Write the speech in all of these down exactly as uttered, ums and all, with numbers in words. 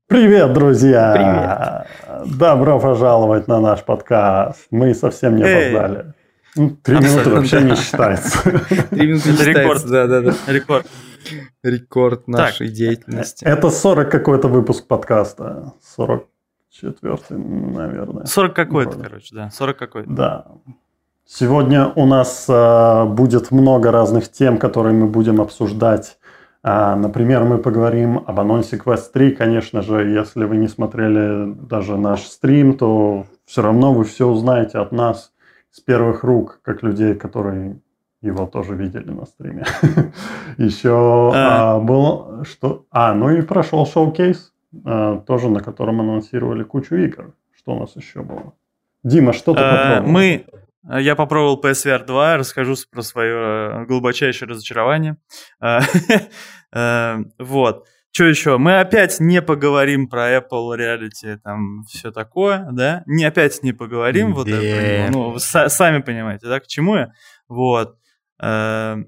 Привет, друзья! Привет! Добро пожаловать на наш подкаст. Мы совсем не опоздали. Ну, три минуты вообще не считается. Три минуты не считается, да-да-да. Рекорд. Рекорд нашей деятельности. Это сорок какой-то выпуск подкаста. сорок четвёртый, наверное. сорок какой-то, короче, да. сорок какой-то. Да. Сегодня у нас э, будет много разных тем, которые мы будем обсуждать. А, например, мы поговорим об анонсе Quest три. Конечно же, если вы не смотрели даже наш стрим, то все равно вы все узнаете от нас с первых рук, как людей, которые его тоже видели на стриме. Еще а, было что... А, ну и прошел шоу-кейс, а, тоже на котором анонсировали кучу игр. Что у нас еще было? Дима, что ты попробовал? Мы... Я попробовал пи эс ви ар два, расскажу про свое глубочайшее разочарование. Вот. Что еще? Мы опять не поговорим про Apple Reality, там все такое, да? Не опять не поговорим. Вот это, ну, сами понимаете, да, к чему я? Вот. Так,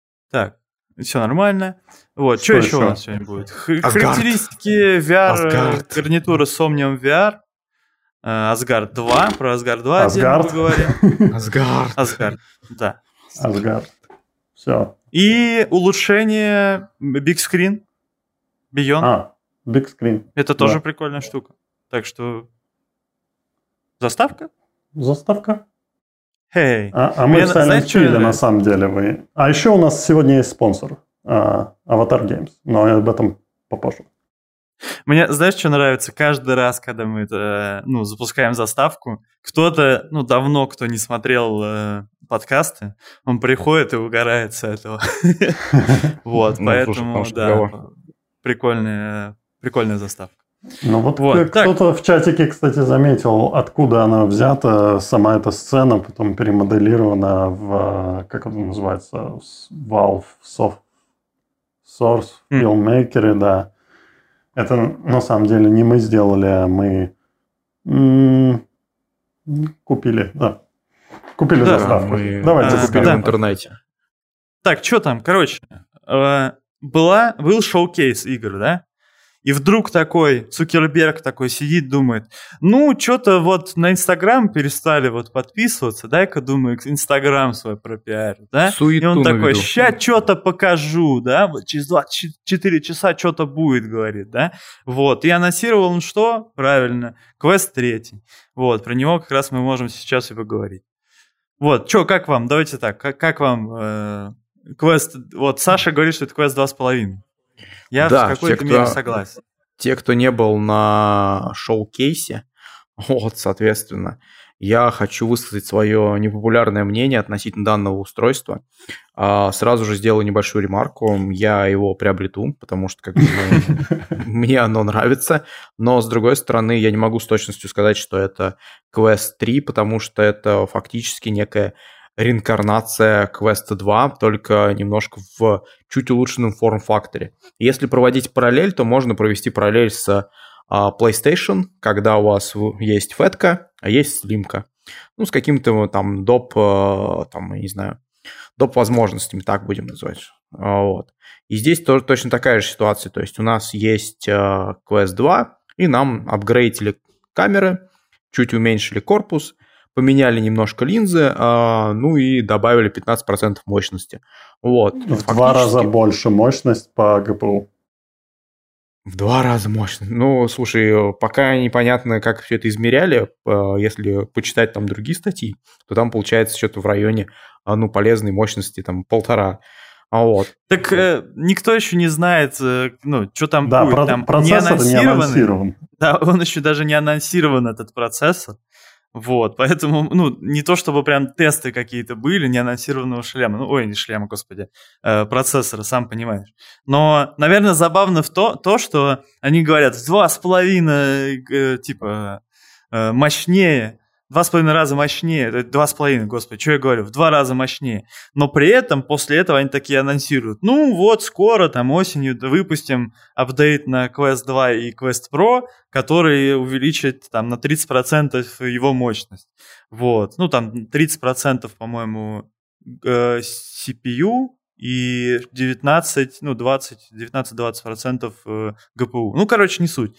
все нормально. Вот. Что еще у нас сегодня будет? Характеристики ви ар, гарнитуры Somnium ви ар. Асгард два, про Асгард два отдельно поговорим. Асгард. Асгард, да. Асгард. Все. И улучшение Big Screen Beyond. А, Big Screen. Это тоже да. Прикольная штука. Так что заставка? Заставка. Hey. А, а мы Мне, в Silent Hill, на самом деле. Вы... А еще у нас сегодня есть спонсор. А, Avatar Games. Но об этом попозже. Мне, знаешь, что нравится? Каждый раз, когда мы это, ну, запускаем заставку, кто-то, ну, давно кто не смотрел э, подкасты, он приходит и угорает с этого. Вот, поэтому, да, прикольная заставка. Ну вот кто-то в чатике, кстати, заметил, откуда она взята, сама эта сцена, потом перемоделирована в, как это называется, Valve Source Filmmaker, да. Это на самом деле не мы сделали, а мы м- купили, да. Купили да, заставку. Мы Давайте а, купили да. в интернете. Так, что там? Короче, была, был шоу-кейс игр, да? И вдруг такой Цукерберг такой сидит, думает, ну, что-то вот на Инстаграм перестали вот подписываться, дай-ка, думаю, Инстаграм свой пропиарю, да? Суету и он такой, наведу. ща что-то покажу, да, вот через двадцать четыре часа что-то будет, говорит, да? Вот, и анонсировал он что? Правильно, Quest три. Вот, про него как раз мы можем сейчас и поговорить. Вот, что, как вам, давайте так, как, как вам э, Quest, вот Саша говорит, что это Quest два с половиной. Я да, в какой-то те, мере кто, согласен. Те, кто не был на шоу-кейсе, вот, соответственно, я хочу высказать свое непопулярное мнение относительно данного устройства. Сразу же сделаю небольшую ремарку. Я его приобрету, потому что как бы, мне оно нравится. Но, с другой стороны, я не могу с точностью сказать, что это Quest три, потому что это фактически некая реинкарнация Quest два, только немножко в чуть улучшенном форм-факторе. Если проводить параллель, то можно провести параллель с uh, PlayStation, когда у вас есть фэтка, а есть слимка. Ну, с каким-то там доп, uh, там, я не знаю, доп возможностями, так будем называть. Uh, вот. И здесь тоже точно такая же ситуация. То есть у нас есть uh, Quest два, и нам апгрейдили камеры, чуть уменьшили корпус, поменяли немножко линзы, а, ну и добавили пятнадцать процентов мощности. Вот. В Фактически... два раза больше мощность по джи пи ю. В два раза мощность. Ну, слушай, пока непонятно, как все это измеряли. Если почитать там другие статьи, то там получается что-то в районе, ну, полезной мощности там полтора. А вот. Так э, никто еще не знает, э, ну, что там да, будет. Про- там процессор не анонсирован. Да, он еще даже не анонсирован, этот процессор. Вот, поэтому, ну, не то чтобы прям тесты какие-то были, не анонсированного шлема, ну, ой, не шлема, господи, э, процессора, сам понимаешь. Но, наверное, забавно в то, то что они говорят в два с половиной, э, типа, э, мощнее, два с половиной раза мощнее, два с половиной, господи, что я говорю, в два раза мощнее. Но при этом после этого они такие анонсируют, ну вот скоро, там осенью выпустим апдейт на Quest два и Quest Pro, который увеличит там на тридцать процентов его мощность. Вот, ну там тридцать процентов, по-моему, си пи ю и девятнадцать, ну, двадцать, девятнадцать-двадцать процентов джи пи ю. Ну, короче, не суть.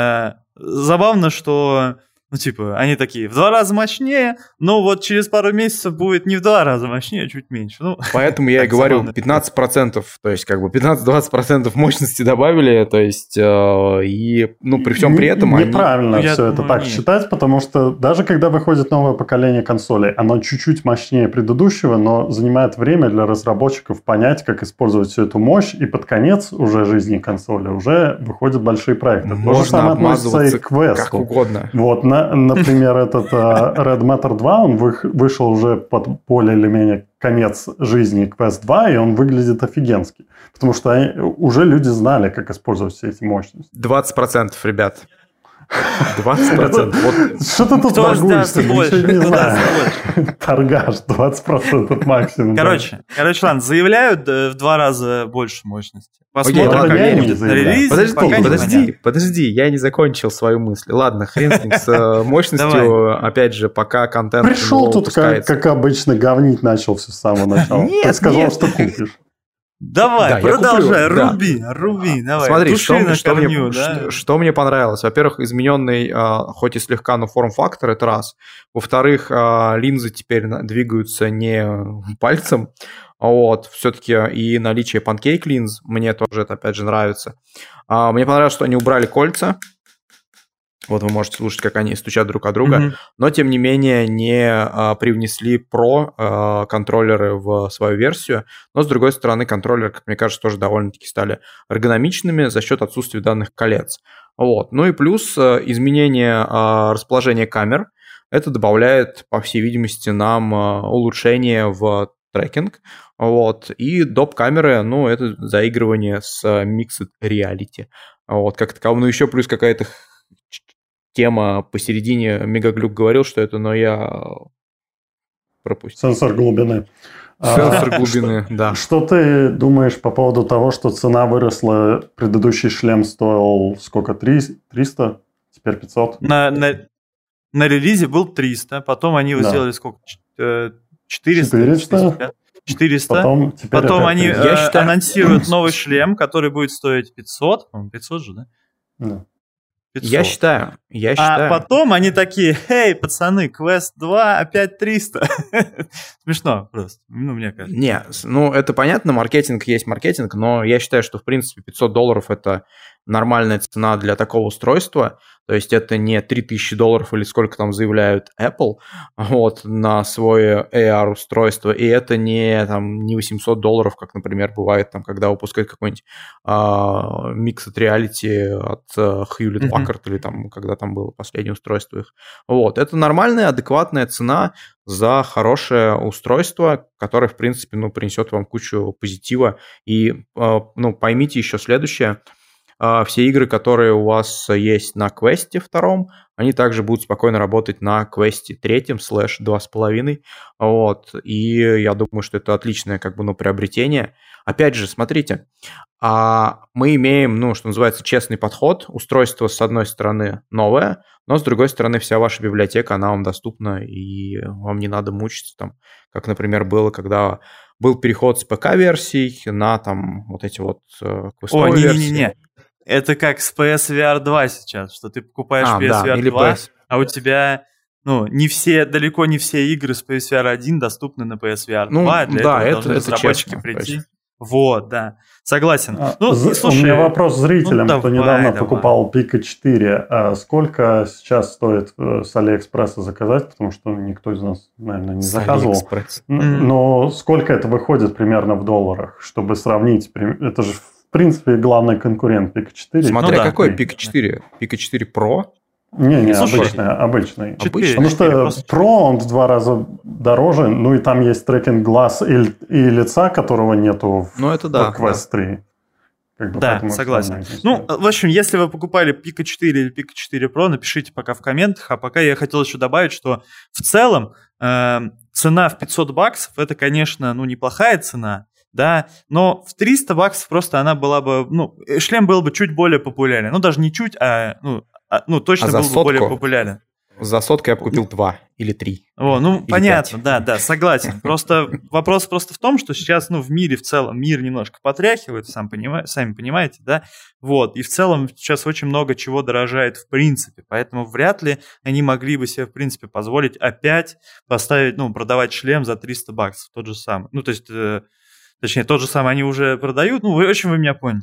Забавно, что... Ну, типа, они такие, в два раза мощнее, но вот через пару месяцев будет не в два раза мощнее, а чуть меньше. Ну, поэтому я и говорю, пятнадцать процентов, то есть как бы пятнадцать-двадцать процентов мощности добавили, то есть э, и, ну, при всем при этом... Неправильно они... все ну, это думаю, так нет. считать, потому что даже когда выходит новое поколение консолей, оно чуть-чуть мощнее предыдущего, но занимает время для разработчиков понять, как использовать всю эту мощь, и под конец уже жизни консоли уже выходят большие проекты. Можно то же самое относится и к Quest. Как угодно. Вот, на Например, этот uh, Red Matter два, он вы, вышел уже под более или менее конец жизни Quest два, и он выглядит офигенски. Потому что они, уже люди знали, как использовать все эти мощности. двадцать процентов, ребят. двадцать процентов. Вот. Что ты тут торгуешься? Ничего не знаю. Торгаш, двадцать процентов максимум. Короче, короче, ладно, заявляют в два раза больше мощности. Посмотрим, Окей, как ладно, будет на релизе. Подожди, пока подожди, непонятно. подожди, я не закончил свою мысль. Ладно, хрен с ним, с мощностью, опять же, пока контент Пришел тут, как, как обычно, говнить начал все с самого начала. Нет, Ты сказал, нет. что купишь. Давай, Да, я продолжай, куплю, да. руби, руби, давай. Смотри, Души что, на что, корню, мне, да? что, что мне понравилось. Во-первых, измененный, а, хоть и слегка, но форм-фактор, это раз. Во-вторых, а, линзы теперь двигаются не пальцем, вот, все-таки и наличие панкейк линз, мне тоже это, опять же, нравится. А, мне понравилось, что они убрали кольца. Вот вы можете слушать, как они стучат друг от друга. Mm-hmm. Но, тем не менее, не а, привнесли Pro а, контроллеры в свою версию. Но, с другой стороны, контроллеры, как мне кажется, тоже довольно-таки стали эргономичными за счет отсутствия данных колец. Вот. Ну и плюс а, изменение а, расположения камер. Это добавляет, по всей видимости, нам а, улучшение в трекинг. Вот. И доп-камеры, ну, это заигрывание с Mixed Reality. Вот, как таково. Ну, еще плюс какая-то тема посередине. Мегаглюк говорил, что это, но я пропустил. Сенсор глубины. Сенсор глубины, да. Что ты думаешь по поводу того, что цена выросла? Предыдущий шлем стоил сколько? триста? Теперь пятьсот? На, на, на релизе был триста, потом они его Да. сделали сколько? четыреста? четыреста? четыреста. Потом, теперь Потом опять они триста. Я э, считаю- анонсируют новый шлем, который будет стоить пятьсот. По-моему, пятьсот же, да? Да. пятьсот. Я считаю, я А считаю. потом они такие, эй, пацаны, Quest два опять триста. Смешно просто, ну, мне кажется. Не, с- ну, это понятно, маркетинг есть маркетинг, но я считаю, что, в принципе, пятьсот долларов – это нормальная цена для такого устройства. То есть это не три тысячи долларов или сколько там заявляют Apple вот, на свое эй ар-устройство, и это не, там, не восемьсот долларов, как, например, бывает, там, когда выпускают какой-нибудь а, Mixed Reality от а, Hewlett Packard, или там, когда там было последнее устройство их. Вот. Это нормальная, адекватная цена за хорошее устройство, которое, в принципе, ну, принесет вам кучу позитива. И, а, ну, поймите еще следующее. А, Все игры, которые у вас есть на Quest втором, они также будут спокойно работать на Quest третьем слэш два с половиной. Вот. И я думаю, что это отличное как бы, ну, приобретение. Опять же, смотрите, а мы имеем, ну, что называется, честный подход. Устройство, с одной стороны, новое, но, с другой стороны, вся ваша библиотека, она вам доступна, и вам не надо мучиться, там, как, например, было, когда был переход с ПК-версий на там вот эти вот э, О, квестовые версии. не-не-не. Это как с пи эс ви ар два сейчас, что ты покупаешь А, пи эс ви ар да, или два, пи эс. а у тебя, ну, не все, далеко не все игры с пи эс ви ар один доступны на пи эс ви ар два. Ну, Для да, этого это- должны это разработчики честно, прийти. точно. Вот, да. Согласен. А, Ну, з- слушай, у меня вопрос зрителям, ну, кто давай, недавно давай. покупал Пика четыре. А сколько сейчас стоит э, с Алиэкспресса заказать? Потому что никто из нас, наверное, не С заказывал. Алиэкспресс. Н- Мгм. Но сколько это выходит примерно в долларах, чтобы сравнить? При- Это же, в принципе, главный конкурент Пика четыре. Смотря да. какой Пика четыре. Пика четыре Pro. Не-не, Слушай, обычный, обычный. четыре, Потому четыре, что просто Pro, он в два раза дороже, ну и там есть трекинг глаз и, и лица, которого нету в, Ну, это да, в Quest три. Как бы Да, поэтому согласен. это Ну, сравнение. в общем, если вы покупали Пика четыре или Пика четыре Pro, напишите пока в комментах. А пока я хотел еще добавить, что в целом э, цена в пятьсот баксов, это, конечно, ну, неплохая цена, да, но в триста баксов просто она была бы, ну, шлем был бы чуть более популярен. Ну, даже не чуть, а, ну, а, ну точно А за был бы более сотку? популярен. За сотку я бы купил два или три. О, ну, или понятно, пять. да, да, согласен. Просто вопрос просто в том, что сейчас, ну, в мире в целом, мир немножко потряхивает, сам понима... сами понимаете, да, вот, и в целом сейчас очень много чего дорожает в принципе, поэтому вряд ли они могли бы себе, в принципе, позволить опять поставить, ну, продавать шлем за триста баксов, тот же самый. Ну, то есть, э, точнее, тот же самый они уже продают, ну, вы, в общем, вы меня поняли.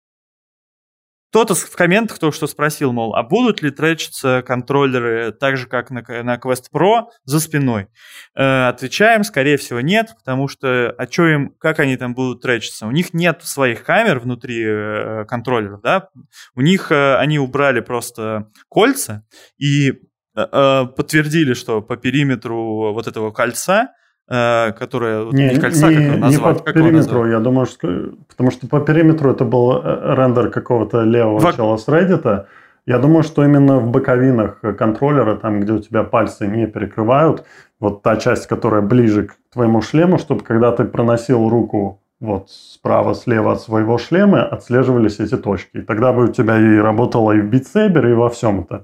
Кто-то в комментах только что спросил, мол, а будут ли тречиться контроллеры так же, как на, на Quest Pro за спиной? Э, отвечаем, скорее всего, нет, потому что, а что им, как они там будут тречиться? У них нет своих камер внутри э, контроллеров, да? У них, э, они убрали просто кольца и э, э, подтвердили, что по периметру вот этого кольца, которое не, не кольца, не, как его назвать? Не по как периметру, я думаю, что, потому что по периметру это был рендер какого-то левого Во... чела с Reddit. Я думаю, что именно в боковинах контроллера, там, где у тебя пальцы не перекрывают, вот та часть, которая ближе к твоему шлему, чтобы когда ты проносил руку вот справа, слева от своего шлема, отслеживались эти точки. И тогда бы у тебя и работало и в Beat Saber, и во всем это.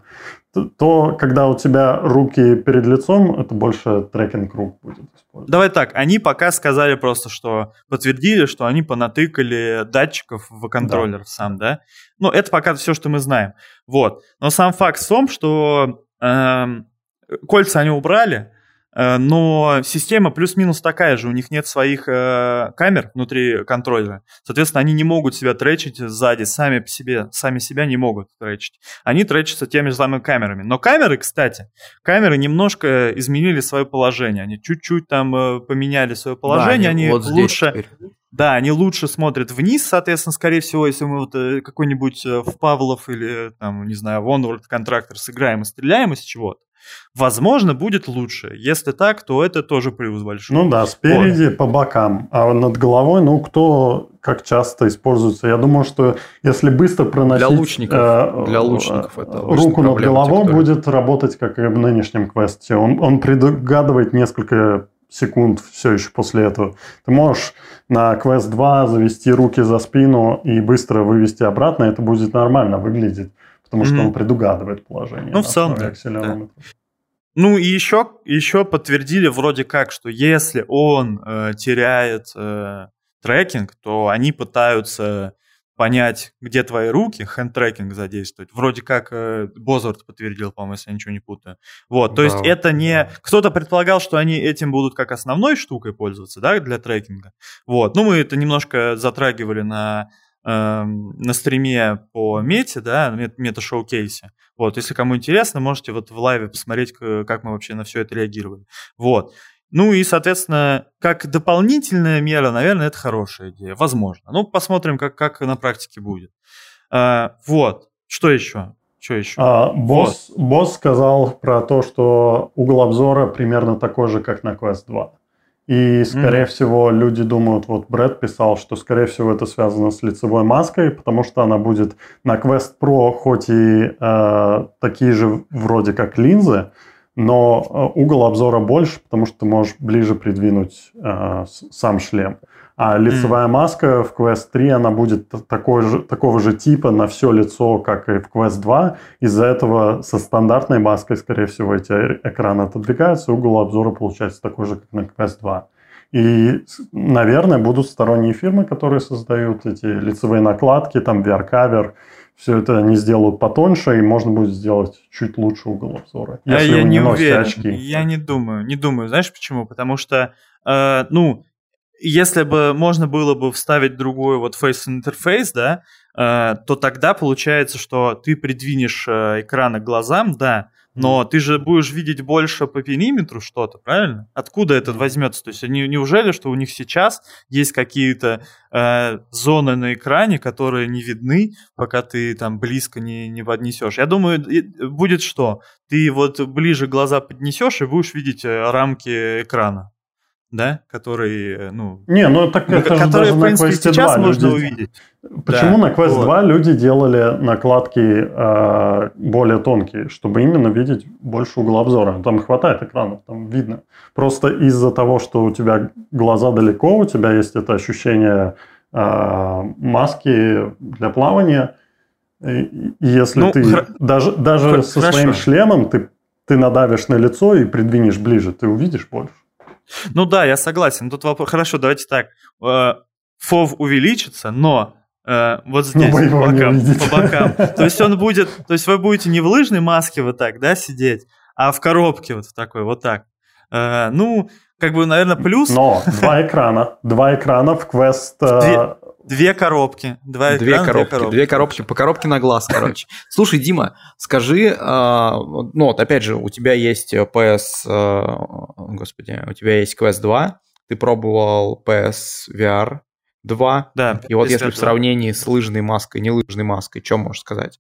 То, когда у тебя руки перед лицом, это больше трекинг рук будет использоваться. Давай так, они пока сказали просто, что подтвердили, что они понатыкали датчиков в контроллер да. сам, да? Ну, это пока все, что мы знаем. Вот. Но сам факт в том, что э, кольца они убрали, э, но система плюс-минус такая же, у них нет своих э, камер внутри контроллера. Соответственно, они не могут себя тречить сзади, сами по себе, сами себя не могут тречить. Они тречатся теми же самыми камерами. Но камеры, кстати, камеры немножко изменили свое положение. Они чуть-чуть там э, поменяли свое положение, да, они, они вот лучше... Да, они лучше смотрят вниз, соответственно, скорее всего, если мы вот э, какой-нибудь э, в Павлов или, там, не знаю, в Onward Contractor сыграем и стреляем из чего-то, возможно, будет лучше. Если так, то это тоже плюс большой. Ну да, спереди, вот. По бокам, а над головой, ну, кто как часто используется. Я думаю, что если быстро проносить для лучников, э, для лучников это руку над головой, будет работать, как и в нынешнем квесте. Он, он предугадывает несколько секунд все еще после этого. Ты можешь на Quest два завести руки за спину и быстро вывести обратно, это будет нормально выглядеть, потому что mm-hmm. он предугадывает положение. Ну, в целом, да. да. Ну, и еще, еще подтвердили вроде как, что если он э, теряет э, трекинг, то они пытаются понять, где твои руки, хенд-трекинг задействовать. Вроде как э, Бозворт подтвердил, по-моему, если я ничего не путаю. Вот, то да, есть это не... Кто-то предполагал, что они этим будут как основной штукой пользоваться, да, для трекинга. Вот, ну мы это немножко затрагивали на, э, на стриме по мете, да, мета-шоу-кейсе. Вот, если кому интересно, можете вот в лайве посмотреть, как мы вообще на все это реагировали. Вот. Ну и, соответственно, как дополнительная мера, наверное, это хорошая идея. Возможно. Ну, посмотрим, как, как на практике будет. А, вот. Что еще? Что еще? А, босс, вот. босс сказал про то, что угол обзора примерно такой же, как на Quest два. И, скорее mm-hmm. всего, люди думают, вот Брэд писал, что, скорее всего, это связано с лицевой маской, потому что она будет на Quest Pro хоть и э, такие же вроде как линзы, но угол обзора больше, потому что ты можешь ближе придвинуть э, сам шлем. А лицевая mm. маска в Quest три, она будет такой же, такого же типа на все лицо, как и в Quest два. Из-за этого со стандартной маской, скорее всего, эти экраны отодвигаются, и угол обзора получается такой же, как на Quest два. И, наверное, будут сторонние фирмы, которые создают эти лицевые накладки, там ви ар-кавер. Все это они сделают потоньше, и можно будет сделать чуть лучше угол обзора. Если а я не, не уверен. Очки. Я не думаю, не думаю. Знаешь почему? Потому что, э, ну, если бы можно было бы вставить другой вот face interface, да, э, то тогда получается, что ты придвинешь э, экраны к глазам, да, но ты же будешь видеть больше по периметру что-то, правильно? Откуда это возьмется? То есть не, неужели, что у них сейчас есть какие-то э, зоны на экране, которые не видны, пока ты там близко не, не поднесешь? Я думаю, будет что? Ты вот ближе глаза поднесешь и будешь видеть рамки экрана, да, которые, ну... Не, ну так это которые, же даже в принципе, на Quest сейчас два можно люди... увидеть. Почему да, на Quest вот. два люди делали накладки э, более тонкие, чтобы именно видеть больше угла обзора? Там хватает экранов, там видно. Просто из-за того, что у тебя глаза далеко, у тебя есть это ощущение э, маски для плавания. И, и если ну, ты хр... даже, даже со хорошо. своим шлемом ты ты надавишь на лицо и придвинешь ближе, ты увидишь больше. Ну да, я согласен. Тут вопрос... Хорошо, давайте так. Фов увеличится, но э, вот здесь, по бокам, по бокам. То есть он будет... То есть вы будете не в лыжной маске вот так, да, сидеть, а в коробке вот в такой, вот так. Э, ну, как бы, наверное, плюс... Но два экрана. Два экрана в Quest... Две, две коробки. Два две, экрана, коробки, две коробки. Две коробки, по коробке на глаз, короче. Слушай, Дима, скажи, э, ну вот опять же, у тебя есть пи эс... Э, господи, у тебя есть Quest два, ты пробовал пи эс ви ар два, да, и вот если в сравнении с лыжной маской, не лыжной маской, что можешь сказать?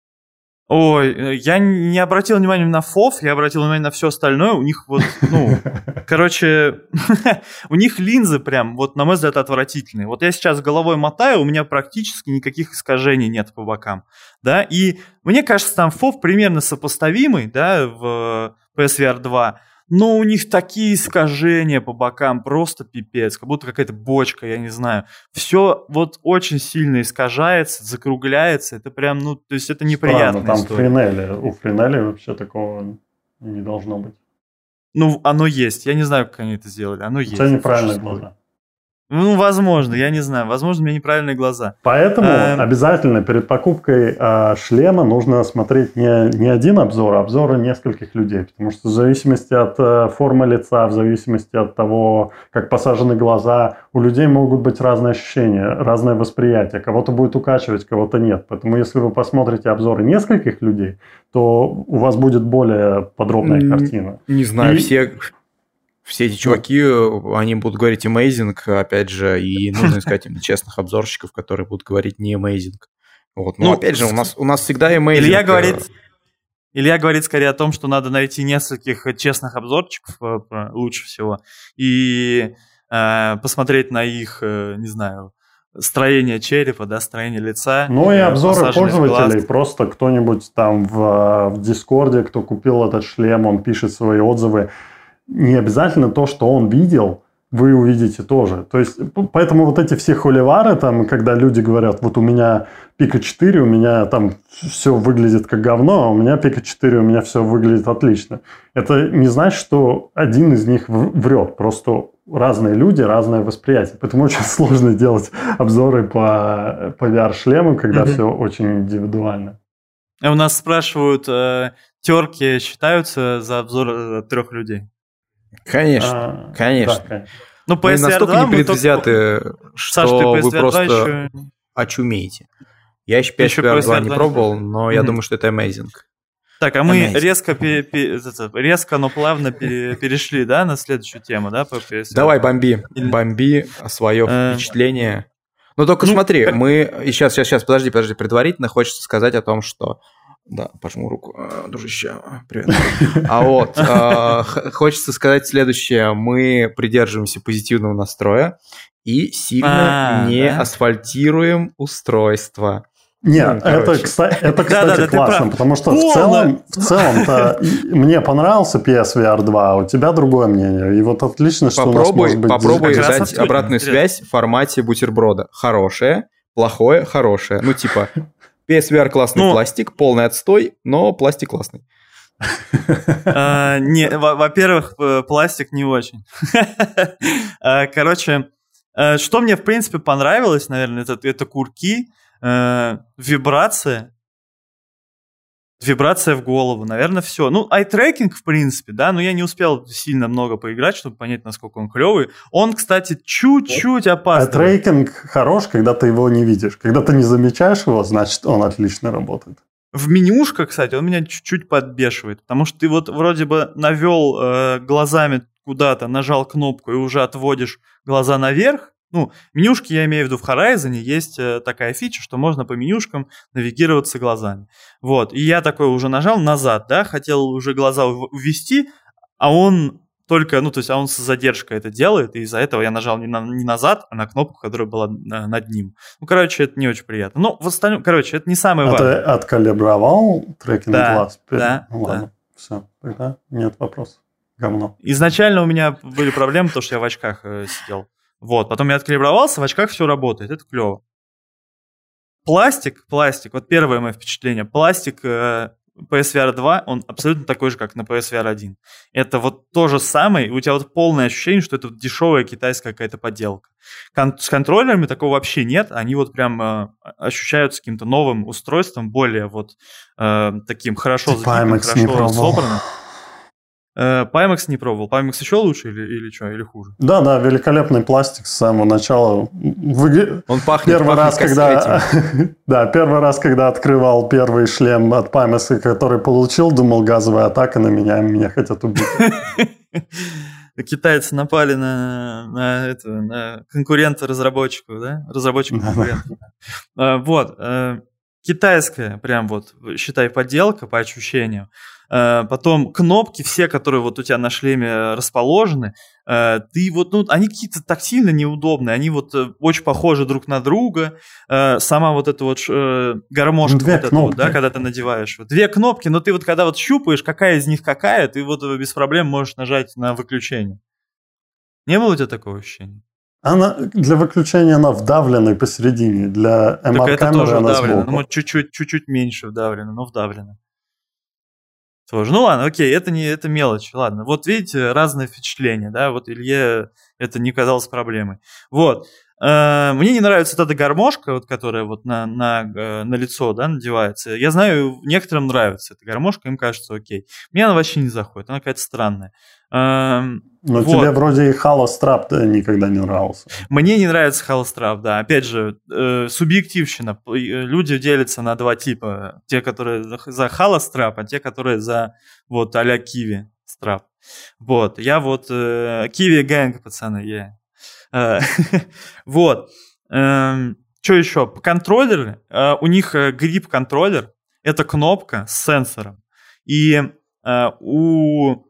Ой, я не обратил внимания на фов, я обратил внимание на все остальное. У них вот, ну, короче, у них линзы прям, вот, на мой взгляд, отвратительные. Вот я сейчас головой мотаю, у меня практически никаких искажений нет по бокам, да, и мне кажется, там фов примерно сопоставимый, да, в пи эс ви ар два, но у них такие искажения по бокам, просто пипец, как будто какая-то бочка, я не знаю. Все вот очень сильно искажается, закругляется, это прям, ну, то есть это неприятно. Там Френели, у Френели вообще такого не должно быть. Ну, оно есть, я не знаю, как они это сделали, оно есть. У тебя неправильные глаза. Ну, возможно, я не знаю, возможно, у меня неправильные глаза. Поэтому а... обязательно перед покупкой а, шлема нужно смотреть не, не один обзор, а обзоры нескольких людей, потому что в зависимости от а, формы лица, в зависимости от того, как посажены глаза, у людей могут быть разные ощущения, разное восприятие, кого-то будет укачивать, кого-то нет. Поэтому если вы посмотрите обзоры нескольких людей, то у вас будет более подробная не, картина. Не знаю, И... все... Все эти чуваки, они будут говорить amazing, опять же, и нужно искать именно честных обзорщиков, которые будут говорить не amazing. Вот. Но ну, опять же, у нас, у нас всегда amazing. Илья говорит, Илья говорит скорее о том, что надо найти нескольких честных обзорщиков лучше всего и э, посмотреть на их, э, не знаю, строение черепа, да, строение лица. Ну и обзоры пользователей. Глаз. Просто кто-нибудь там в, в Дискорде, кто купил этот шлем, он пишет свои отзывы. Не обязательно то, что он видел, вы увидите тоже. То есть, поэтому вот эти все холивары, там, когда люди говорят, вот у меня Пика четыре, у меня там все выглядит как говно, а у меня Пика четыре, у меня все выглядит отлично. Это не значит, что один из них врет. Просто разные люди, разное восприятие. Поэтому очень сложно делать обзоры по, по ви ар-шлему, когда mm-hmm. все очень индивидуально. У нас спрашивают, э, терки считаются за обзор трех людей? Конечно, а, конечно. Да, конечно. Ну, мы настолько не предвзяты, только... что Саш, вы просто еще... очумеете. Я еще пи эс ви ар два не пробовал, но mm-hmm. я думаю, что это amazing. Так, а мы amazing. резко, пе- пе- резко, но плавно пере- перешли, да, на следующую тему, да, по пи эс ви ар? Давай, бомби, Или... бомби свое впечатление. Но только ну, смотри, как... мы... Сейчас, сейчас, сейчас, подожди, подожди, предварительно хочется сказать о том, что... Да, пожму руку, дружище, привет. А вот, э, хочется сказать следующее. Мы придерживаемся позитивного настроя и сильно а, не да? асфальтируем устройство. Нет, ну, это, кстати, это, кстати да, да, классно, потому что в целом, в целом-то мне понравился пи эс ви ар два, а у тебя другое мнение. И вот отлично, что попробуй, у нас может быть... Попробуй дать обратную связь в формате бутерброда. Хорошее, плохое, хорошее. Ну, типа... пи эс ви ар классный ну, пластик, полный отстой, но пластик классный. А, не, во-первых, пластик не очень. Короче, что мне, в принципе, понравилось, наверное, это, это курки, вибрация, вибрация в голову, наверное, все. Ну, ай-трекинг, в принципе, да, но я не успел сильно много поиграть, чтобы понять, насколько он клевый. Он, кстати, чуть-чуть опасный. Ай-трекинг хорош, когда ты его не видишь. Когда ты не замечаешь его, значит, он отлично работает. В менюшках, кстати, он меня чуть-чуть подбешивает, потому что ты вот вроде бы навел э, глазами куда-то, нажал кнопку и уже отводишь глаза наверх. Ну, менюшки, я имею в виду, в Horizon есть э, такая фича, что можно по менюшкам навигироваться глазами. Вот, и я такой уже нажал назад, да, хотел уже глаза увести, а он только, ну, то есть, а он с задержкой это делает, и из-за этого я нажал не, на, не назад, а на кнопку, которая была на, над ним. Ну, короче, это не очень приятно. Ну, в остальном, короче, это не самое важное. А ты откалибровал трекинг да, глаз? Да, ну, ладно, да. Все, тогда нет вопросов. Говно. Изначально у меня были проблемы, потому что я в очках э, сидел. Вот, потом я откалибровался, в очках все работает, это клево. Пластик, пластик, вот первое мое впечатление, пластик э, пи эс ви ар два, он абсолютно такой же, как на пи эс ви ар один. Это вот то же самое, и у тебя вот полное ощущение, что это вот дешевая китайская какая-то подделка. Кон- с контроллерами такого вообще нет, они вот прям э, ощущаются каким-то новым устройством, более вот э, таким хорошо забитым, хорошо собранным. Pimax не пробовал. Pimax еще лучше или, или что, или хуже? Да, да, великолепный пластик с самого начала. Вы... Он пахнет, первый пахнет раз, когда... Да, первый раз, когда открывал первый шлем от Pimax, который получил, думал, газовая атака на меня, меня хотят убить. Китайцы напали на, на, это, на конкурента-разработчиков, да? Разработчиков-конкурентов. Вот. Китайская, прям вот, считай, подделка по ощущениям. Потом кнопки все, которые вот у тебя на шлеме расположены, ты вот, ну, они какие-то так сильно неудобные, они вот очень похожи друг на друга. Сама вот эта вот гармошка, Две вот эта вот, да, когда ты надеваешь. Вот две кнопки, но ты вот когда вот щупаешь, какая из них какая, ты вот без проблем можешь нажать на выключение. Не было у тебя такого ощущения? Она, для выключения она вдавлена посередине, для эм ар-камеры она сбоку. Ну, чуть-чуть, чуть-чуть меньше вдавлена, но вдавлена. Тоже. Ну ладно, окей, это не это мелочь, ладно. Вот видите, разные впечатления, да, вот Илье это не казалось проблемой. Вот. Мне не нравится вот эта гармошка, вот, которая вот на, на, на лицо, да, надевается. Я знаю, некоторым нравится эта гармошка, им кажется окей. Мне она вообще не заходит, она какая-то странная. Но вот. Тебе вроде и Halo-Strap никогда не нравился. Мне не нравится Halo-Strap, да. Опять же, э, субъективщина. Люди делятся на два типа. Те, которые за Halo-Strap, а те, которые за вот а-ля Kiwi Strap. Вот. Я вот э, Kiwi Gang, пацаны, я. Э, вот. Э, что еще? Контроллеры. Э, у них грип-контроллер. Это кнопка с сенсором. И э, у...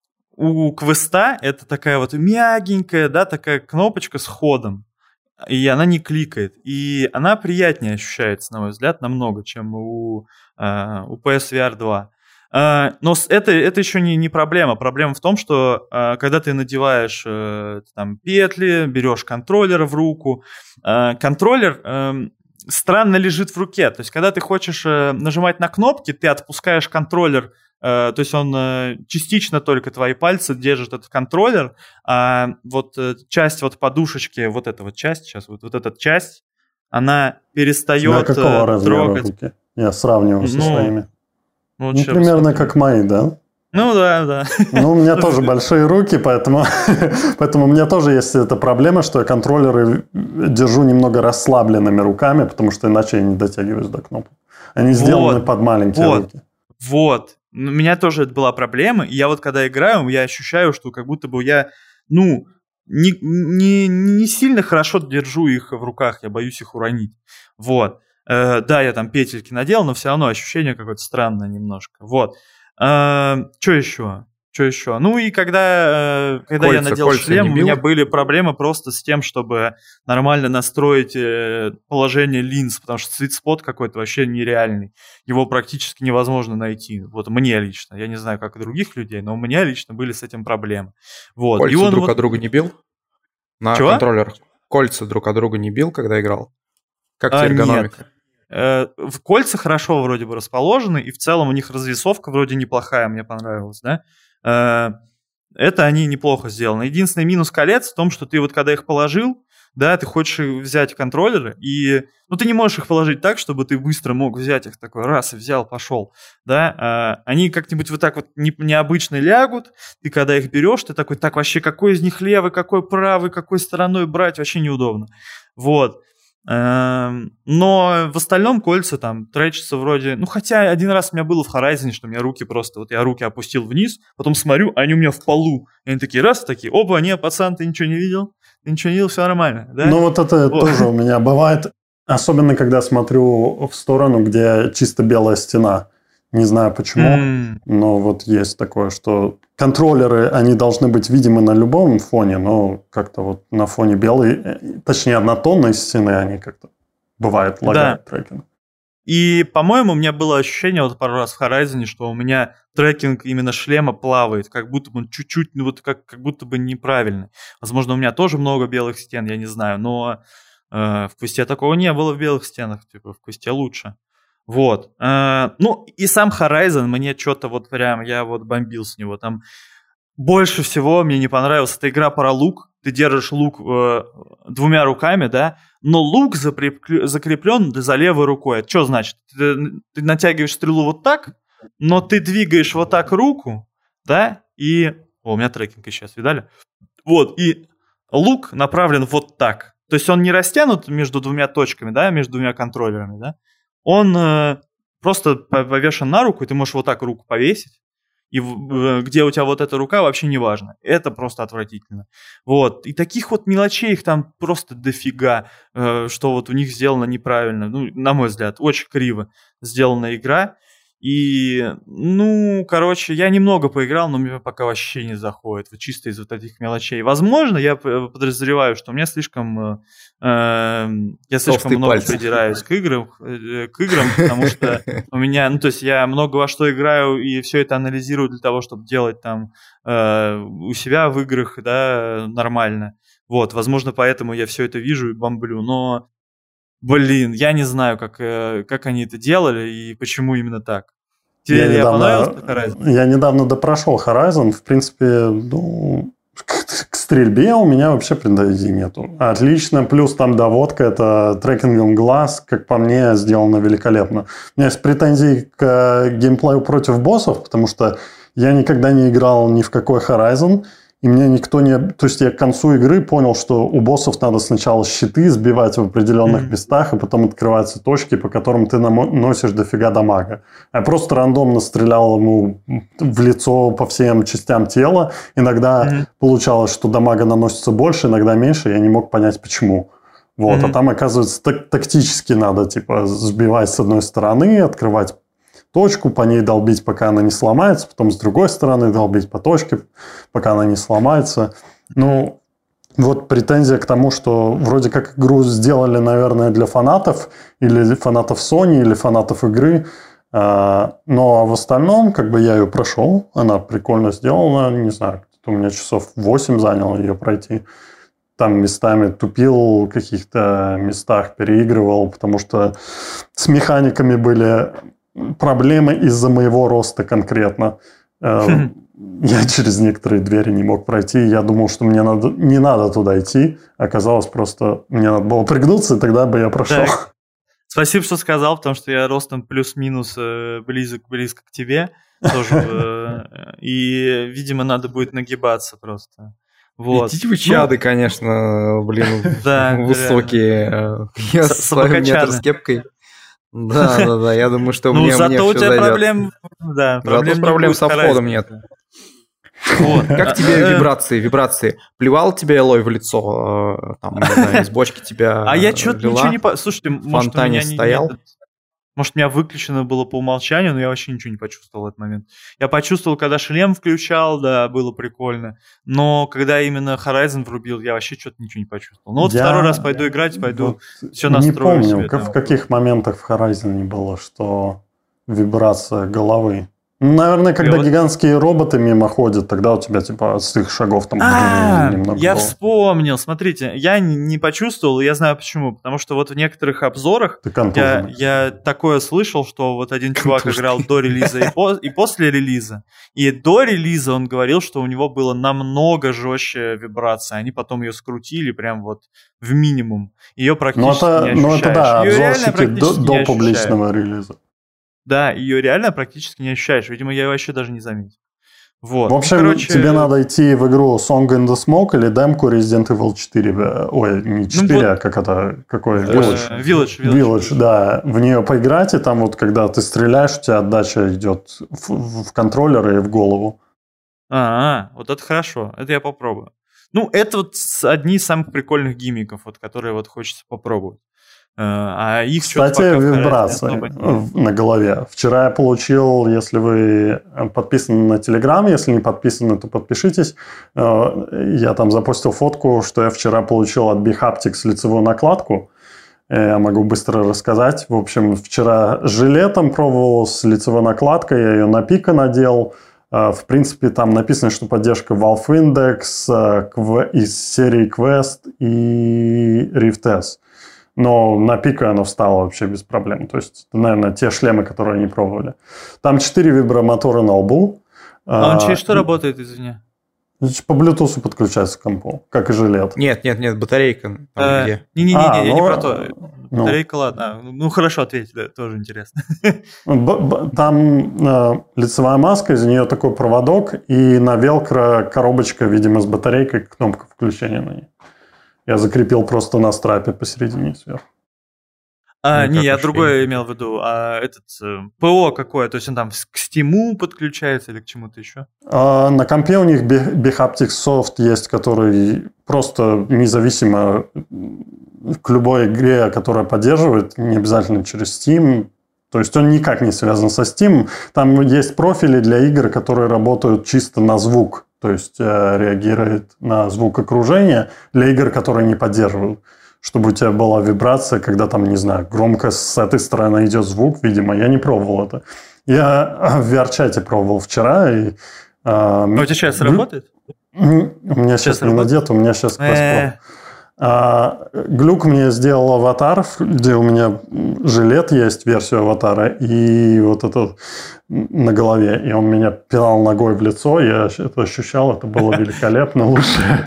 У квеста это такая вот мягенькая, да, такая кнопочка с ходом, и она не кликает, и она приятнее ощущается, на мой взгляд, намного, чем у, uh, у пи эс ви ар два. Uh, но это, это еще не, не проблема. Проблема в том, что uh, когда ты надеваешь uh, там, петли, берешь контроллер в руку, uh, контроллер uh, странно лежит в руке. То есть, когда ты хочешь uh, нажимать на кнопки, ты отпускаешь контроллер. Uh, то есть он uh, частично только твои пальцы держит этот контроллер, а вот uh, часть вот подушечки, вот эта вот часть, сейчас вот, вот эта часть, она перестает да, какого uh, трогать. Руки? Я сравниваю со ну, своими. Вот ну, примерно как мои, да? Ну да, да. Ну, у меня тоже большие руки, поэтому, поэтому у меня тоже есть эта проблема, что я контроллеры держу немного расслабленными руками, потому что иначе я не дотягиваюсь до кнопок. Они сделаны вот, под маленькие вот, руки. Вот. У меня тоже это была проблема, и я вот когда играю, я ощущаю, что как будто бы я, ну, не, не, не сильно хорошо держу их в руках, я боюсь их уронить. Вот. Э, да, я там петельки надел, но все равно ощущение какое-то странное немножко. Вот. Э, что еще? Что еще? Ну и когда, когда кольца, я надел шлем, у меня были проблемы просто с тем, чтобы нормально настроить положение линз, потому что sweet spot какой-то вообще нереальный. Его практически невозможно найти. Вот мне лично. Я не знаю, как у других людей, но у меня лично были с этим проблемы. Вот. Кольца и он друг вот... от друга не бил? На Чего? контроллерах? Кольца друг от друга не бил, когда играл? Как а, тебе эргономика? Нет. В кольца хорошо вроде бы расположены, и в целом у них развесовка вроде неплохая, мне понравилась, да? Это они неплохо сделаны. Единственный минус колец в том, что ты вот когда их положил, да, ты хочешь взять контроллеры, и ну, ты не можешь их положить так, чтобы ты быстро мог взять их такой раз и взял, пошел, да, а они как-нибудь вот так вот не, необычно лягут, ты когда их берешь, ты такой, так вообще какой из них левый, какой правый, какой стороной брать, вообще неудобно, вот. Но в остальном кольца там тречатся вроде... Ну, хотя один раз у меня было в Horizon, что у меня руки просто... Вот я руки опустил вниз, потом смотрю, они у меня в полу. И они такие, раз, такие, опа, не, пацан, ты ничего не видел? Ты ничего не видел, все нормально, да? Ну, вот это вот. Тоже у меня бывает. Особенно, когда смотрю в сторону, где чисто белая стена. Не знаю почему, mm. но вот есть такое, что контроллеры, они должны быть видимы на любом фоне, но как-то вот на фоне белой, точнее однотонной стены, они как-то бывает лагают да. трекинг. И, по-моему, у меня было ощущение вот пару раз в Horizon, что у меня трекинг именно шлема плавает, как будто бы он чуть-чуть, ну вот как, как будто бы неправильный. Возможно, у меня тоже много белых стен, я не знаю, но э, в квесте такого не было в белых стенах, типа в квесте лучше. Вот. А, ну, и сам Horizon мне что-то вот прям, я вот бомбил с него. Там больше всего мне не понравилась эта игра про лук. Ты держишь лук э, двумя руками, да, но лук закреплен, закреплен за левой рукой. Это что значит? Ты, ты натягиваешь стрелу вот так, но ты двигаешь вот так руку, да, и... О, у меня трекинг сейчас, видали? Вот, и лук направлен вот так. То есть он не растянут между двумя точками, да, между двумя контроллерами, да. Он э, просто повешен на руку, и ты можешь вот так руку повесить. И где у тебя вот эта рука, вообще не важно. Это просто отвратительно. Вот. И таких вот мелочей их там просто дофига, что вот у них сделано неправильно. Ну, на мой взгляд, очень криво сделана игра. И, ну, короче, я немного поиграл, но мне пока вообще не заходит. Вот чисто из вот этих мелочей. Возможно, я подозреваю, что у меня слишком... Э, я слишком Толстые много пальцы. придираюсь к играм, э, к играм, потому что у меня... Ну, то есть я много во что играю и все это анализирую для того, чтобы делать там э, у себя в играх, да, нормально. Вот, возможно, поэтому я все это вижу и бомблю, но... Блин, я не знаю, как, как они это делали и почему именно так. Тебе я, я недавно, понравился Horizon? Я недавно допрошел Horizon. В принципе, ну, к, к стрельбе у меня вообще претензий нету. Отлично. Плюс там доводка, это трекингом глаз, как по мне, сделано великолепно. У меня есть претензии к геймплею против боссов, потому что я никогда не играл ни в какой Horizon. И мне никто не... То есть я к концу игры понял, что у боссов надо сначала щиты сбивать в определенных mm-hmm. местах, и потом открываются точки, по которым ты наносишь дофига дамага. Я просто рандомно стрелял ему в лицо по всем частям тела. Иногда mm-hmm. получалось, что дамага наносится больше, иногда меньше. Я не мог понять, почему. Вот. Mm-hmm. А там, оказывается, так- тактически надо типа сбивать с одной стороны, открывать точку, по ней долбить, пока она не сломается, потом с другой стороны долбить по точке, пока она не сломается. Ну, вот претензия к тому, что вроде как игру сделали, наверное, для фанатов, или фанатов Sony, или фанатов игры, но в остальном, как бы я ее прошел, она прикольно сделана, не знаю, у меня часов восемь заняло ее пройти. Там местами тупил, в каких-то местах переигрывал, потому что с механиками были... проблемы из-за моего роста конкретно. Я через некоторые двери не мог пройти. Я думал, что мне надо, не надо туда идти. Оказалось, просто мне надо было пригнуться, и тогда бы я прошел. Так. Спасибо, что сказал, потому что я ростом плюс-минус близок, близко к тебе. Тоже. И, видимо, надо будет нагибаться просто. Вот. Идите вы чады, ну, конечно, блин, да, высокие. Я с вами метр с кепкой. Да, да, да, я думаю, что ну, мне, зато мне у все тебя зайдет. проблем, да, зато проблем, проблем со входом нет. Вот. Как тебе вибрации, вибрации? Плевал тебе Элой в лицо, там, не знаю, из бочки тебя А я что-то ничего не... Слушайте, может, у меня стоял? Не... Может, у меня выключено было по умолчанию, но я вообще ничего не почувствовал в этот момент. Я почувствовал, когда шлем включал, да, было прикольно. Но когда именно Horizon врубил, я вообще что-то ничего не почувствовал. Ну вот я... второй раз пойду играть, пойду вот все настрою. Не помню, себе, в каких моментах в Horizon было, что вибрация головы. Наверное, когда вот... гигантские роботы мимо ходят, тогда у тебя типа с их шагов там а, немного я было. Вспомнил, смотрите, я не почувствовал, я знаю почему, потому что вот в некоторых обзорах я, я такое слышал, что вот один чувак играл до релиза и, по, и после релиза, и до релиза он говорил, что у него было намного жестче вибрация, они потом ее скрутили прям вот в минимум, ее практически это, не ощущаешь. Ну это да, обзорщики до, до публичного релиза. Да, ее реально практически не ощущаешь. Видимо, я ее вообще даже не заметил. Вот. В общем, ну, короче... тебе надо идти в игру Song in the Smoke или демку Resident Evil четыре. Ой, не четыре, ну, вот... а как это? Какой? Village. Village, Village. Village, да. В нее поиграть, и там вот, когда ты стреляешь, у тебя отдача идет в, в контроллер и в голову. А, вот это хорошо. Это я попробую. Ну, это вот одни из самых прикольных гиммиков, вот, которые вот хочется попробовать. А их Кстати, вибрации на голове. Вчера я получил, если вы подписаны на Telegram, если не подписаны, то подпишитесь. Я там запостил фотку, что я вчера получил от BeHaptics лицевую накладку. Я могу быстро рассказать. В общем, вчера с жилетом пробовал, с лицевой накладкой, я ее на пика надел. В принципе, там написано, что поддержка Valve Index из серии Quest и Rift S. но на пике оно встало вообще без проблем. То есть, наверное, те шлемы, которые они пробовали. Там четыре вибромотора на лбу. А он через что работает, извини? По Bluetooth подключается к компу, как и жилет. Нет, нет, нет, батарейка. Там где? Не-не-не, А, я ну, не про то. ну. Батарейка, ладно. А, ну, хорошо, ответь, да, тоже интересно. Б- б- Там э, лицевая маска, из нее такой проводок, и на велкро коробочка, видимо, с батарейкой, кнопка включения на ней. Я закрепил просто на страпе посередине сверху. А, Ну, не, как я уж другое я- имел в виду. А этот э, ПО какое? То есть он там с- к стиму подключается или к чему-то еще? А на компе у них Be- Behaptic Soft есть, который просто независимо к любой игре, которая поддерживает, не обязательно через Steam. То есть он никак не связан со Steam. Там есть профили для игр, которые работают чисто на звук. То есть э, реагирует на звук окружения для игр, которые не поддерживают. Чтобы у тебя была вибрация, когда там, не знаю, громко с этой стороны идет звук, видимо. Я не пробовал это. Я в ви ар-чате пробовал вчера. И, э, А у тебя сейчас глю- работает? У меня сейчас, Сейчас не работает? надет, у меня сейчас как раз Э, про- А, Глюк мне сделал аватар, где у меня жилет есть, версию аватара, и вот этот на голове. И он меня пинал ногой в лицо, я это ощущал, это было великолепно. Лучший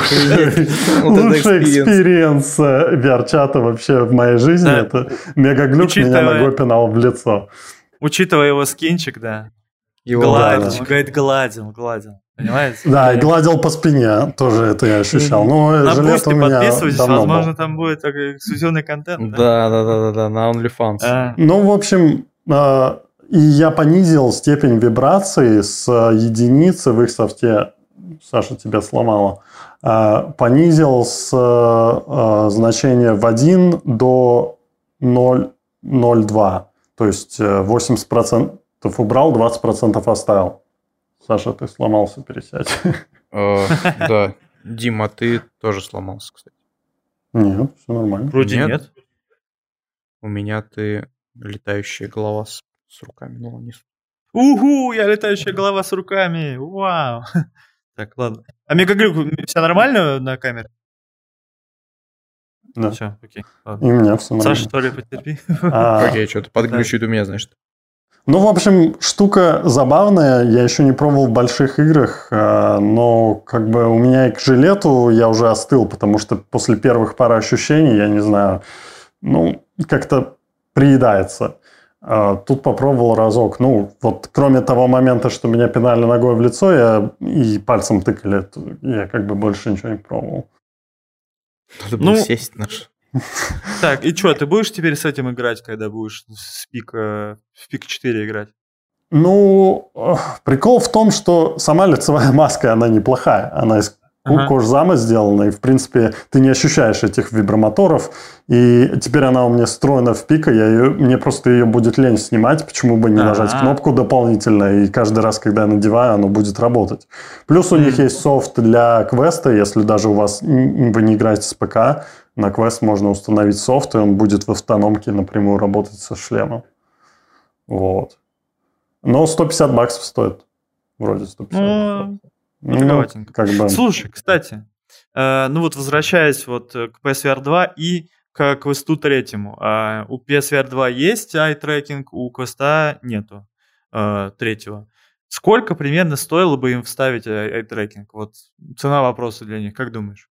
Вот это лучший experience. экспириенс ви ар-чата вообще в моей жизни. Да. Это мегаглюк меня Учитывая- ногой пинал в лицо. Учитывая его скинчик, да. Его Гладил, да. он говорит, гладил, гладил. Понимаете? Да, и гладил по спине, тоже это я ощущал. Но На жилет у Бусти меня подписывайтесь, давно был. возможно, там будет такой эксклюзивный контент. Да, да, да, да, да, на OnlyFans. А, Ну, в общем, э, и я понизил степень вибрации с единицы в их софте. Саша, тебя сломала. Э, Понизил с э, значения в один до ноль целых ноль два. То есть э, восемьдесят процентов убрал, двадцать процентов оставил. Саша, ты сломался, пересядь. Э, Да. Дима, ты тоже сломался, кстати. Нет, все нормально. вроде Нет. нет. У меня ты летающая голова с, с руками. Ну, не с- Угу, я летающая голова с руками. Вау. Так, ладно. А мегаглюк, все нормально на камере? Да. Все, окей. И Ладно. у меня все нормально. Саша, что ли, потерпи. А, Окей, что-то подглючит у меня, значит. Ну, в общем, штука забавная. Я еще не пробовал в больших играх, э, но как бы у меня и к жилету я уже остыл, потому что после первых пары ощущений, я не знаю, ну, как-то приедается. А тут попробовал разок. Ну, вот кроме того момента, что меня пинали ногой в лицо, я и пальцем тыкали, то я как бы больше ничего не пробовал. Надо было Ну, сесть наш. Так, и что, ты будешь теперь с этим играть, когда будешь с пика, в пик четыре играть? Ну, э, прикол в том, что сама лицевая маска, она неплохая. Она из ку- Ага. кожзама сделана, и, в принципе, ты не ощущаешь этих вибромоторов. И теперь она у меня встроена в пика, я ее, мне просто ее будет лень снимать, почему бы не нажать А-а. кнопку дополнительно, и каждый раз, когда я надеваю, оно будет работать. Плюс у них М. есть софт для квеста, если даже у вас н- вы не играете с ПК, на квест можно установить софт, и он будет в автономке напрямую работать со шлемом. Вот. Но сто пятьдесят баксов стоит. Вроде сто пятьдесят. Ну, Ну, дороговатенько. как бы... Слушай, кстати, э, ну вот возвращаясь вот э, к пи эс ви ар два и к квесту третьему. А, у пи эс ви ар два есть eye-tracking, у квеста нету э, третьего. Сколько примерно стоило бы им вставить ай- eye-tracking? Вот цена вопроса для них, как думаешь?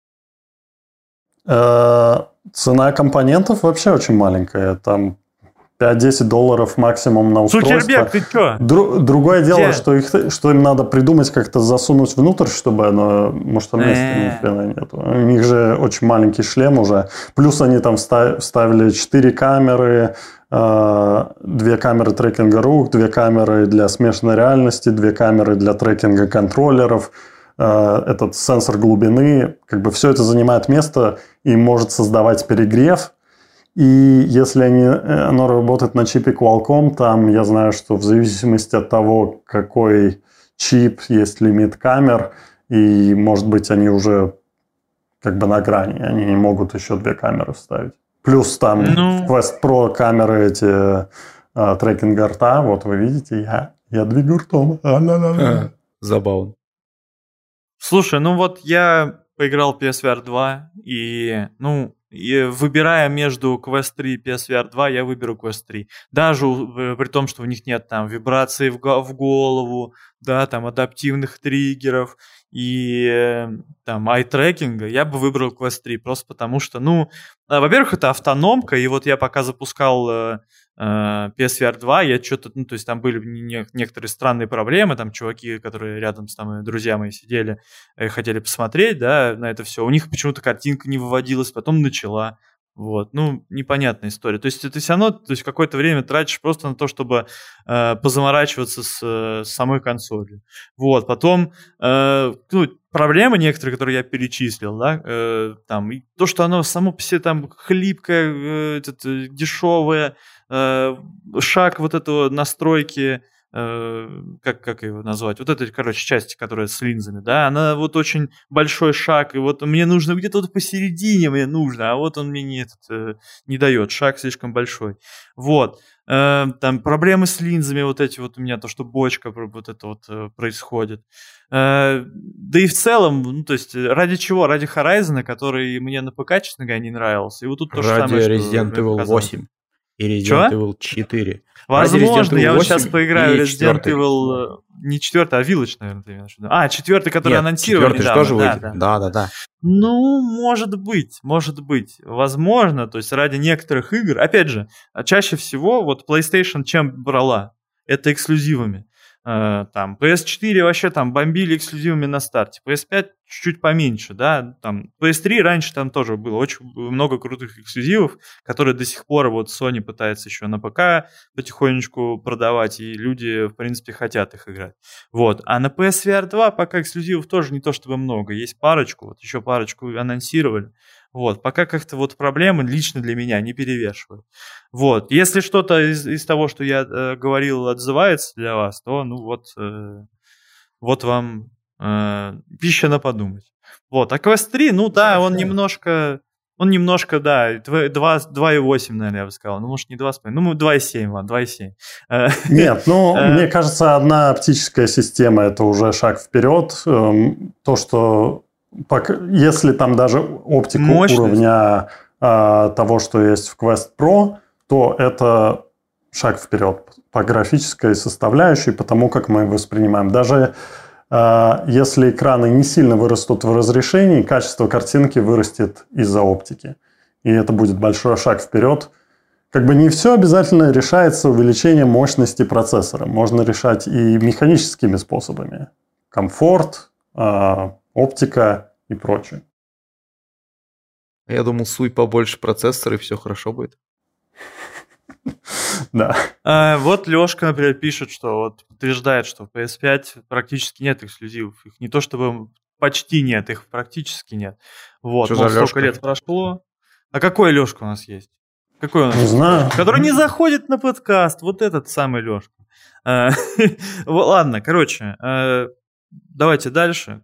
Э, Цена компонентов вообще очень маленькая. Там пять-десять долларов максимум на устройство. Цукерберг, ты чё? Дру- другое дело, Где? что, их, что им надо придумать, как-то засунуть внутрь, чтобы оно... Может, там места Э. ни хрена нету. У них же очень маленький шлем уже. Плюс они там вста- вставили четыре камеры, э, две камеры трекинга рук, две камеры для смешанной реальности, две камеры для трекинга контроллеров, э, этот сенсор глубины. Как бы все это занимает место и может создавать перегрев. И если они, оно работает на чипе Qualcomm, там я знаю, что в зависимости от того, какой чип, есть лимит камер, и, может быть, они уже как бы на грани, они не могут еще две камеры вставить. Плюс там Ну. в Quest Pro камеры эти а, трекинга рта, вот вы видите, я, я двигаю ртом. А-ла-ла-ла. Забавно. Слушай, ну вот я поиграл в пи эс ви ар два, и, ну, и выбирая между Quest три и пи эс ви ар два, я выберу Quest три. Даже у, при том, что у них нет там вибраций в, в голову, да, там адаптивных триггеров и э, там ай-трекинга, я бы выбрал Quest три, просто потому что, ну, э, во-первых, это автономка, и вот я пока запускал э, э, пи эс ви ар два, я что-то, ну, то есть там были не, некоторые странные проблемы, там чуваки, которые рядом с нами, друзья мои, сидели, э, хотели посмотреть, да, на это все, у них почему-то картинка не выводилась, потом начала. Вот, ну, непонятная история. То есть ты все равно, то есть какое-то время тратишь просто на то, чтобы э, позаморачиваться с, с самой консолью. Вот, потом, э, ну, проблемы некоторые, которые я перечислил, да, э, там, и то, что оно само по себе там хлипкое, э, это, дешевое, э, шаг вот этого настройки, как, как его назвать, вот этой, короче, части, которая с линзами, да, она вот очень большой шаг, и вот мне нужно где-то вот посередине мне нужно, а вот он мне не, этот, не дает, шаг слишком большой. Вот, там проблемы с линзами вот эти вот у меня, то, что бочка вот это вот происходит. Да и в целом, ну, то есть, ради чего? Ради Horizon, который мне на ПК, честно говоря, не нравился, и вот тут то же самое, ради Resident Evil восемь и Resident Evil четыре. Возможно, я вот сейчас поиграю в Resident Evil, не четвертый, а Village, наверное, ты имеешь в виду. А, четвертый, который Нет, анонсировали четвертый недавно. Тоже да, выйдет. да. да, да, да. Ну, может быть, может быть. Возможно, то есть ради некоторых игр. Опять же, чаще всего вот PlayStation чем брала? Это эксклюзивами. Там пи эс четыре вообще там бомбили эксклюзивами на старте, пи эс пять чуть-чуть поменьше, да, там пи эс три раньше там тоже было очень много крутых эксклюзивов, которые до сих пор вот Sony пытается еще на ПК потихонечку продавать, и люди, в принципе, хотят их играть. Вот, а на пи эс ви ар два пока эксклюзивов тоже не то чтобы много, есть парочку, вот еще парочку анонсировали. Вот, пока как-то вот проблемы лично для меня не перевешивают. Вот, если что-то из, из того, что я э, говорил, отзывается для вас, то, ну вот, э, вот вам э, пища на подумать. Вот, а Quest три, ну да, он немножко, он немножко, да, два и восемь, наверное, я бы сказал. Ну, может, не два с половиной, ну, два и семь, ладно, два и семь. Нет, ну, мне кажется, одна оптическая система – это уже шаг вперед. То, что если там даже оптику Мощность. уровня а, того, что есть в Quest Pro, то это шаг вперед по графической составляющей, по тому, как мы воспринимаем. Даже а, если экраны не сильно вырастут в разрешении, качество картинки вырастет из-за оптики. И это будет большой шаг вперед. Как бы не все обязательно решается увеличением мощности процессора. Можно решать и механическими способами. Комфорт, а, оптика и прочее. Я думал, суй побольше процессора, и все хорошо будет. Да. А, вот Лёшка, например, пишет, что вот утверждает, что в пи эс пять практически нет эксклюзивов. Их не то чтобы почти нет, их практически нет. Вот, что но за столько Лёшка? лет прошло. А какой Лёшка у нас есть? Какой у нас? Не знаю. Который не заходит на подкаст. Вот этот самый Лёшка. А, ладно, короче, давайте дальше.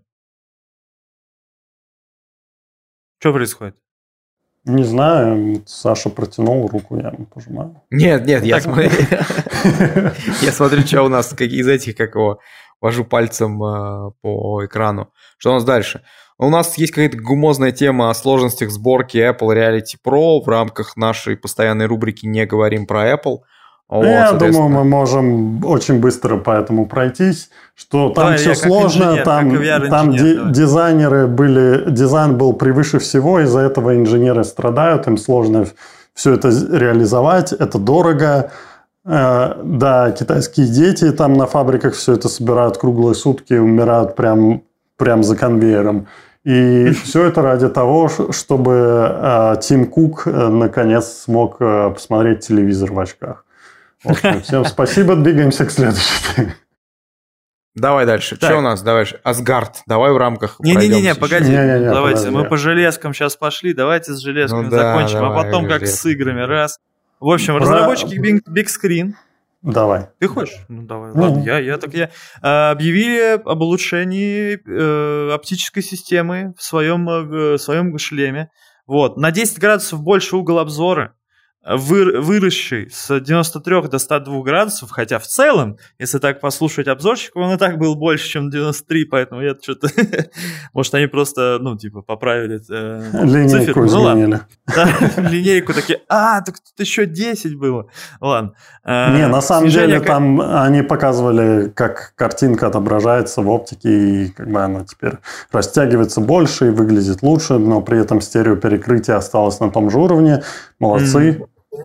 Что происходит? Не знаю, Саша протянул руку, я ему пожимаю. Нет, нет, я смотрю, я смотрю, что у нас из этих, как его, вожу пальцем по экрану. Что у нас дальше? У нас есть какая-то гумозная тема о сложностях сборки Apple Reality Pro в рамках нашей постоянной рубрики «Не говорим про Apple». Вот, я думаю, мы можем очень быстро по этому пройтись, что там да, все сложно, инженер, там, там ди- дизайнеры были, дизайн был превыше всего, из-за этого инженеры страдают, им сложно все это реализовать, это дорого. Э, да, китайские дети там на фабриках все это собирают круглые сутки, умирают прям, прям за конвейером. И все это ради того, чтобы э, Тим Кук э, наконец смог э, посмотреть телевизор в очках. Вот, всем спасибо, двигаемся к следующей теме. Давай дальше. Так. Что у нас? Давай, Асгард. Давай в рамках. Не-не-не, погоди. Не, не, не, давайте, подожди. мы по железкам сейчас пошли. Давайте с железками ну, да, закончим, давай, а потом как железки. с играми. Раз. В общем, Про... разработчики Big, Big Screen. Давай. Ты хочешь? Ну давай. Mm-hmm. Ладно, я, я так я. А, объявили об улучшении э, оптической системы в своем, э, своем шлеме. Вот. На десять градусов больше угол обзора. вы, выросший с девяноста трёх до ста двух градусов, хотя в целом, если так послушать обзорщиков, он и так был больше, чем девяносто три, поэтому я что-то... Может, они просто, ну, типа, поправили э, линейку циферку. изменили. Ну, ладно. Да, линейку такие, а, так тут еще десять было. Ладно. Не, на самом деле там они показывали, как картинка отображается в оптике, и как бы она теперь растягивается больше и выглядит лучше, но при этом стереоперекрытие осталось на том же уровне. Молодцы.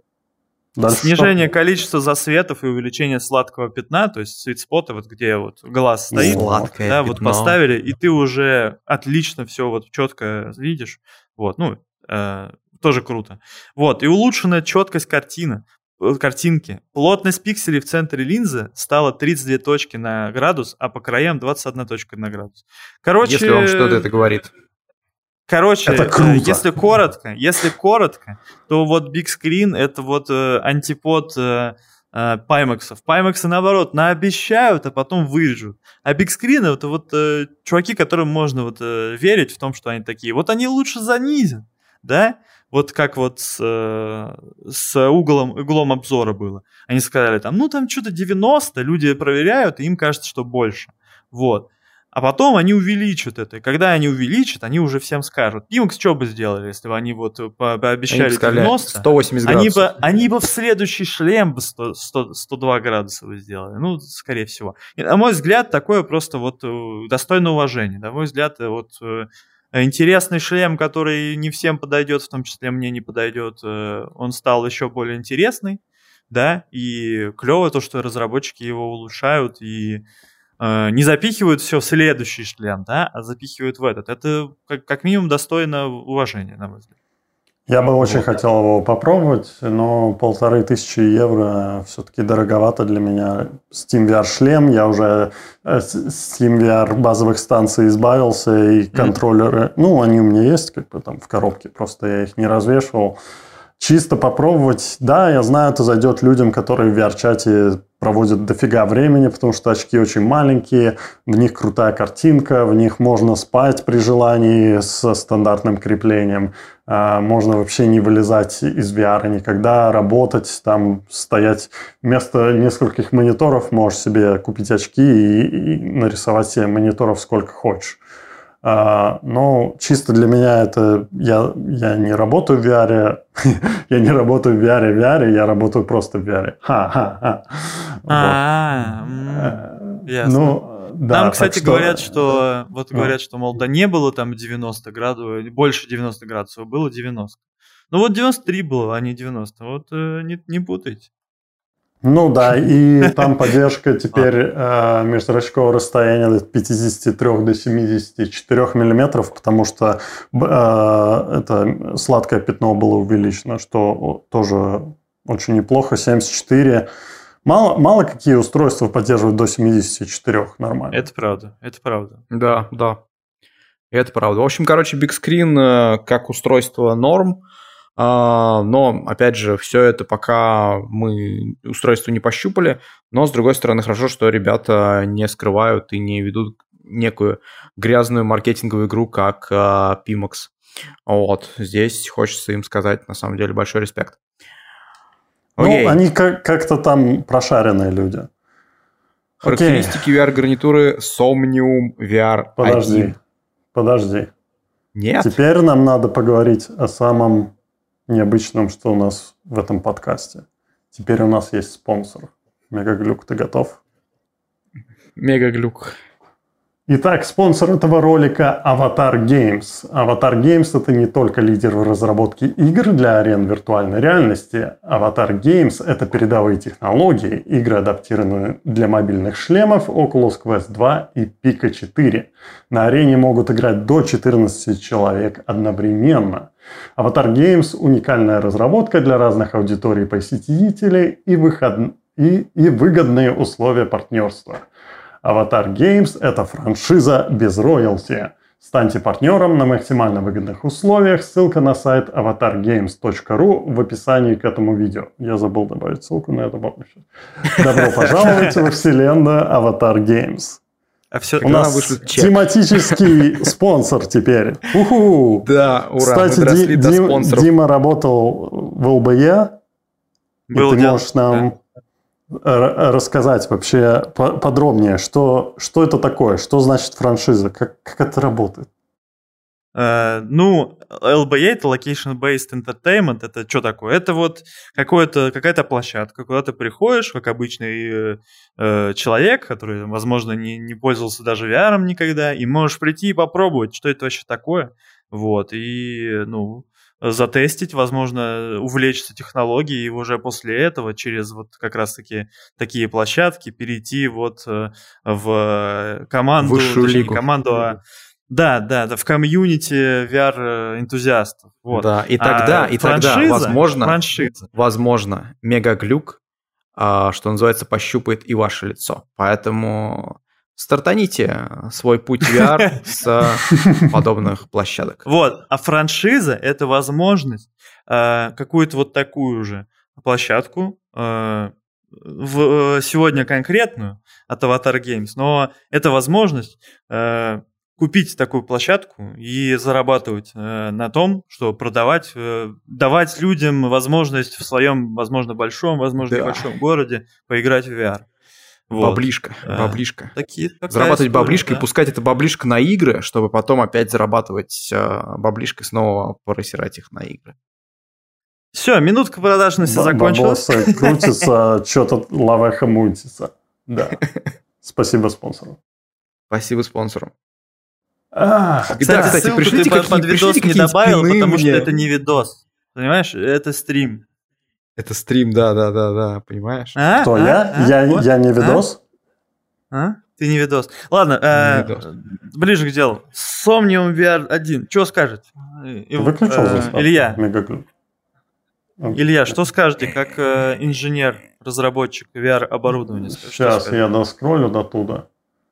Дальше Снижение что? количества засветов и увеличение сладкого пятна, то есть sweet-спота, вот где вот глаз стоит, Сладкое да, пятно. Вот поставили, и ты уже отлично все вот четко видишь. Вот, ну, э, тоже круто. Вот, и улучшенная четкость картины, картинки. Плотность пикселей в центре линзы стала тридцать две точки на градус, а по краям двадцать одна точка на градус. Короче... Если вам что-то это говорит. Короче, если коротко, если коротко, то вот Big Screen это вот э, антипод э, э, Pimax. Pimax наоборот наобещают, а потом вырежут. А Big Screen это вот э, чуваки, которым можно вот э, верить в том, что они такие. Вот они лучше занизят, да? Вот как вот с, э, с углом, углом обзора было. Они сказали там, ну там что-то девяносто, люди проверяют, и им кажется, что больше. Вот. А потом они увеличат это. И когда они увеличат, они уже всем скажут. Pimax что бы сделали, если бы они вот пообещали они сказали, девяносто? сто восемьдесят градусов. Они бы, они бы в следующий шлем бы сто, сто, сто два градуса бы сделали. Ну, скорее всего. И, на мой взгляд, такое просто вот достойно уважения. На мой взгляд, вот интересный шлем, который не всем подойдет, в том числе мне не подойдет, он стал еще более интересный. Да, и клево то, что разработчики его улучшают и не запихивают все в следующий шлем, да, а запихивают в этот. Это как, как минимум достойно уважения, на мой взгляд. Я бы очень вот. хотел его попробовать, но полторы тысячи евро все-таки дороговато для меня. SteamVR шлем, я уже с SteamVR базовых станций избавился, и контроллеры, mm-hmm. ну, они у меня есть как бы там в коробке, просто я их не развешивал. Чисто попробовать, да, я знаю, это зайдет людям, которые в ви ар-чате проводят дофига времени, потому что очки очень маленькие, в них крутая картинка, в них можно спать при желании со стандартным креплением, можно вообще не вылезать из ви ар никогда, работать, там стоять вместо нескольких мониторов, можешь себе купить очки и, и нарисовать себе мониторов сколько хочешь. Uh, но чисто для меня это... Я, я не работаю в ви ар, я не работаю в ви ар, в ви ар, я работаю просто в ви ар. Ха-ха-ха. А, ясно. Там, кстати, говорят, что... Вот говорят, что, мол, да не было там девяносто градусов, больше девяноста градусов, было девяносто. Ну вот девяносто три было, а не девяносто. Вот не путайте. Ну да, и там поддержка теперь э, межзрачкового расстояния от пятьдесят три до семьдесят четыре миллиметров, потому что э, это сладкое пятно было увеличено, что тоже очень неплохо, семьдесят четыре. Мало, мало какие устройства поддерживают до семьдесят четыре нормально. Это правда, это правда. Да, да, это правда. В общем, короче, Big Screen как устройство норм. Uh, но, опять же, все это пока мы устройство не пощупали, но, с другой стороны, хорошо, что ребята не скрывают и не ведут некую грязную маркетинговую игру, как uh, Pimax. Вот, здесь хочется им сказать, на самом деле, большой респект. Ну, okay. Они как- как-то там прошаренные люди. Характеристики okay. ви ар-гарнитуры Somnium ви ар один. Подожди, подожди. Нет? Теперь нам надо поговорить о самом... необычным, что у нас в этом подкасте. Теперь у нас есть спонсор. Мегаглюк, ты готов? Мегаглюк. Итак, спонсор этого ролика Avatar Games. Avatar Games – это не только лидер в разработке игр для арен виртуальной реальности. Avatar Games – это передовые технологии, игры, адаптированные для мобильных шлемов Oculus Quest два и Pico четыре. На арене могут играть до четырнадцати человек одновременно. Avatar Games – уникальная разработка для разных аудиторий посетителей и, выход... и, и выгодные условия партнерства. Avatar Games – это франшиза без роялти. Станьте партнером на максимально выгодных условиях. Ссылка на сайт аватар геймс точка ру в описании к этому видео. Я забыл добавить ссылку, но я добавлю сейчас. Добро пожаловать во вселенную Avatar Games. А все, у нас тематический спонсор теперь. У-ху. Да, ура, кстати, мы доросли до спонсоров. Дима работал в эл бэ е Был и ты дело, можешь нам да. рассказать вообще подробнее, что, что это такое, что значит франшиза, как, как это работает? Uh, ну, эл би эй, это Location-Based Entertainment, это что такое? Это вот какая-то площадка, куда ты приходишь, как обычный э, человек, который, возможно, не, не пользовался даже ви ар никогда, и можешь прийти и попробовать, что это вообще такое, вот, и, ну, затестить, возможно, увлечься технологией, и уже после этого через вот как раз-таки такие площадки перейти вот в команду, высшую лигу. команду, а Да, да, да, в комьюнити ви ар-энтузиастов. Вот. Да, и тогда, а и тогда, возможно, франшиза. возможно, мегаглюк, а, что называется, пощупает и ваше лицо. Поэтому стартаните свой путь в ви ар с подобных площадок. Вот, а франшиза – это возможность какую-то вот такую же площадку, сегодня конкретную от Avatar Games, но это возможность купить такую площадку и зарабатывать э, на том, что продавать, э, давать людям возможность в своем, возможно, большом, возможно, да. небольшом городе поиграть в ви ар. Вот. Баблишка, баблишка. Такие, зарабатывать история, баблишкой, да. пускать это баблишко на игры, чтобы потом опять зарабатывать э, баблишкой, снова просирать их на игры. Все, минутка продажности Б- закончилась. Бабосы крутится, что-то лавеха мутится. Да. Спасибо спонсору. Спасибо спонсору. А, кстати, да, кстати, ссылку пришлите ты какие, под видос не добавил, потому мне. Что это не видос. Понимаешь, это стрим. Это стрим, да-да-да-да, понимаешь? А? Кто, а? я? А? Я, вот. я не видос? А? а? Ты не видос. Ладно, не э, видос. Ближе к делу. Somnium ви ар один, что скажете? Выключил э, Илья. Мегаглюк. Илья, что скажете, как э, инженер, разработчик ви ар-оборудования? Сейчас я доскроллю до туда.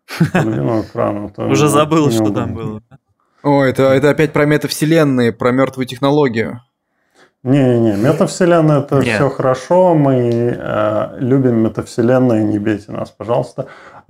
Экрана, уже забыл, что там было. О, это, это опять про метавселенные, про мертвую технологию. Не-не-не, метавселенная это Нет. все хорошо, мы э, любим метавселенные, не бейте нас, пожалуйста.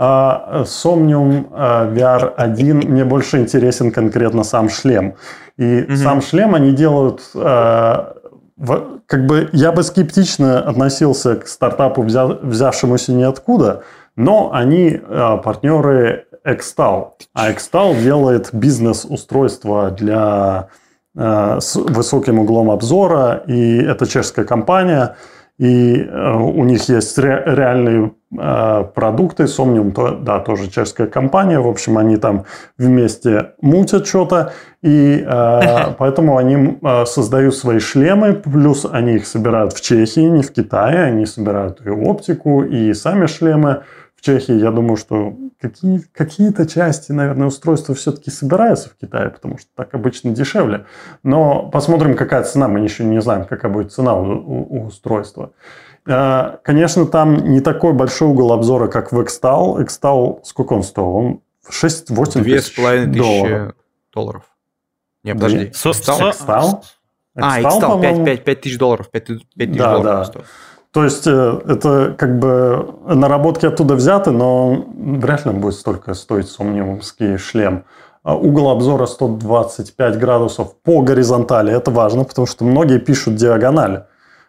А Somnium э, ви ар один, мне больше интересен конкретно сам шлем. И угу. сам шлем они делают... Э, в, как бы я бы скептично относился к стартапу, взя, взявшемуся ниоткуда, но они э, партнеры Xtal. А Xtal делает бизнес-устройства для, э, с высоким углом обзора. И это чешская компания. И э, у них есть ре, реальные э, продукты. Somnium, то, да, тоже чешская компания. В общем, они там вместе мутят что-то. И э, поэтому они э, создают свои шлемы. Плюс они их собирают в Чехии, не в Китае. Они собирают и оптику, и сами шлемы. В Чехии, я думаю, что какие, какие-то части, наверное, устройства все-таки собираются в Китае, потому что так обычно дешевле. Но посмотрим, какая цена. Мы еще не знаем, какая будет цена у, у, у устройства. Конечно, там не такой большой угол обзора, как в Xtal. Xtal, сколько он стоил? Он шесть-восемь тысяч долларов. долларов. Не, подожди. Xtal? Xtal? А, Xtal, пять тысяч долларов. пять тысяч да, долларов да. стоит. То есть, это как бы наработки оттуда взяты, но вряд ли он будет столько стоить сомниумский шлем. Угол обзора сто двадцать пять градусов по горизонтали. Это важно, потому что многие пишут диагональ,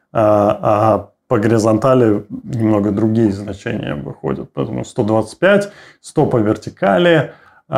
а по горизонтали немного другие значения выходят. Поэтому сто двадцать пять, сто по вертикали,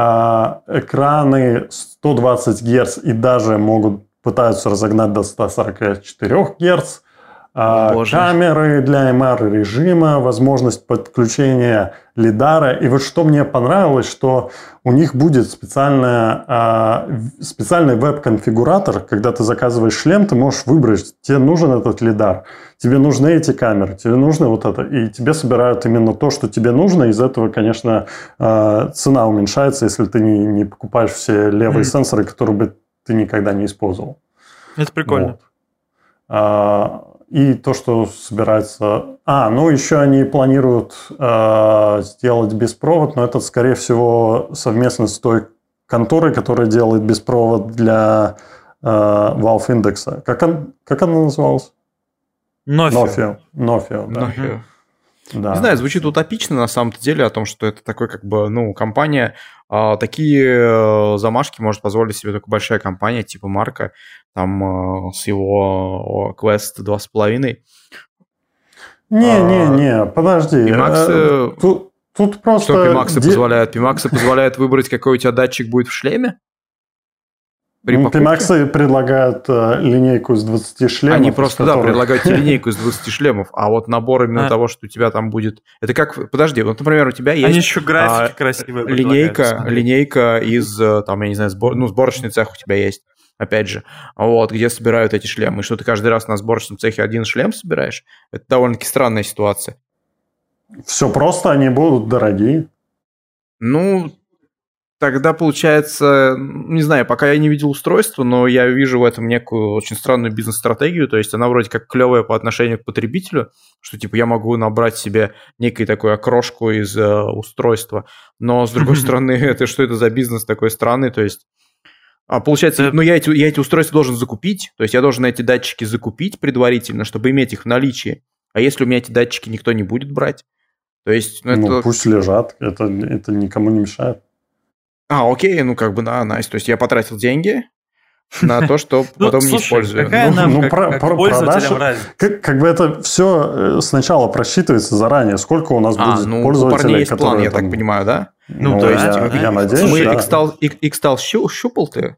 экраны сто двадцать герц и даже могут пытаются разогнать до ста сорока четырёх герц. Боже. Камеры для эм ар режима, возможность подключения лидара. И вот что мне понравилось, что у них будет специальная, специальный веб-конфигуратор. Когда ты заказываешь шлем, ты можешь выбрать, тебе нужен этот лидар, тебе нужны эти камеры, тебе нужно вот это. И тебе собирают именно то, что тебе нужно. Из этого, конечно, цена уменьшается, если ты не, не покупаешь все левые mm. сенсоры, которые бы ты никогда не использовал. Это прикольно. Вот. И то, что собирается... А, ну еще они планируют э, сделать беспровод, но это, скорее всего, совместно с той конторой, которая делает беспровод для э, Valve Index. Как, он, как она называлась? Nophio. Nophio, да. Nophio. Да. Не знаю, звучит утопично на самом-то деле о том, что это такой как бы, ну, компания, э, такие замашки может позволить себе только большая компания типа Марка, там э, с его Quest два с половиной. Не-не-не, подожди. Pimax... Тут, тут просто... Что Pimax де... позволяет? Pimax позволяет выбрать, какой у тебя датчик будет в шлеме? Ну, Pimax предлагают э, линейку из двадцати шлемов. Они просто, которых... да, предлагают тебе линейку из двадцати шлемов, а вот набор именно а. того, что у тебя там будет... Это как... Подожди, вот, например, у тебя есть... Они еще графики а, красивые линейка, линейка из, там, я не знаю, сбор... ну, сборочный цех у тебя есть, опять же, вот, где собирают эти шлемы. И что ты каждый раз на сборочном цехе один шлем собираешь? Это довольно-таки странная ситуация. Все просто, они будут дорогие. Ну... Тогда, получается, не знаю, пока я не видел устройства, но я вижу в этом некую очень странную бизнес-стратегию, то есть она вроде как клевая по отношению к потребителю, что типа я могу набрать себе некую такую окрошку из э, устройства, но с другой стороны, это что это за бизнес такой странный, то есть, а, получается, ну я эти, я эти устройства должен закупить, то есть я должен эти датчики закупить предварительно, чтобы иметь их в наличии, а если у меня эти датчики никто не будет брать, то есть... Ну, ну это... пусть лежат, это, это никому не мешает. А, окей, ну как бы, да, найс. То есть я потратил деньги на то, что потом не использую. Какая нам, как пользователям разница? Как бы это все сначала просчитывается заранее. Сколько у нас будет пользователей, у парней есть план, я так понимаю, да? Ну, то есть, я надеюсь, мы Xtal щупал ты?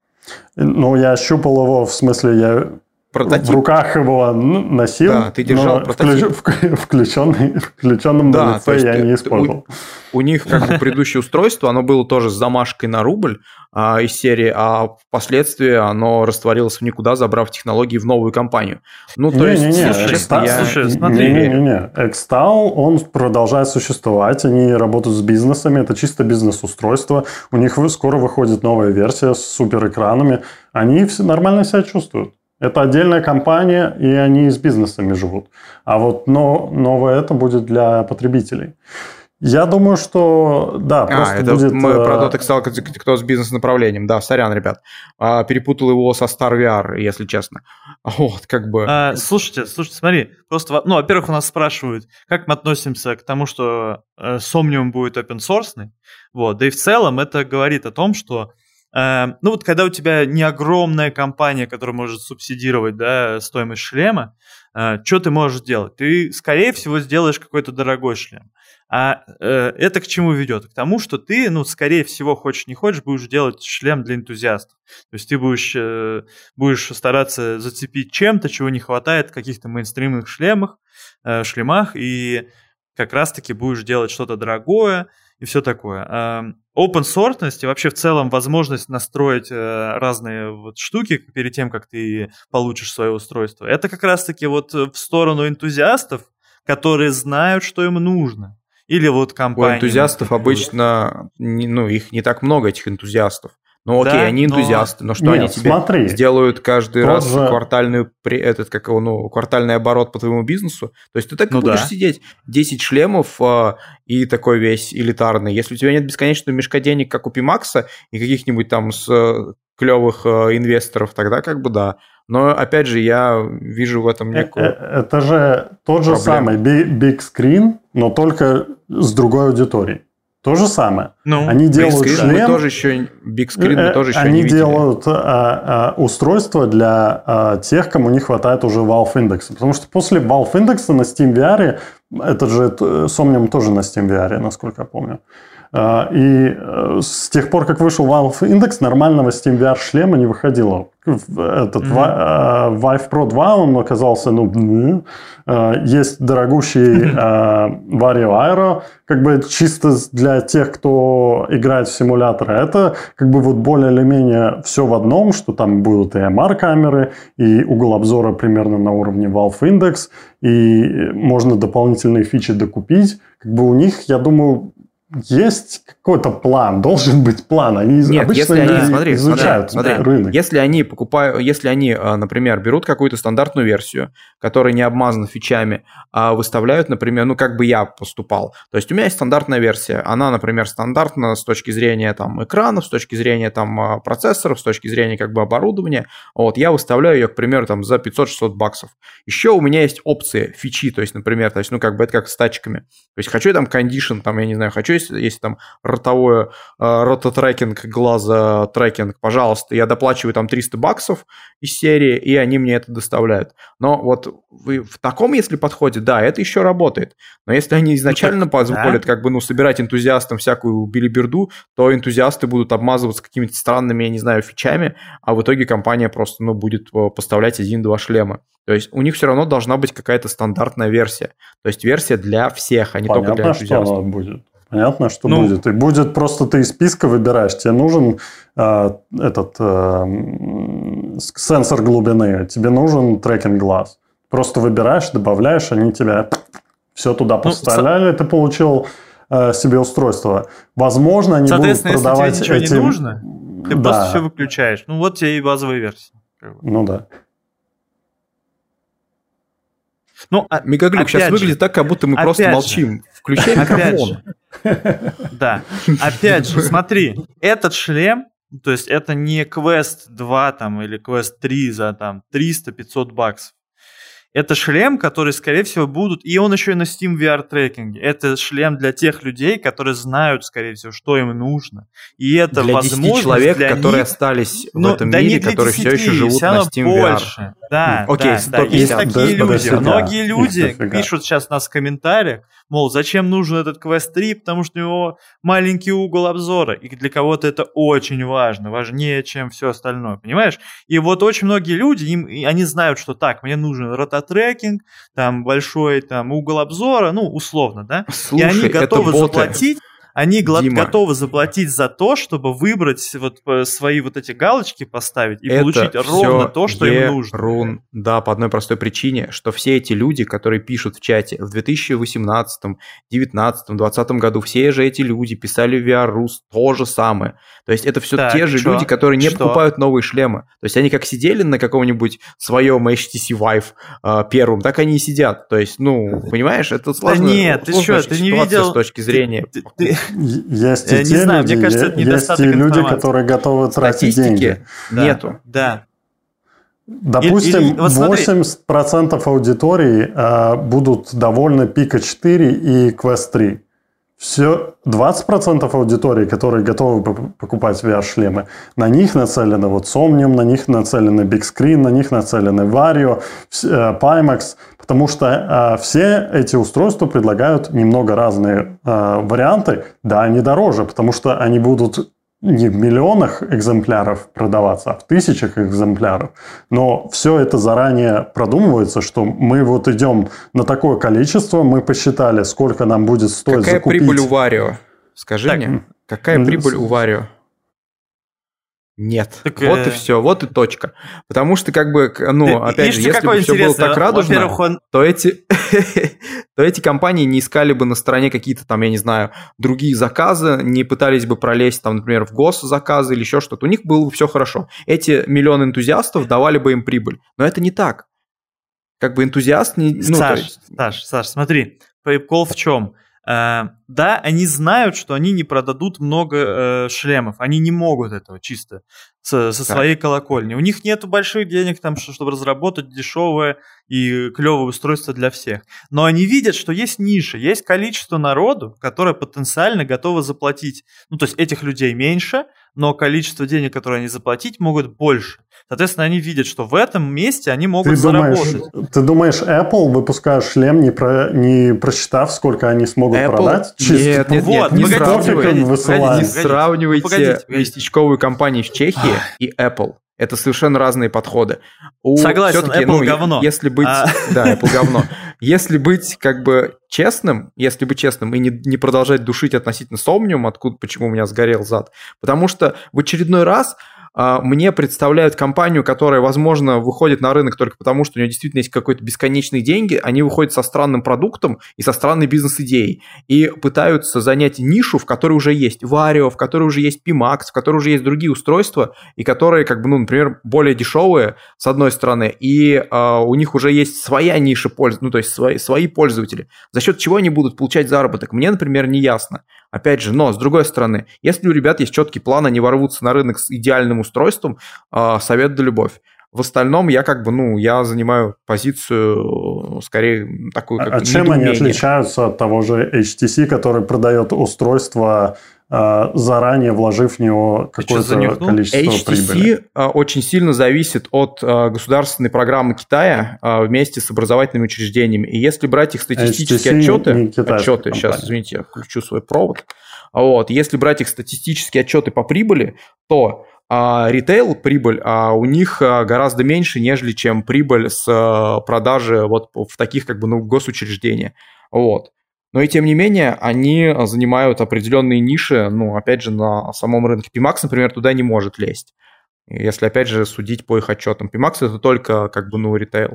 Ну, я щупал его, в смысле, я... Прототип. В руках его носил, да, ты держал но прототип. Включенный, включенным да, на лице я не использовал. У, у них как бы предыдущее устройство, оно было тоже с замашкой на рубль а, из серии, а впоследствии оно растворилось в никуда, забрав технологии в новую компанию. Ну, то не, есть, не, не, слушай, честно, я... слушай, смотри. Не-не-не, Xtal, он продолжает существовать, они работают с бизнесами, это чисто бизнес-устройство, у них скоро выходит новая версия с суперэкранами, они все нормально себя чувствуют. Это отдельная компания, и они с бизнесами живут. А вот но, новое это будет для потребителей. Я думаю, что да, просто а, это будет... Мы про тот Xtal, кто с бизнес-направлением. Да, сорян, ребят. Перепутал его со Star ви ар, если честно. Вот, как бы... А, слушайте, слушайте, смотри. Просто, ну, во-первых, у нас спрашивают, как мы относимся к тому, что Somnium будет open-source. Вот. Да и в целом это говорит о том, что ну вот когда у тебя не огромная компания, которая может субсидировать, да, стоимость шлема, что ты можешь делать? Ты, скорее всего, сделаешь какой-то дорогой шлем. А это к чему ведет? К тому, что ты, ну, скорее всего, хочешь не хочешь, будешь делать шлем для энтузиастов. То есть ты будешь, будешь стараться зацепить чем-то, чего не хватает в каких-то мейнстримных шлемах, шлемах, и как раз-таки будешь делать что-то дорогое, и все такое. Open source и вообще в целом возможность настроить разные вот штуки перед тем, как ты получишь свое устройство, это как раз-таки вот в сторону энтузиастов, которые знают, что им нужно. Или вот компании. У энтузиастов обычно, ну, их не так много, этих энтузиастов. Ну, окей, да, они энтузиасты, но, но что Нет, они тебе смотри, сделают каждый раз же... квартальную, этот, как его, ну, квартальный оборот по твоему бизнесу? То есть ты так и ну, будешь да. сидеть десять шлемов а, и такой весь элитарный. Если у тебя нет бесконечного мешка денег, как у Pimax, и каких-нибудь там с клевых а, инвесторов, тогда как бы да. Но, опять же, я вижу в этом некую Это же тот же проблему. самый Big Screen, но только с другой аудиторией. То же самое. Ну, они делают Big шлем. Мы тоже еще, Big Screen мы тоже еще они не видели. Они делают а, а, устройства для а, тех, кому не хватает уже Valve Index. Потому что после Valve Index на SteamVR, это же Somnium тоже на SteamVR, насколько я помню. И с тех пор, как вышел Valve Index, нормального SteamVR шлема не выходило. Этот mm-hmm. Vive Pro два, он оказался, ну, есть дорогущий Vario Aero, как бы чисто для тех, кто играет в симуляторы. Это как бы вот более или менее все в одном, что там будут и эм ар-камеры, и угол обзора примерно на уровне Valve Index, и можно дополнительные фичи докупить. Как бы у них, я думаю, есть какой-то план, должен быть план. Они Нет, обычно если они, смотри, изучают смотри, рынок. Если они покупают, если они, например, берут какую-то стандартную версию, которая не обмазана фичами, а выставляют, например, ну как бы я поступал. То есть у меня есть стандартная версия, она, например, стандартна с точки зрения там экранов, с точки зрения там процессоров, с точки зрения как бы оборудования. Вот я выставляю ее, к примеру, там за пятьсот-шестьсот баксов. Еще у меня есть опции, фичи, то есть, например, то есть, ну как бы это как с тачками. То есть хочу я там кондишн, там я не знаю, хочу есть, если там ротовое, рототрекинг, глаза-трекинг, пожалуйста, я доплачиваю там триста баксов из серии, и они мне это доставляют. Но вот вы в таком, если подходе, да, это еще работает. Но если они изначально ну, так, позволят, да. как бы, ну, собирать энтузиастам всякую билиберду, то энтузиасты будут обмазываться какими-то странными, я не знаю, фичами, а в итоге компания просто, ну, будет поставлять один-два шлема. То есть у них все равно должна быть какая-то стандартная версия. То есть версия для всех, а не Понятно, только для энтузиастов. Что будет. Понятно, что ну, будет. И будет просто ты из списка выбираешь. Тебе нужен э, этот э, сенсор глубины, тебе нужен трекинг глаз. Просто выбираешь, добавляешь, они тебя все туда поставляли, ну, ты получил э, себе устройство. Возможно, они будут продавать если тебе ничего эти... не нужно, ты да. просто все выключаешь. Ну вот тебе и базовая версия. Ну да. Ну, а, Мегаглюк сейчас же, выглядит так, как будто мы просто молчим. Же, Включай микрофон. Да. Опять же, смотри, этот шлем, то есть это не Quest два там, или Quest три за там триста-пятьсот баксов. Это шлем, который, скорее всего, будут... И он еще и на Steam ви ар-трекинге. Это шлем для тех людей, которые знают, скорее всего, что им нужно. И это для возможность десяти человек, для которые них... остались ну, в этом да мире, не которые десяти, все еще живут все на Steam больше. ви ар. Да, Окей, да, да. Есть такие да, люди. да, Многие да, люди да, пишут сейчас нас в комментариях, мол, зачем нужен этот Quest три, потому что у него маленький угол обзора. И для кого-то это очень важно, важнее, чем все остальное, понимаешь? И вот очень многие люди, им, они знают, что так, мне нужен рототрекинг, там большой там угол обзора, ну, условно, да? Слушай, и они готовы это заплатить, они Дима. готовы заплатить за то, чтобы выбрать вот свои вот эти галочки поставить и это получить ровно то, что им нужно. Рун, да, по одной простой причине, что все эти люди, которые пишут в чате в две тысячи восемнадцатом, девятнадцатом, двадцатом году, все же эти люди писали в ви ар.рус то же самое. То есть это все так, те же что? люди, которые не что? покупают новые шлемы. То есть они как сидели на каком-нибудь своем эйч ти си Vive э, первом, так они и сидят. То есть, ну, понимаешь, это сложно. Да нет, ты что, ты не видел... с точки зрения... Ты, ты, Есть и не те знаю, люди, мне кажется, это есть и люди, информации. которые готовы тратить Статистики деньги. Да, нету. Да. Допустим, и, и, вот восемьдесят процентов аудитории э, будут довольны Пика четыре и Quest три. Все, двадцать процентов аудитории, которые готовы покупать ви ар-шлемы, на них нацелены вот Somnium, на них нацелены Big Screen, на них нацелены Vario, э, Pimax, потому что э, все эти устройства предлагают немного разные э, варианты. Да, они дороже, потому что они будут не в миллионах экземпляров продаваться, а в тысячах экземпляров. Но все это заранее продумывается, что мы вот идем на такое количество, мы посчитали, сколько нам будет стоить какая закупить. Какая прибыль у Vario? Скажи так, мне, какая ну, прибыль у Vario? Нет. Так, вот э... и все, вот и точка. Потому что, как бы, ну, ты, опять же, если бы все было так радужно, он... то, эти, то эти компании не искали бы на стороне какие-то там, я не знаю, другие заказы, не пытались бы пролезть там, например, в госзаказы или еще что-то. У них было бы все хорошо. Эти миллионы энтузиастов давали бы им прибыль. Но это не так. Как бы энтузиаст... Не, ну, Саш, есть... Саш, Саш, смотри, прикол в чем? Uh, да, они знают, что они не продадут много uh, шлемов. Они не могут этого чисто со, со своей колокольни. У них нет больших денег, там, чтобы разработать дешевое и клевое устройство для всех. Но они видят, что есть ниша, есть количество народу, которое потенциально готово заплатить. Ну, то есть этих людей меньше, но количество денег, которые они заплатить, могут больше. Соответственно, они видят, что в этом месте они могут ты заработать. Думаешь, ты думаешь, Apple выпускает шлем, не, про, не просчитав, сколько они смогут Apple? продать? Чисто. Нет, нет, вот, нет, не погодите, сравнивайте, погодите, погодите, не сравнивайте погодите, погодите. местечковую компанию в Чехии и Apple. Это совершенно разные подходы. У, Согласен, Apple ну, говно. Если быть, а... да, Apple говно. Если быть как бы честным, если быть честным и не, не продолжать душить относительно Somnium, откуда, почему у меня сгорел зад, потому что в очередной раз мне представляют компанию, которая, возможно, выходит на рынок только потому, что у нее действительно есть какие-то бесконечные деньги, они выходят со странным продуктом и со странной бизнес-идеей и пытаются занять нишу, в которой уже есть Vario, в которой уже есть Pimax, в которой уже есть другие устройства, и которые, как бы, ну, например, более дешевые, с одной стороны, и э, у них уже есть своя ниша пользователей, ну, то есть свои, свои пользователи, за счет чего они будут получать заработок, мне, например, не ясно. Опять же, но, с другой стороны, если у ребят есть четкий план, они ворвутся на рынок с идеальным устройством, совет да любовь. В остальном я как бы, ну, я занимаю позицию скорее такую, как А чем они отличаются от того же эйч ти си, который продает устройство, заранее вложив в него какое-то количество эйч ти си прибыли? очень сильно зависит от государственной программы Китая вместе с образовательными учреждениями. И если брать их статистические отчеты, отчеты, сейчас, извините, я включу свой провод. Вот, если брать их статистические отчеты по прибыли, то а ритейл прибыль а у них гораздо меньше, нежели чем прибыль с продажи вот в таких как бы ну, госучреждения. Вот. Но и тем не менее, они занимают определенные ниши, ну, опять же, на самом рынке. Pimax, например, туда не может лезть. Если, опять же, судить по их отчетам. Pimax – это только как бы, ну, ритейл.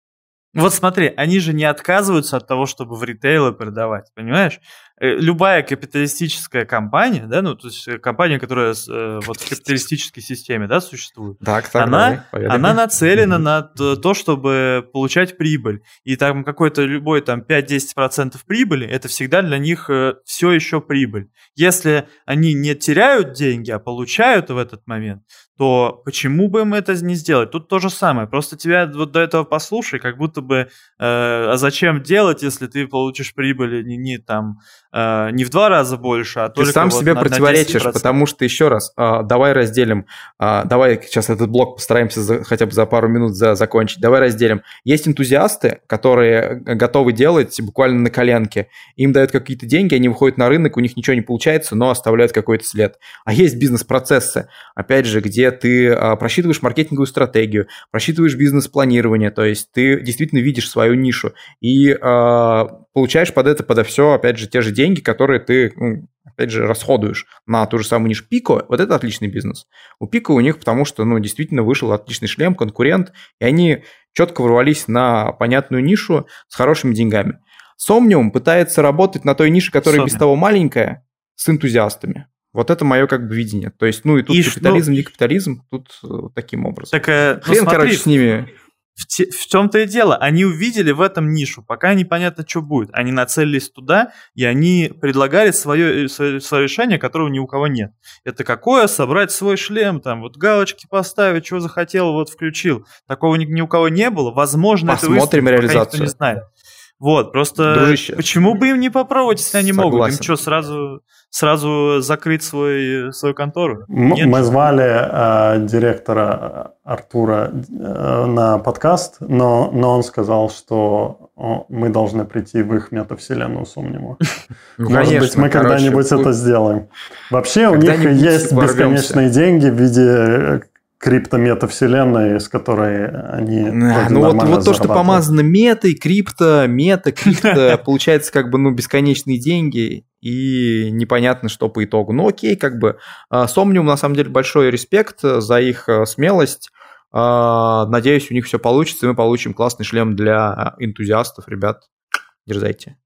Вот смотри, они же не отказываются от того, чтобы в ритейлы продавать, понимаешь? Любая капиталистическая компания, да, ну, то есть компания, которая э, вот в капиталистической системе, да, существует, так, так, она, давай, она нацелена mm-hmm. на то, чтобы получать прибыль. И там какой-то любой там пять-десять процентов прибыли, это всегда для них э, все еще прибыль. Если они не теряют деньги, а получают в этот момент, то почему бы им это не сделать? Тут то же самое. Просто тебя вот до этого послушай, как будто бы, э, а зачем делать, если ты получишь прибыль не, не там э, не в два раза больше, а ты только сам вот себе на, противоречишь, на потому что, еще раз, э, давай разделим, э, давай сейчас этот блок постараемся за, хотя бы за пару минут за, закончить, давай разделим. Есть энтузиасты, которые готовы делать буквально на коленке, им дают какие-то деньги, они выходят на рынок, у них ничего не получается, но оставляют какой-то след. А есть бизнес-процессы, опять же, где ты а, просчитываешь маркетинговую стратегию, просчитываешь бизнес-планирование, то есть ты действительно видишь свою нишу и а, получаешь под это, подо все, опять же, те же деньги, которые ты, ну, опять же, расходуешь на ту же самую нишу. Пико, вот это отличный бизнес. У Пико у них, потому что, ну, действительно вышел отличный шлем, конкурент, и они четко ворвались на понятную нишу с хорошими деньгами. Somnium пытается работать на той нише, которая Somnium. без того маленькая, с энтузиастами. Вот это мое как бы видение. То есть, ну и тут и капитализм, ну, не капитализм, тут э, таким образом. Так, э, Хрен, ну, смотри, короче, с ними. В, те, в том-то и дело. Они увидели в этом нишу, пока непонятно, что будет. Они нацелились туда, и они предлагали свое, свое, свое решение, которого ни у кого нет. Это какое? Собрать свой шлем, там, вот галочки поставить, что захотел, вот включил. Такого ни, ни у кого не было. Возможно, посмотрим это реализацию. Пока никто не знает. Вот, просто Дружище. Почему бы им не попробовать, если они Согласен. могут? Им что, сразу, сразу закрыть свой, свою контору? М- мы звали э, директора Артура э, на подкаст, но, но он сказал, что о, мы должны прийти в их метавселенную Somnium. Может быть, мы когда-нибудь это сделаем. Вообще у них есть бесконечные деньги в виде крипто-метавселенной, с которой они а, ну вот, вот то, что помазано метой, крипто, мета, крипто, получается как бы ну бесконечные деньги и непонятно, что по итогу. Ну окей, как бы Somnium на самом деле большой респект за их смелость. Надеюсь, у них все получится, и мы получим классный шлем для энтузиастов. Ребят, дерзайте.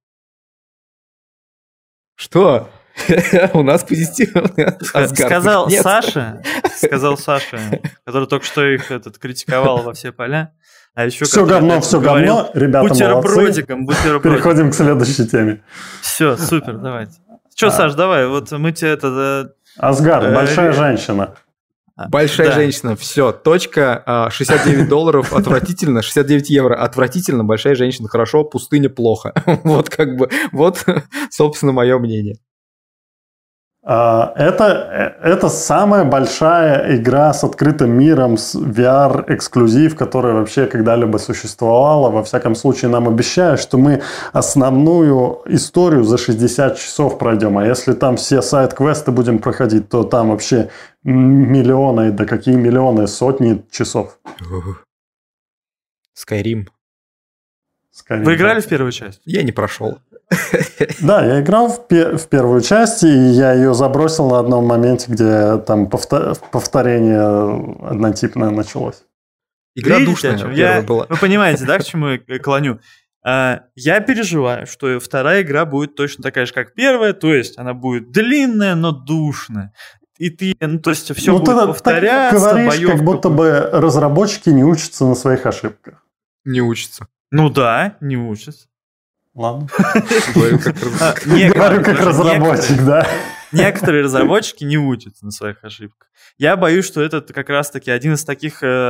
Что? У нас позитивный сказал Саша, сказал Саша, который только что их этот критиковал во все поля. А еще все говно, все говно, ребята, бутербродиком, бутербродиком. Переходим к следующей теме. Все, супер, давайте. Что, а. Саш, давай, вот мы тебе это... Асгард, э, большая э, женщина. Большая да. женщина, все, точка, шестьдесят девять долларов, отвратительно, шестьдесят девять евро, отвратительно, большая женщина, хорошо, пустыня, плохо. Вот как бы, вот, собственно, мое мнение. Это, это самая большая игра с открытым миром, с ви ар-эксклюзив, которая вообще когда-либо существовала. Во всяком случае, нам обещают, что мы основную историю за шестьдесят часов пройдем. А если там все сайд-квесты будем проходить, то там вообще миллионы, да какие миллионы, сотни часов. Skyrim. Skyrim. Вы играли в первую часть? Я не прошел. Да, я играл в, пе- в первую часть, и я ее забросил на одном моменте, где там повтор- повторение однотипное началось. Игра Видите, душная я, была. Вы понимаете, да, к чему я клоню? А, я переживаю, что вторая игра будет точно такая же, как первая, то есть она будет длинная, но душная. И ты, ну, то есть все ну, будет повторяться. Ты говоришь, боевка, как будто бы разработчики не учатся на своих ошибках. Не учатся. Ну да, не учатся. Ладно. Говорю как разработчик, да. Некоторые разработчики не учатся на своих ошибках. Я боюсь, что это как раз-таки один из таких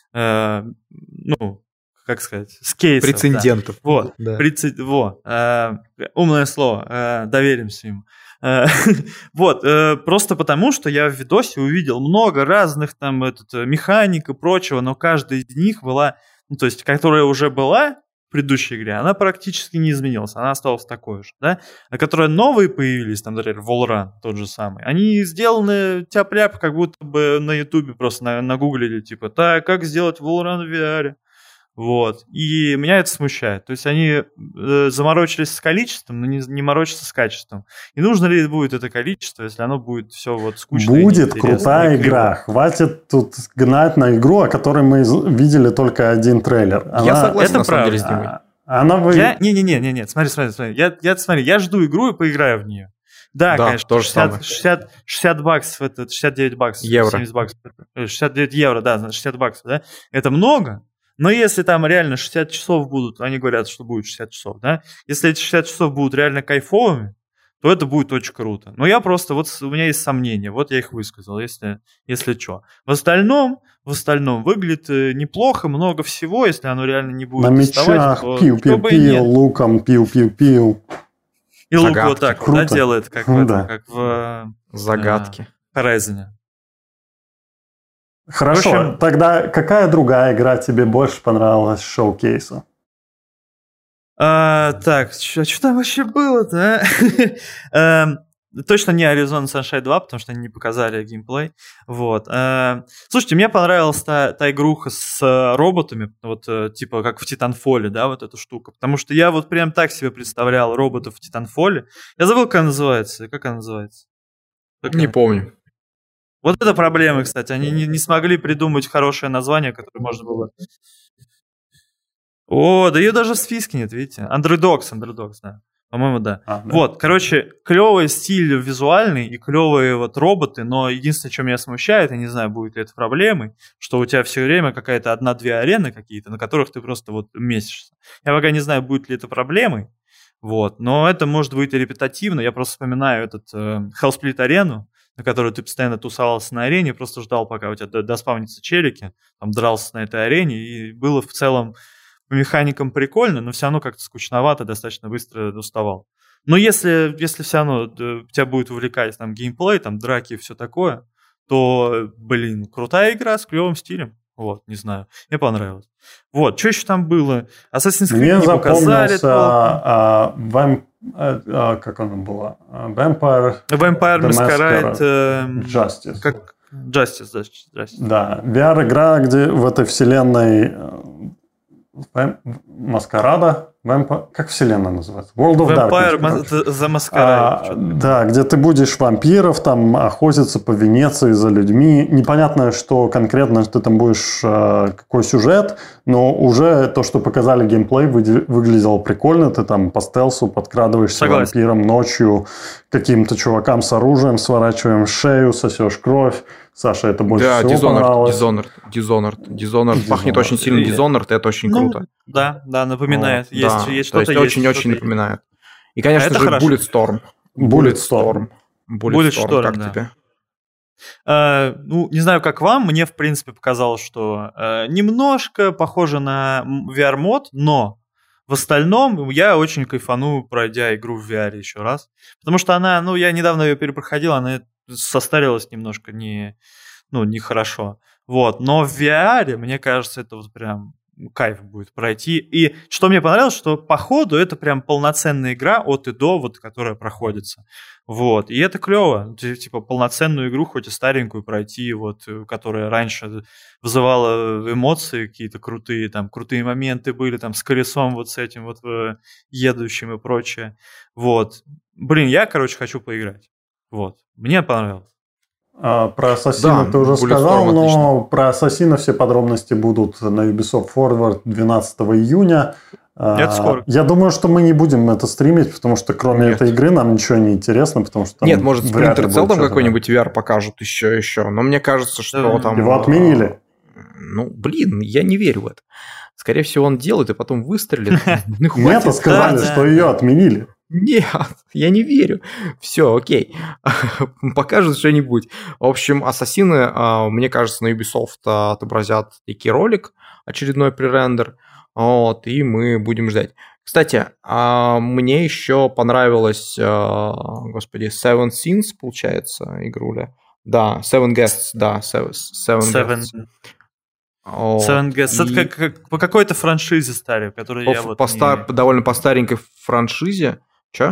э, ну, как сказать, с кейсов. Прецедентов. Да. Вот, да. Прецед... вот. Э, умное слово, э, доверимся им. Э, вот, э, просто потому, что я в видосе увидел много разных там этот, механик и прочего, но каждая из них была, ну, то есть, которая уже была в предыдущей игре, она практически не изменилась, она осталась такой же, да, а которые новые появились, там, например, Wallrun тот же самый, они сделаны тяп-ляп, как будто бы на Ютубе просто на, нагуглили, типа, так, как сделать Wallrun в ви ар, вот, и меня это смущает, то есть они э, заморочились с количеством, но не, не морочатся с качеством, и нужно ли будет это количество, если оно будет все вот скучно. Будет крутая игра, хватит тут гнать на игру, о которой мы видели только один трейлер. Она... Я согласен, это на самом деле, с Димой. Она вы... Я... Не-не-не, смотри, смотри, смотри. Я, я, смотри, я жду игру и поиграю в нее. Да, да, конечно, то же шестьдесят, шестьдесят, шестьдесят баксов, это шестьдесят девять баксов, евро. семьдесят баксов, шестьдесят девять евро, да, шестьдесят баксов, да, это много, но если там реально шестьдесят часов будут, они говорят, что будет шестьдесят часов, да, если эти шестьдесят часов будут реально кайфовыми, то это будет очень круто. Но я просто, вот у меня есть сомнения, вот я их высказал, если, если что. В остальном, в остальном выглядит неплохо, много всего, если оно реально не будет на мечах, пиу-пиу-пиу, луком, пиу-пиу-пиу. И лук вот так вот, да, делает, как, в, да. этом, как в загадке. Horizon. Хорошо, общем... тогда какая другая игра тебе больше понравилась шоу-кейса? А, так, что там вообще было-то, а? Точно не Arizona Sunshine два, потому что они не показали геймплей. Вот. Слушайте, мне понравилась та, та игруха с роботами, вот типа как в Titanfall, да, вот эта штука. Потому что я вот прям так себе представлял роботов в Titanfall. Я забыл, как она называется. Как она называется? Как не она? Помню. Вот это проблема, кстати. Они не, не смогли придумать хорошее название, которое можно было... О, да ее даже в списке нет, видите? Underdogs, Underdogs, да. По-моему, да. А, да. Вот, короче, клевый стиль визуальный и клевые вот роботы, но единственное, что меня смущает, я не знаю, будет ли это проблемой, что у тебя все время какая-то одна-две арены какие-то, на которых ты просто вот месишься. Я пока не знаю, будет ли это проблемой, вот, но это может быть и репетативно. Я просто вспоминаю этот э, Hellsplit арену, на которой ты постоянно тусовался на арене, просто ждал, пока у тебя доспавнятся челики, там дрался на этой арене, и было в целом по механикам прикольно, но все равно как-то скучновато, достаточно быстро уставал. Но если, если все равно тебя будет увлекать там геймплей, там драки и все такое, то, блин, крутая игра с клевым стилем. Вот, не знаю, мне понравилось. Вот, что еще там было? Assassin's Creed мне не показали. А, Вамп... а, а, как она была? Vampire... Vampire Masquerade... Justice. Как... Justice, да. Justice. Да, ви ар-игра, где в этой вселенной... Маскарада, Вамп... как вселенная называется? World of Vampire Darkness. The Masquerade. А, да, где ты будешь вампиров, там охотиться по Венеции за людьми. Непонятно, что конкретно ты там будешь, какой сюжет, но уже то, что показали геймплей, выглядело прикольно. Ты там по стелсу подкрадываешься Согласен. Вампиром ночью, каким-то чувакам с оружием, сворачиваем шею, сосешь кровь. Саша, это больше да, всего Dishonored, понравилось. Dishonored, Dishonored, Dishonored. Dishonored. Пахнет очень сильно Dishonored, это очень ну, круто. Да, да, напоминает. О, есть, да. есть что-то. Очень-очень напоминает. И, конечно это же, хорошо. Bulletstorm. Bulletstorm. Bulletstorm, как да. тебе? Uh, ну, не знаю, как вам, мне, в принципе, показалось, что uh, немножко похоже на ви ар-мод, но в остальном я очень кайфану, пройдя игру в ви ар еще раз. Потому что она, ну, я недавно ее перепроходил, она состарилась немножко не... ну, нехорошо. Вот. Но в ви ар, мне кажется, это вот прям кайф будет пройти. И что мне понравилось, что по ходу это прям полноценная игра от и до, вот, которая проходится. Вот. И это клево. Типа полноценную игру, хоть и старенькую, пройти, вот, которая раньше вызывала эмоции какие-то крутые, там, крутые моменты были, там, с колесом вот с этим вот едущим и прочее. Вот. Блин, я, короче, хочу поиграть. Вот. Мне понравилось. А, про Ассасина да, ты уже сказал, но отлично. Про Ассасина все подробности будут на Ubisoft Forward двенадцатого июня. Это скоро. Я думаю, что мы не будем это стримить, потому что кроме Нет. этой игры нам ничего не интересно, потому что там Нет, может, вряд ли Splinter Cell будет там какой-нибудь ви ар покажут еще, еще. Но мне кажется, что Да. там... Его отменили. Ну, блин, я не верю в это. Скорее всего, он делает и потом выстрелит. Ну, Мне-то хватит. сказали, Да, что да. ее отменили. Нет, я не верю. Все, окей. Покажут что-нибудь. В общем, Ассасины, мне кажется, на Ubisoft отобразят некий ролик, очередной пререндер, вот, и мы будем ждать. Кстати, мне еще понравилось, господи, Seven Sins, получается, игруля. Да, Seven Guests, да, Seven, seven, seven. Guests. О, Seven Guests. И... Это как, как, по какой-то франшизе старой, которую по, я вот по не... стар, довольно по старенькой франшизе. Че?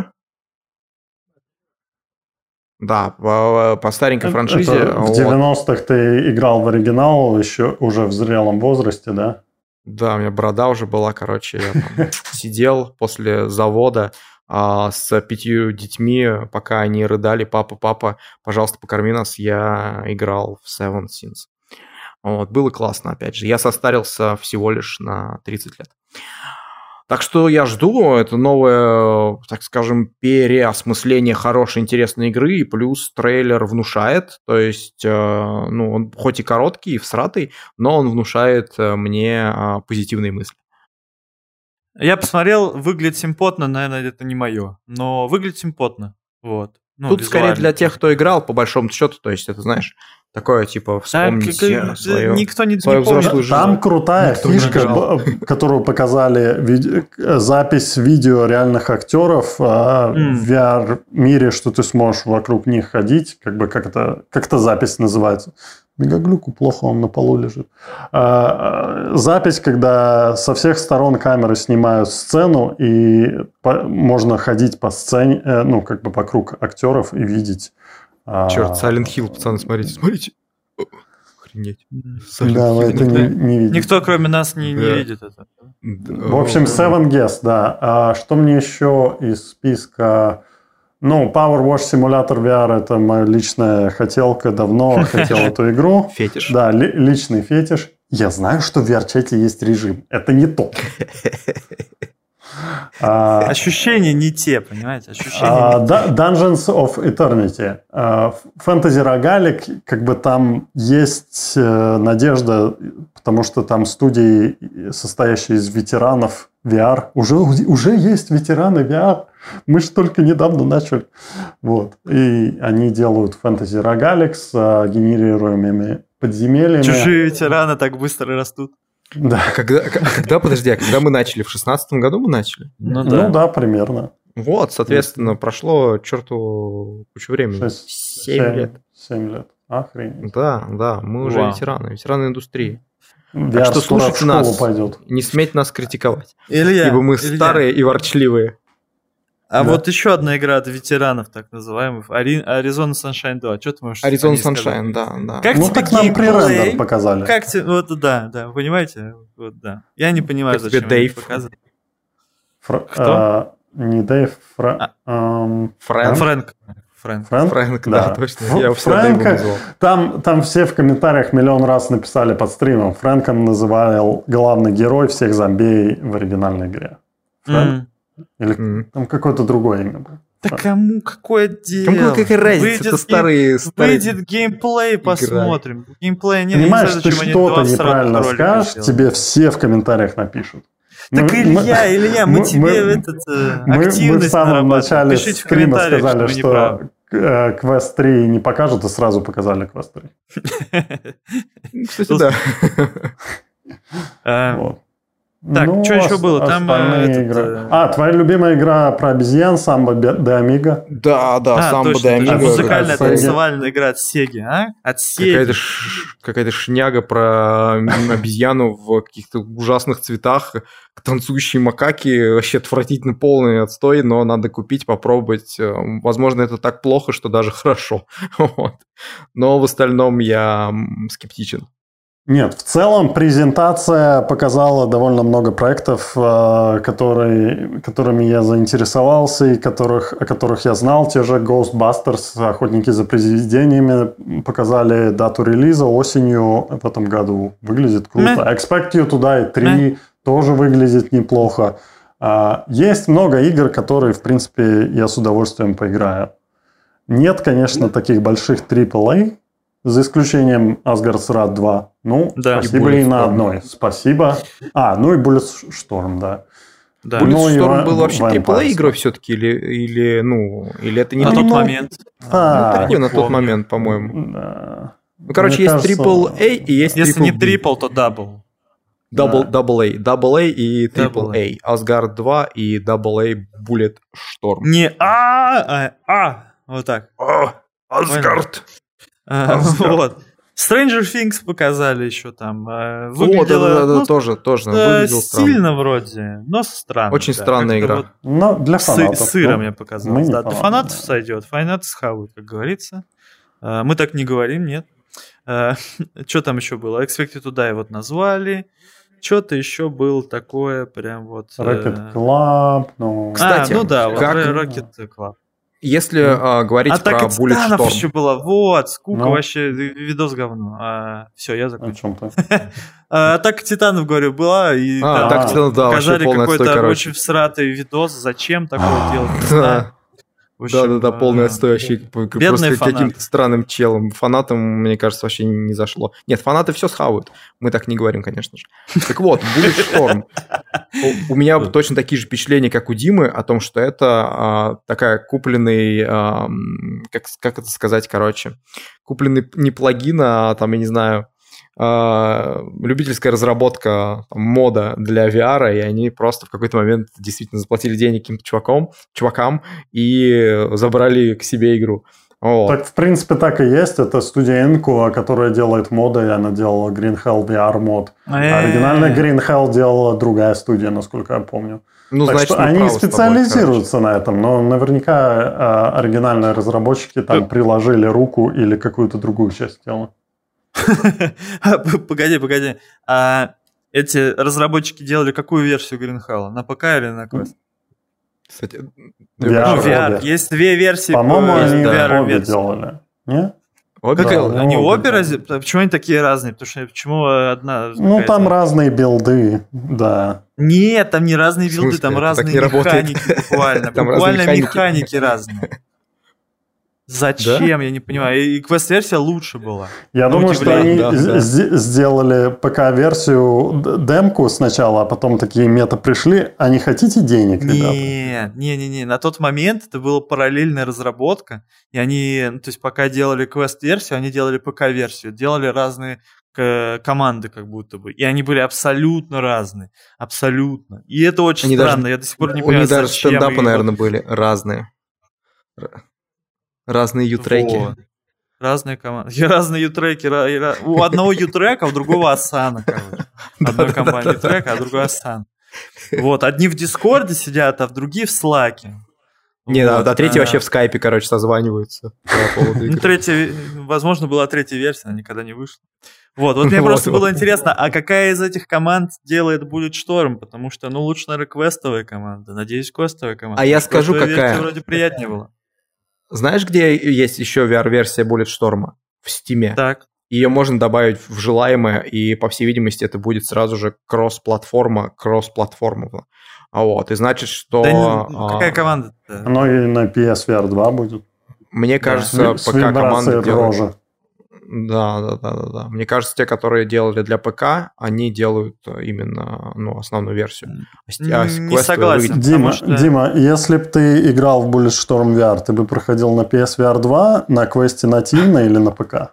Да, по, по старенькой франшизе. Это в девяностых ты играл в оригинал еще уже в зрелом возрасте, да? Да, у меня борода уже была, короче, я там сидел после завода а, с пятью детьми, пока они рыдали: папа, папа, пожалуйста, покорми нас. Я играл в Seven Sins. Вот, было классно, опять же. Я состарился всего лишь на тридцать лет. Так что я жду. Это новое, так скажем, переосмысление хорошей, интересной игры. И плюс трейлер внушает. То есть, ну, он хоть и короткий, и всратый, но он внушает мне позитивные мысли. Я посмотрел, выглядит симпотно, наверное, это не мое. Но выглядит симпотно. Вот. Ну, тут скорее для тех, кто играл, по большому счету. То есть, это, знаешь... Такое, типа, вспомнить а, свою, никто не, свою не взрослую жизнь. Там крутая никто фишка, которую показали, виде... запись видео реальных актеров mm. в ви ар-мире, что ты сможешь вокруг них ходить, как бы как это, как это запись называется. Мегаглюку плохо, он на полу лежит. А, запись, когда со всех сторон камеры снимают сцену, и по... можно ходить по сцене, ну, как бы вокруг актеров и видеть. Черт, Silent Hill, пацаны, смотрите, смотрите. Охренеть. Silent да, Hill. Это не, не видит. Никто, кроме нас, не, да. не видит это. В общем, Seven Guests, да. А что мне еще из списка... Ну, Power Wash Simulator ви ар – это моя личная хотелка. Давно хотел эту игру. Фетиш. Да, ли, личный фетиш. Я знаю, что в ви ар-чате есть режим. Это не то. А, ощущения не те, понимаете? Ощущения а, не те. Dungeons of Eternity. Фэнтези-рогалик, как бы там есть надежда, потому что там студии, состоящие из ветеранов ви ар. Уже, уже есть ветераны ви ар. Мы же только недавно начали. Вот. И они делают фэнтези-рогалик с генерируемыми подземельями. Чужие ветераны так быстро растут. Да. А когда, а когда, подожди, а когда мы начали? В шестнадцатом году мы начали? Ну да, ну, да примерно. Вот, соответственно, прошло черту кучу времени. семь лет. семь лет. Охренеть. Да, да, мы уже Вау. ветераны, ветераны индустрии. ви ар так что слушайте нас, пойдет. Не сметь нас критиковать. Илья, ибо мы Илья. старые и ворчливые. А да. вот еще одна игра от ветеранов, так называемых, Arizona Sunshine два. Что ты можешь сказать? Arizona Sunshine, да, да. Как ну, тебе так нам пререндер показали. Как тебе, вот, да, да, понимаете? Вот, да. Я не понимаю, как зачем Дэйв показывают. Фр... Кто? А, не Дэйв, Фра... а. эм... Фрэнк. Фрэнк. Фрэнк, Фрэнк, Фрэнк да, да, точно. Я Фрэнка, там, там все в комментариях миллион раз написали под стримом. Фрэнком называли главный герой всех зомбей в оригинальной игре. Фрэнк? Mm. Или mm. там какое-то другое имя было. Да кому какое дело? Кому какая разница? Выйдет это старые, гейм... старые... Выйдет геймплей, игра. Посмотрим. Геймплей нет. Понимаешь, не ты что-то неправильно скажешь, тебе все в комментариях напишут. Так, мы, Илья, мы, Илья, мы, мы тебе мы, этот, мы, активность мы в самом начале Пишите стрима сказали, что, что квест три не покажут, и сразу показали квест три. Кстати, да. Так, ну, что еще было? Там этот... А, твоя любимая игра про обезьян, Самбо де Амиго. Да, да, а, Самбо де Амиго. Музыкальная танцевальная игра от Сеги, а? От Сеги. Какая-то, ш... Какая-то шняга про обезьяну в каких-то ужасных цветах, танцующие макаки, вообще отвратительно полный отстой, но надо купить, попробовать. Возможно, это так плохо, что даже хорошо. Вот. Но в остальном я скептичен. Нет, в целом презентация показала довольно много проектов, которые, которыми я заинтересовался и которых, о которых я знал. Те же Ghostbusters, Охотники за привидениями, показали дату релиза осенью в этом году. Выглядит круто. Expect You to Die три тоже выглядит неплохо. Есть много игр, которые, в принципе, я с удовольствием поиграю. Нет, конечно, таких больших трипл эй. За исключением Asgard's Wrath два. Ну, да, спасибо и, и на одной. Спасибо. А, ну и Bulletstorm, да. Да. Bulletstorm Ну, был вообще Vampire трипл эй игрой Survivors. все-таки, или, или, ну, или это не На тот трипл эй? момент. А, Ну, такой на тот помню. момент, по-моему. Да. Ну, короче, Мне есть кажется, трипл эй и есть Если не трипл B. трипл, то дабл. Double, Да. Double A. Double A и Double Triple A. Asgard два и Double A Bulletstorm. Не а, а, а. Вот так. О, Asgard! А, Asgard. Вот. Stranger Things показали еще там. а, О, Выглядело да-да-да, ну, тоже, тоже. да, Выглядело странно. стильно вроде, но странно. Очень да. странная Как-то игра. вот Но для Сы- фанатов. сыром ну, мне показалось. мы не Да, для фанаты, фанатов да. сойдет. Фанаты схавают, как говорится. А, Мы так не говорим, нет. Что там еще было? Expected to Die вот назвали. Что-то еще было такое прям вот... э, Rocket Club, ну... Кстати, а, ну да, вот как- Rocket Club. Если а, говорить А так про от Титанов Bulletstorm, еще было. Вот, скука Ну. вообще, видос говно. все, я О закончил. чем ты? А, Атака Титанов, говорю, была, и А, там Атака вот Титанов, да, вообще показали полный отстой, какой-то короче. очень всратый видос, зачем такое делать, не знаю. да, В общем, да-да-да, полный э, отстой вообще. бедные Просто фанаты. каким-то странным челом. Фанатам, мне кажется, вообще не зашло. Нет, фанаты все схавают. Мы так не говорим, конечно же. Так вот, Bulletstorm. У- У меня точно такие же впечатления, как у Димы, о том, что это а, такая купленный, ам, как, с- как это сказать, короче, купленный не плагин, а там, я не знаю, а, любительская разработка там, мода для ви ар, и они просто в какой-то момент действительно заплатили денег каким-то чувакам, чувакам и забрали к себе игру. Вот. Так, в принципе, так и есть. Это студия Inco, которая делает моды, и она делала Green Hell ви ар мод. А оригинальный Green Hell делала другая студия, насколько я помню. Ну, так значит, что мы они правы с тобой, специализируются на этом, но наверняка э, оригинальные разработчики там Да. приложили руку или какую-то другую часть тела. Погоди, погоди. А эти разработчики делали какую версию Green Hell? На ПК или на Quest? Кстати, ви ар, Ну, обе. ви ар. Есть две версии. По-моему, есть они ви ар обе версии. делали. Не? обе Как делали? Да, они ну, обе да. разве? Почему они такие разные? Потому что почему одна... Ну, какая-то- там разные билды, да. Нет, там не разные В билды, смысле? там Это разные так не работает. механики буквально. Там Буквально разные механики. механики. разные. Зачем? Я не понимаю. И квест-версия лучше была. Я На думаю, что удивление. они Да, з- да. з- сделали ПК-версию д- демку сначала, а потом такие мета пришли. А не хотите денег, ребята? Не, не, не, не. На тот момент это была параллельная разработка, и они, ну, то есть пока делали квест-версию, они делали ПК-версию, делали разные к- команды как будто бы, и они были абсолютно разные, абсолютно. И это очень Они даже- странно, я до сих пор не У понимаю, них даже зачем. стендапы, и наверное, были разные. Р- Разные вот- ютреки. вот. Разные команды. И разные ютреки. ра- и ра- У одного ютрека, а у другого Асана, короче. Одной компании ютрека, а другой Асан. Вот, одни в Дискорде сидят, а в другие в Слаке. Не, да, Вот, да, третьи а, вообще в скайпе, короче, созваниваются по поводу Ну, игры. третья, возможно, была третья версия, она никогда не вышла. Вот, вот мне Вот, просто вот. было интересно, а какая из этих команд делает Bulletstorm? Потому что, ну, лучше, наверное, квестовая команда. Надеюсь, квестовая команда. А я Потому что скажу, квестовая версия какая. вроде приятнее была. Знаешь, где есть еще ви ар-версия Bulletstorm? В Стиме. Так. Ее можно добавить в желаемое, и, по всей видимости, это будет сразу же кросс-платформа, кросс-платформа. А вот, и значит, что... Да не- ну, а, какая команда-то? Оно и на пи эс ви ар два будет. Мне кажется, С ПК команда вибрацией делает... рожи. Да, да, да, да, да. Мне кажется, те, которые делали для ПК, они делают э, именно ну, основную версию. А с- а с Не квестовой согласен. выглядит- Дима, что- Дима, если бы ты играл в Bulletstorm ви ар, ты бы проходил на пи эс ви ар два, на квесте нативно или на ПК?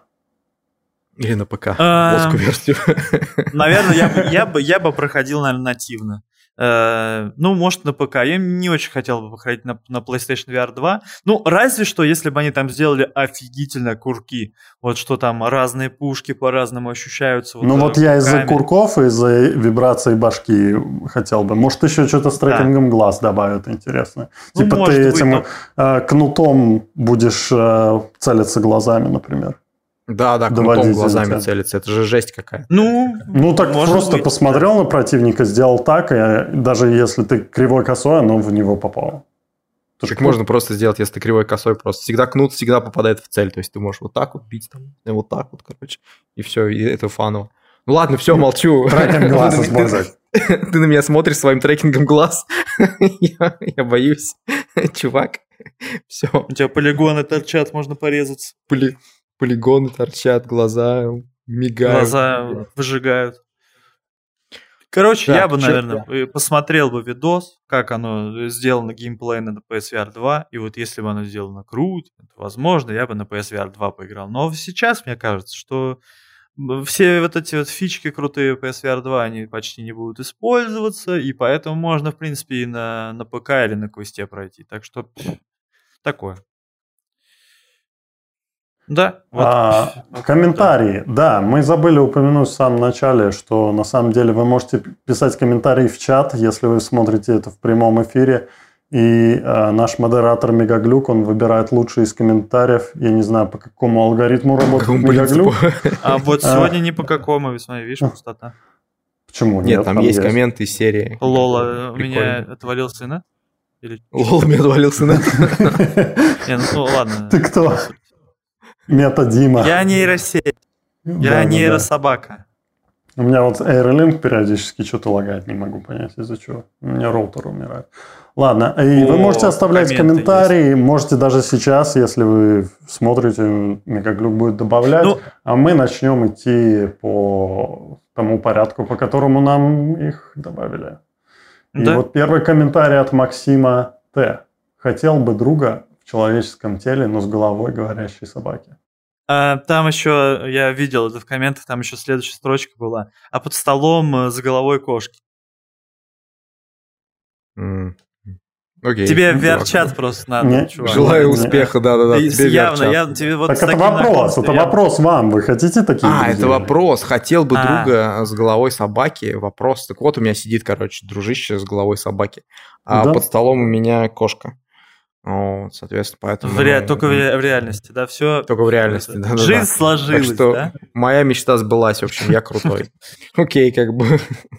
Или на ПК, А, плоскую версию. Наверное, я, бы- я, бы, я бы проходил, наверное, нативно. Э, ну, может, на ПК. Я не очень хотел бы походить на, на PlayStation ви ар два. Ну, разве что, если бы они там сделали офигительно курки. Вот что там разные пушки по-разному ощущаются. Ну э, вот я из-за руками. курков и из-за вибрации башки хотел бы. Может, еще что-то с трекингом глаз добавят, интересно. Ну, Типа может ты быть, этим но- э, кнутом будешь э, целиться глазами, например. Да, да, Доводить кнутом до глазами тебя. целится. Это же жесть какая. Ну, Ну так может просто быть, посмотрел на противника, сделал так, и даже если ты кривой косой, оно в него попало. Это ж Так круто. можно просто сделать, если ты кривой косой просто. Всегда кнут всегда попадает в цель. То есть ты можешь вот так вот бить, там, и вот так вот, короче. И все, и это фаново. Ну ладно, все, молчу. Трекинг глаз Ты- использовать. Ты на меня смотришь своим трекингом глаз. Я я боюсь. Чувак. Все. у тебя полигоны торчат, можно порезаться. Полигоны торчат, глаза мигают. Глаза выжигают. Короче, Так, я бы, чё- наверное, посмотрел бы видос, как оно сделано геймплейно на пи эс ви ар два, и вот если бы оно сделано круто, то, возможно, я бы на пи эс ви ар два поиграл. Но сейчас мне кажется, что все вот эти вот фички крутые пи эс ви ар два, они почти не будут использоваться, и поэтому можно, в принципе, и на, на ПК или на квесте пройти. Так что пф, такое. Да, вот. А, комментарии. Да, мы забыли упомянуть в самом начале, что на самом деле вы можете писать комментарии в чат, если вы смотрите это в прямом эфире. И а, наш модератор Мегаглюк, он выбирает лучшие из комментариев. Я не знаю, по какому алгоритму работает Мегаглюк. А вот сегодня ни по какому, весьма, видишь, пустота. Почему нет? Нет, там есть комменты из серии. Лола, у меня отвалил сына? Лол, у меня отвалил сына. Не, ну ладно. Ты кто? Мета Дима. Я нейросеть. Я нейрособака. У меня вот AirLink периодически что-то лагает, не могу понять из-за чего. У меня роутер умирает. Ладно, и О, вы можете оставлять комментарии, есть. Можете даже сейчас, если вы смотрите, Мегаглюк будет добавлять, ну, а мы начнем идти по тому порядку, по которому нам их добавили. И да? Вот первый комментарий от Максима Т. Хотел бы друга в человеческом теле, но с головой говорящей собаки. А, там еще, я видел это в комментах, там еще следующая строчка была. А под столом с головой кошки. Mm. Okay. Тебе в ви ар-чат просто надо, не, чувак. Желаю успеха, да-да-да. Тебе явно, я, тебе вот так это вопрос, это я... вопрос вам. Вы хотите такие А, друзья? это вопрос. Хотел бы а. друга с головой собаки. Вопрос. Так вот, у меня сидит, короче, дружище с головой собаки. А да? под столом у меня кошка. Вот, соответственно, поэтому... В ре... Только в, ре... в реальности, да, все... Только в реальности, да. Жизнь да, сложилась, так что да? Моя мечта сбылась, в общем, я крутой. Окей, как бы...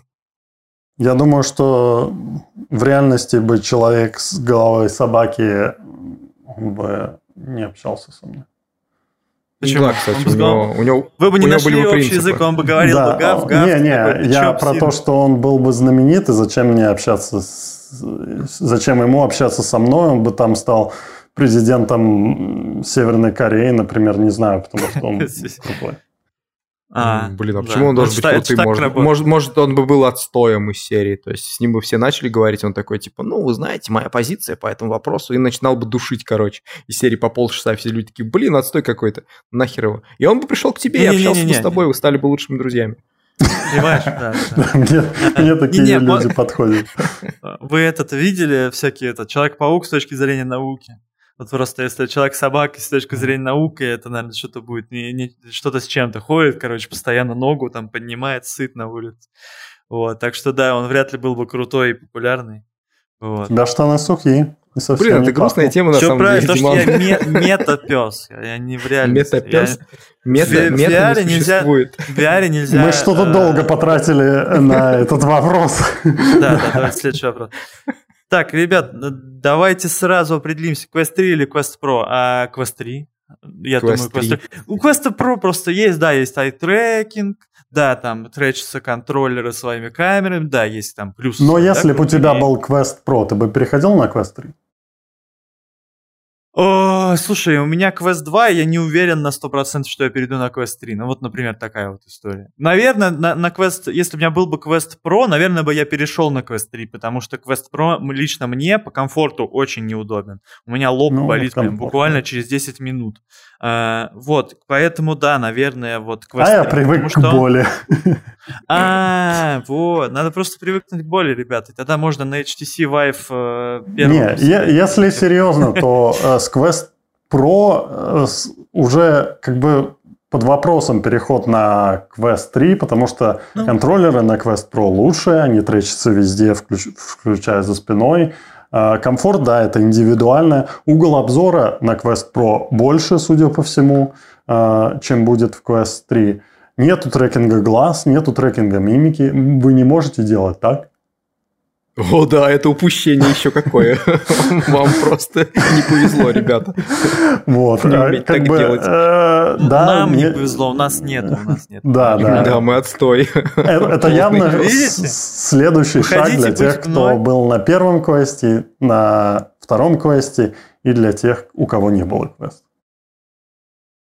Я думаю, что в реальности бы человек с головой собаки он бы не общался со мной. Почему? Да, кстати, у него, у него, Вы бы не у нашли общий принципы. Язык, он бы говорил да. бы гав, гав. Не-не, я про то, что он был бы знаменит, и зачем мне общаться, с... зачем ему общаться со мной, он бы там стал президентом Северной Кореи, например, не знаю, потому что он крутой. А, Блин, а да. почему он должен быть крутым? Может, может, может, он бы был отстоем из серии. То есть с ним бы все начали говорить, он такой, типа, ну, вы знаете, моя позиция по этому вопросу. И начинал бы душить, короче. Из серии по полчаса все люди такие, блин, отстой какой-то, нахер его. И он бы пришел к тебе и общался бы с тобой, вы стали бы лучшими друзьями. Понимаешь, да. Мне такие люди подходят. Вы этот видели, всякие, это Человек-паук с точки зрения науки? Вот просто если человек-собака с точки зрения науки, это, наверное, что-то будет, не, не, что-то с чем-то ходит, короче, постоянно ногу там поднимает, сыт на улице. Вот, так что да, он вряд ли был бы крутой и популярный. Вот. У тебя штаны сухие. Блин, это грустная тема на самом деле. То, что я мета-пес, я не в реальности. Мета-пес? Мета не существует. В ви ар нельзя... Мы что-то долго потратили на этот вопрос. Да, да, давайте следующий вопрос. Так, ребят, давайте сразу определимся, Quest три или Quest Pro. А Quest три? Я Quest думаю, Quest три. У Quest Pro просто есть, да, есть ай-трекинг, да, там тречатся контроллеры своими камерами, да, есть там плюсы. Но да, если бы у тебя был Quest Pro, ты бы переходил на Quest три? О, слушай, у меня Quest два, и я не уверен на сто процентов, что я перейду на Quest три. Ну вот, например, такая вот история. Наверное, на, на Quest, если у меня был бы Quest Pro, наверное, бы я перешел на Quest три, потому что Quest Pro лично мне по комфорту очень неудобен. У меня лоб ну, болит прям буквально через десять минут. А, вот, поэтому да, наверное, вот Quest а три. А я привык к боли. А, вот, надо просто привыкнуть к боли, ребята. Тогда можно на эйч ти си Vive э, Не, если серьезно, то э, с Quest Pro э, с, уже как бы под вопросом переход на Quest три, потому что ну. контроллеры на Quest Pro лучше, они тречатся везде, включ, включая за спиной. Э, комфорт, да, это индивидуально. Угол обзора на Quest Pro больше, судя по всему, э, чем будет в Quest три. Нету трекинга глаз, нету трекинга мимики. Вы не можете делать так. О, да, это упущение еще какое. Вам просто не повезло, ребята. Вот. Не уметь так делать. Нам не повезло, у нас нет, у нас нет. Да, да. Да, мы отстой. Это явно следующий шаг для тех, кто был на первом квесте, на втором квесте и для тех, у кого не было квеста.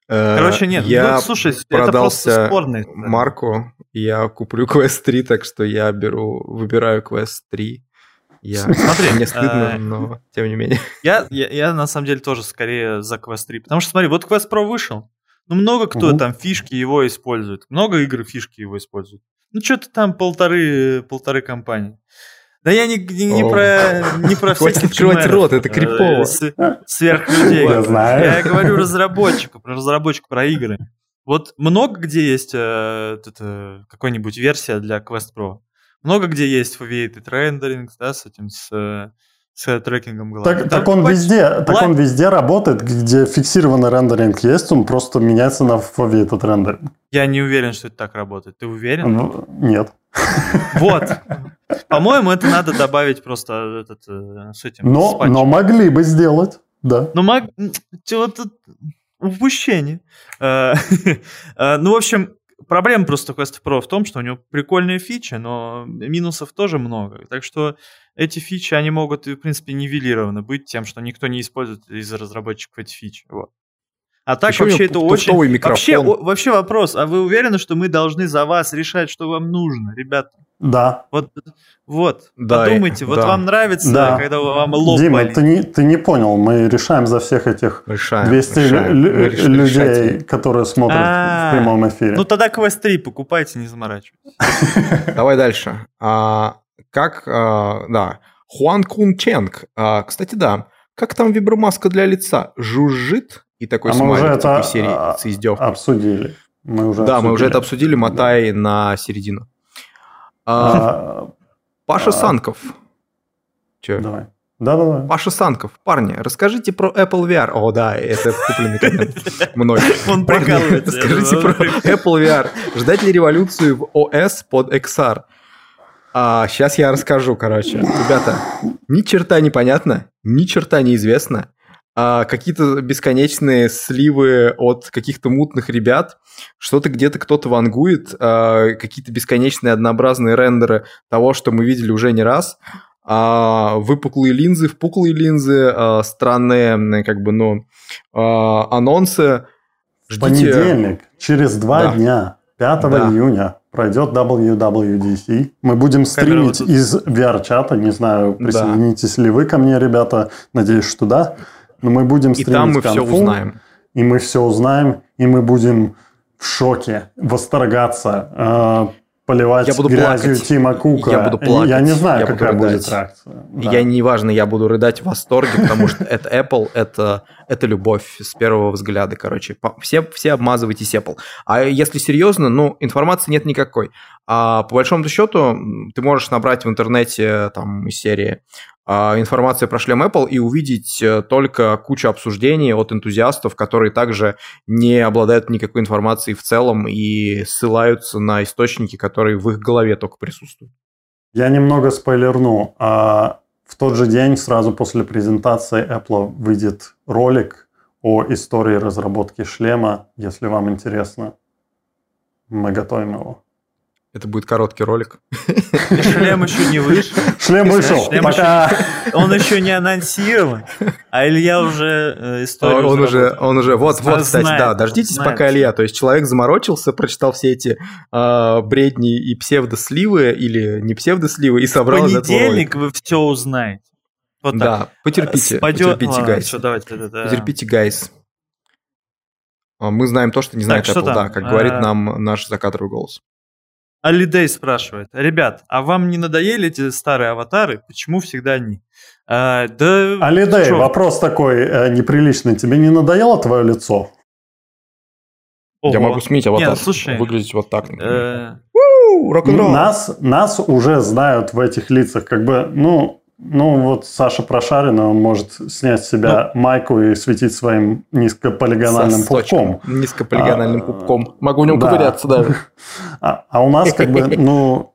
Короче, нет, я ну, слушай, продался это просто спорный. Марку, я куплю квест три, так что я беру, выбираю квест три. Я... Смотри, мне стыдно, а... но тем не менее. Я, я, я на самом деле тоже скорее за квест три, потому что, смотри, вот квест про вышел, ну много кто угу. там фишки его использует, много игр фишки его используют. Ну что-то там полторы, полторы компании. Да я не, не, не про, не про всяких открывать рот, это крипово. Сверхлюдей. Я говорю разработчиков, про разработчиков, про игры. Вот много где есть э, это, какой-нибудь версия для Quest Pro. Много где есть foveated rendering, да, с этим, с, с трекингом головы. Так, так, он везде, так он везде работает, где фиксированный рендеринг есть, он просто меняется на foveated rendering. Я не уверен, что это так работает. Ты уверен? Ну, нет. Вот. По-моему, это надо добавить просто этот, с этим. Но, с но могли бы сделать, да. Ну, мог... вот упущение. Ну, в общем, проблема просто Quest Pro в том, что у него прикольные фичи, но минусов тоже много. Так что эти фичи, они могут, в принципе, нивелированы быть тем, что никто не использует из разработчиков эти фичи. Вот. А так еще вообще это очень... Вообще, вообще вопрос, а вы уверены, что мы должны за вас решать, что вам нужно, ребята? Да. Вот, вот. Да, подумайте, и, вот да. вам нравится, да. когда вам лоб Дима, болит? ты не, ты не понял, мы решаем за всех этих решаем, двести решаем. Лю- людей, решать. Которые смотрят А-а-а. в прямом эфире. Ну тогда Quest три покупайте, не заморачивайтесь. Давай дальше. А, как, а, да, Хуан Кун Ченг. А, кстати, да, как там вибромаска для лица? Жужжит? И такой а смайлик такой серии с издевкой. Обсудили. Мы уже да, обсудили. мы уже это обсудили, мотай да. на середину. А, Паша а, Санков. Че? Давай. Да-да-да. Паша Санков. Парни, расскажите про Apple ви ар. О, да, это купленный коммент. Многие. Он прикалывается. Расскажите про Apple ви ар. Ждать ли революцию в о эс под икс ар? А, сейчас я расскажу, короче. Ребята, ни черта не понятно, ни черта не известно. А, какие-то бесконечные сливы от каких-то мутных ребят, что-то где-то кто-то вангует, а, какие-то бесконечные однообразные рендеры того, что мы видели уже не раз, а, выпуклые линзы, впуклые линзы, а, странные, как бы, ну, а, анонсы. Ждите... Понедельник, через два да. дня, пятого да. июня, пройдет дабл ю дабл ю ди си. Мы будем стримить тут... из ви ар-чата, не знаю, присоединитесь да. ли вы ко мне, ребята, надеюсь, что да. Но мы будем стримить и там мы конфу, все узнаем. И мы все узнаем, и мы будем в шоке, восторгаться, э, поливать я буду грязью плакать. Тима Кука. Я буду плакать. Я не знаю, я какая будет реакция. Да. Я не важно, я буду рыдать в восторге, потому что это Apple, это, это любовь с первого взгляда, короче. Все, все обмазывайтесь Apple. А если серьезно, ну, информации нет никакой. А по большому счету, ты можешь набрать в интернете там из серии информацию про шлем Apple и увидеть только кучу обсуждений от энтузиастов, которые также не обладают никакой информацией в целом и ссылаются на источники, которые в их голове только присутствуют. Я немного спойлерну. В тот же день, сразу после презентации Apple, выйдет ролик о истории разработки шлема. Если вам интересно, мы готовим его. Это будет короткий ролик. Шлем еще не вышел. Шлем вышел. Шлем Пока. Еще, он еще не анонсирован. А Илья уже э, историю Он уже, он уже, вот, вот, кстати, знает, да, дождитесь знает. пока Илья. То есть человек заморочился, прочитал все эти э, бредни и псевдосливы, или не псевдосливы, и собрал из этого ролик. В понедельник вы все узнаете. Вот да, так. потерпите, Спадет... потерпите, гайс. Все, давайте, да, да. Потерпите, гайс. Мы знаем то, что не знает так, Apple, да, как а... говорит нам наш закадровый голос. Алидей спрашивает: ребят, а вам не надоели эти старые аватары? Почему всегда они? А, да, Алидей, что? Вопрос такой э, неприличный. Тебе не надоело твое лицо? Ого. Я могу сменить аватар. Нет, слушай, выглядеть вот так. Э... Рок-н-ролл. Нас, нас уже знают в этих лицах. Как бы, ну, ну вот Саша Прошарина, он может снять с себя ну, майку и светить своим низкополигональным пупком. Низкополигональным а, пупком. Могу в нем да. ковыряться даже. А, а у нас как бы, ну,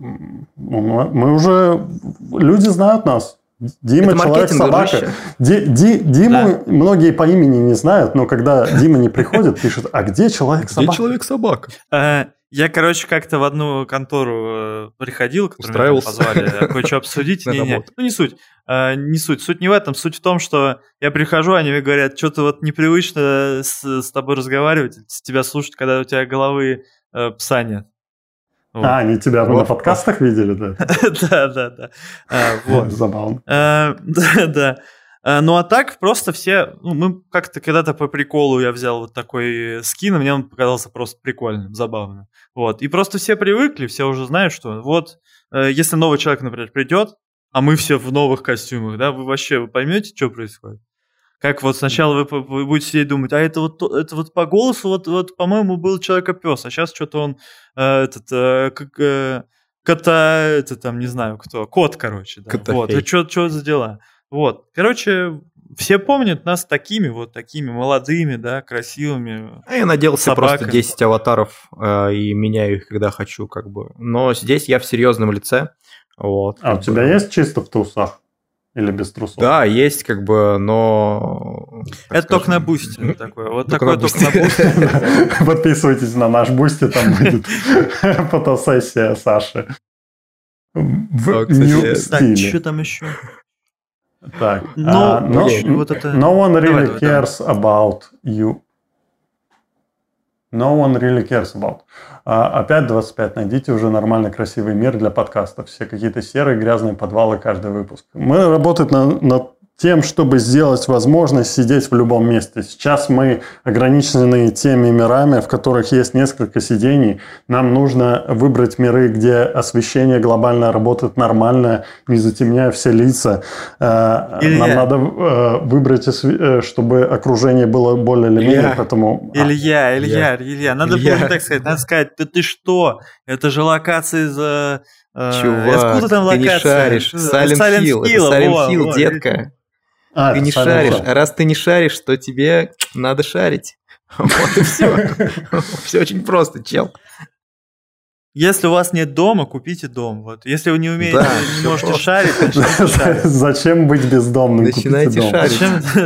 мы уже, люди знают нас. Дима Человек-собака. Ди, Ди, Диму да. многие по имени не знают, но когда Дима не приходит, пишет: а где Человек-собака? Где Человек-собака? Я, короче, как-то в одну контору э, приходил, которую меня там позвали кое-что обсудить. Не, не, ну, не суть. Э, не суть. Суть не в этом. Суть в том, что я прихожу, они мне говорят, что-то вот непривычно с, с тобой разговаривать, с тебя слушать, когда у тебя головы э, пса нет. Вот. А, они тебя вот. На подкастах видели, да? Да, да, да. Вот. Забавно. Да, да. Ну, а так просто все... Ну, мы как-то когда-то по приколу я взял вот такой скин, и мне он показался просто прикольным, забавным. Вот. И просто все привыкли, все уже знают, что вот, если новый человек, например, придет, а мы все в новых костюмах, да, вы вообще вы поймете, что происходит? Как вот сначала вы, вы будете сидеть думать, а это вот, это вот по голосу, вот, вот по-моему, был Человека-пес, а сейчас что-то он э, этот, э, как, э, кота, это там, не знаю кто, кот, короче. Да. Вот, и что, что за дела? Вот, короче, все помнят нас такими, вот такими молодыми, да, красивыми. А я наделся собаками. Просто десять аватаров э, и меняю их, когда хочу, как бы. Но здесь я в серьезном лице. Вот, а у бы. Тебя есть чисто в трусах? Или без трусов? Да, есть, как бы, но... Это скажем, только на бусте такое. Вот такое только на бусте. Подписывайтесь на наш бусти, там будет фотосессия Саши. В нью-стиле. Что там еще? Так, no, uh, no, okay. вот это... no one really давай, cares давай. about you. No one really cares about. Uh, опять двадцать пять. Найдите уже нормальный красивый мир для подкастов. Все какие-то серые грязные подвалы каждый выпуск. Мы работаем над на тем, чтобы сделать возможность сидеть в любом месте. Сейчас мы ограничены теми мирами, в которых есть несколько сидений. Нам нужно выбрать миры, где освещение глобально работает нормально, не затемняя все лица. Илья. Нам надо выбрать, чтобы окружение было более или менее. Поэтому... Илья, Илья, Илья, Илья. Надо Илья. было так сказать. Надо сказать, да ты что? Это же локации за... Чувак, там ты не шаришь. Silent Hill. Это Silent Hill, детка. А, ты не шаришь, а раз ты не шаришь, то тебе надо шарить. Вот и все. Все очень просто, чел. Если у вас нет дома, купите дом. Вот. Если вы не умеете, да, не можете просто. Шарить, начните шарить. Зачем быть бездомным? Начинайте шарить.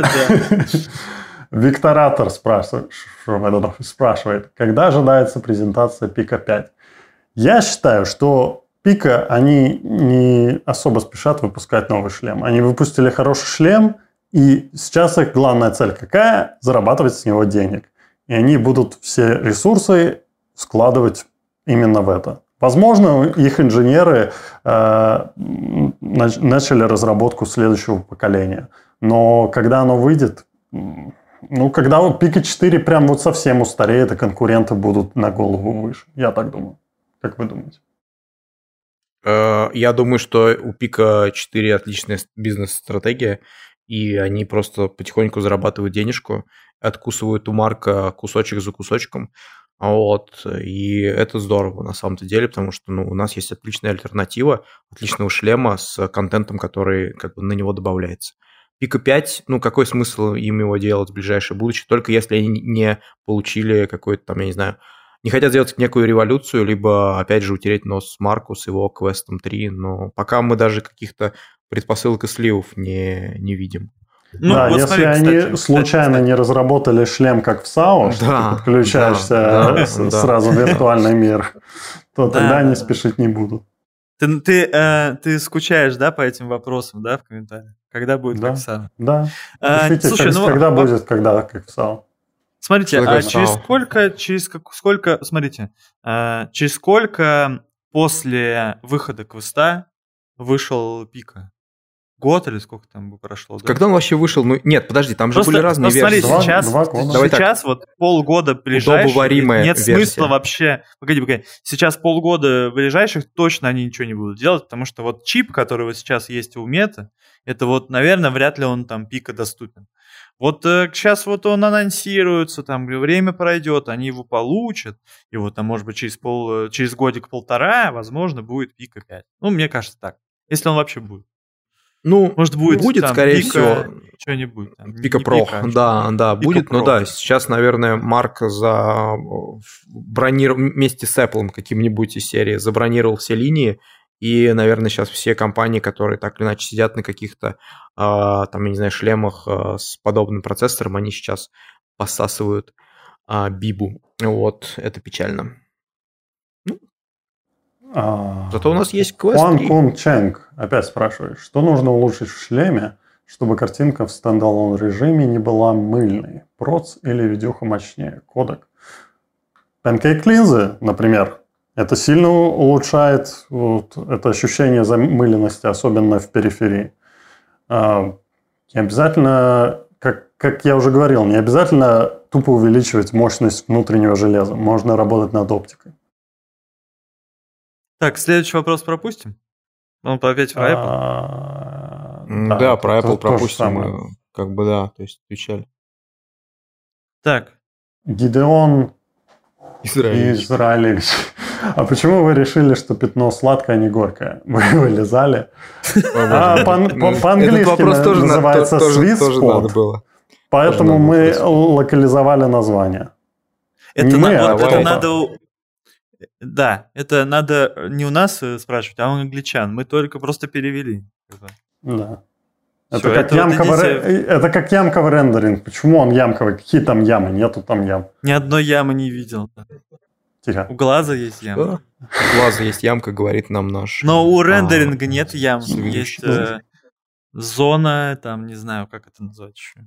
Викторатор спрашивает, когда ожидается презентация Пика пять? Я считаю, что Пика, они не особо спешат выпускать новый шлем. Они выпустили хороший шлем, и сейчас их главная цель какая? Зарабатывать с него денег. И они будут все ресурсы складывать именно в это. Возможно, их инженеры э, начали разработку следующего поколения. Но когда оно выйдет... Ну, когда вот Пика четыре прям вот совсем устареет, и конкуренты будут на голову выше. Я так думаю. Как вы думаете? Я думаю, что у Пика четыре отличная бизнес-стратегия, и они просто потихоньку зарабатывают денежку, откусывают у Марка кусочек за кусочком. Вот, и это здорово на самом-то деле, потому что ну, у нас есть отличная альтернатива, отличного шлема с контентом, который как бы на него добавляется. Пика пять, ну какой смысл им его делать в ближайшее будущее, только если они не получили какой-то там, я не знаю, не хотят сделать некую революцию, либо, опять же, утереть нос Марку с его квестом три, но пока мы даже каких-то предпосылок и сливов не, не видим. Ну, да, вот если смотри, они кстати, случайно кстати. не разработали шлем, как в САО, что да, ты подключаешься да, да, сразу в виртуальный мир, то тогда да, они да. спешить не будут. Ты, ты, э, ты скучаешь, да, по этим вопросам, да, в комментариях? Когда будет да, как в САО? Да, Пишите, Слушай, как, ну, когда во... будет, когда как в САО. Смотрите, а через сколько, через как, сколько, смотрите, а, через сколько после выхода квеста вышел Пика? Год или сколько там прошло? Да? Когда он вообще вышел? Ну, нет, подожди, там же Просто, были разные смотри, версии. Сейчас, два, два сейчас вот полгода ближайших, нет версия. Смысла вообще, погоди, погоди, сейчас полгода ближайших точно они ничего не будут делать, потому что вот чип, который вот сейчас есть у Мета, это вот, наверное, вряд ли он там Пика доступен. Вот э, сейчас вот он анонсируется, там время пройдет, они его получат, и вот там, может быть, через, пол, через годик-полтора, возможно, будет Пика пять. Ну, мне кажется так, если он вообще будет. Ну, может, будет, будет там, скорее Пика, всего, что-нибудь. Там, Пика Про, Пика, да, да, Пика будет, Pro. Ну да, сейчас, наверное, Марк за бронировал вместе с Apple каким-нибудь из серии забронировал все линии, и, наверное, сейчас все компании, которые так или иначе сидят на каких-то, там, я не знаю, шлемах с подобным процессором, они сейчас посасывают бибу. Вот, это печально. А, Зато у нас есть квест Хуан три. Кун Ченг опять спрашивает, что нужно улучшить в шлеме, чтобы картинка в стендалон режиме не была мыльной? Проц или видюха мощнее? Кодек. Панкейк-линзы, например, это сильно улучшает вот, это ощущение замыленности, особенно в периферии. А, не обязательно, как, как я уже говорил, не обязательно тупо увеличивать мощность внутреннего железа. Можно работать над оптикой. Так, следующий вопрос пропустим? Он опять про Apple? А, Да, да, про Apple то, пропустим. Мы, как бы да, то есть отвечали. Так. Гидеон Израилевич. Израилевич. А почему вы решили, что пятно сладкое, а не горькое? Вы его лизали? А по-английски называется Swiss Spot. Поэтому мы локализовали название. Это надо... Да, это надо не у нас спрашивать, а у англичан. Мы только просто перевели. Да. Это, Все, как это, ямковый, вот идите... это как ямковый рендеринг. Почему он ямковый? Какие там ямы? Нету там ям. Ни одной ямы не видел. Тихо. У глаза есть яма. У глаза есть ямка, говорит нам наш... Но у рендеринга а, нет ям. Есть э, зона, там, не знаю, как это назвать еще.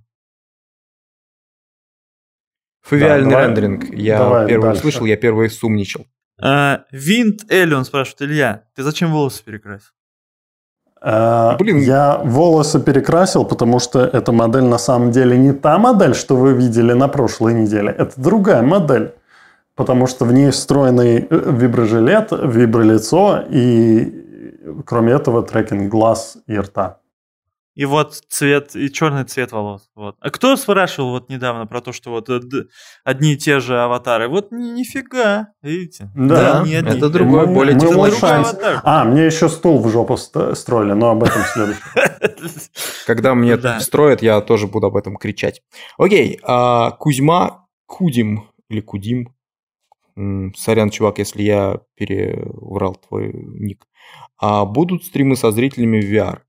Фавиальный да, рендеринг. Давай, я давай первый дальше. Услышал, я первый сумничал. А, Винт Эллион спрашивает: Илья, ты зачем волосы перекрасил? А, Блин. Я волосы перекрасил, потому что эта модель на самом деле не та модель, что вы видели на прошлой неделе. Это другая модель. Потому что в ней встроенный виброжилет, вибролицо и, кроме этого, трекинг глаз и рта. И вот цвет, и черный цвет волос. Вот. А кто спрашивал вот недавно про то, что вот одни и те же аватары? Вот нифига, видите? Да, да не одни. Это другой, мы, более мы А, мне еще стул в жопу строили, но об этом в следующем. Когда мне строят, я тоже буду об этом кричать. Окей, Кузьма Кудим, или Кудим, сорян, чувак, если я переврал твой ник. Будут стримы со зрителями в ви ар?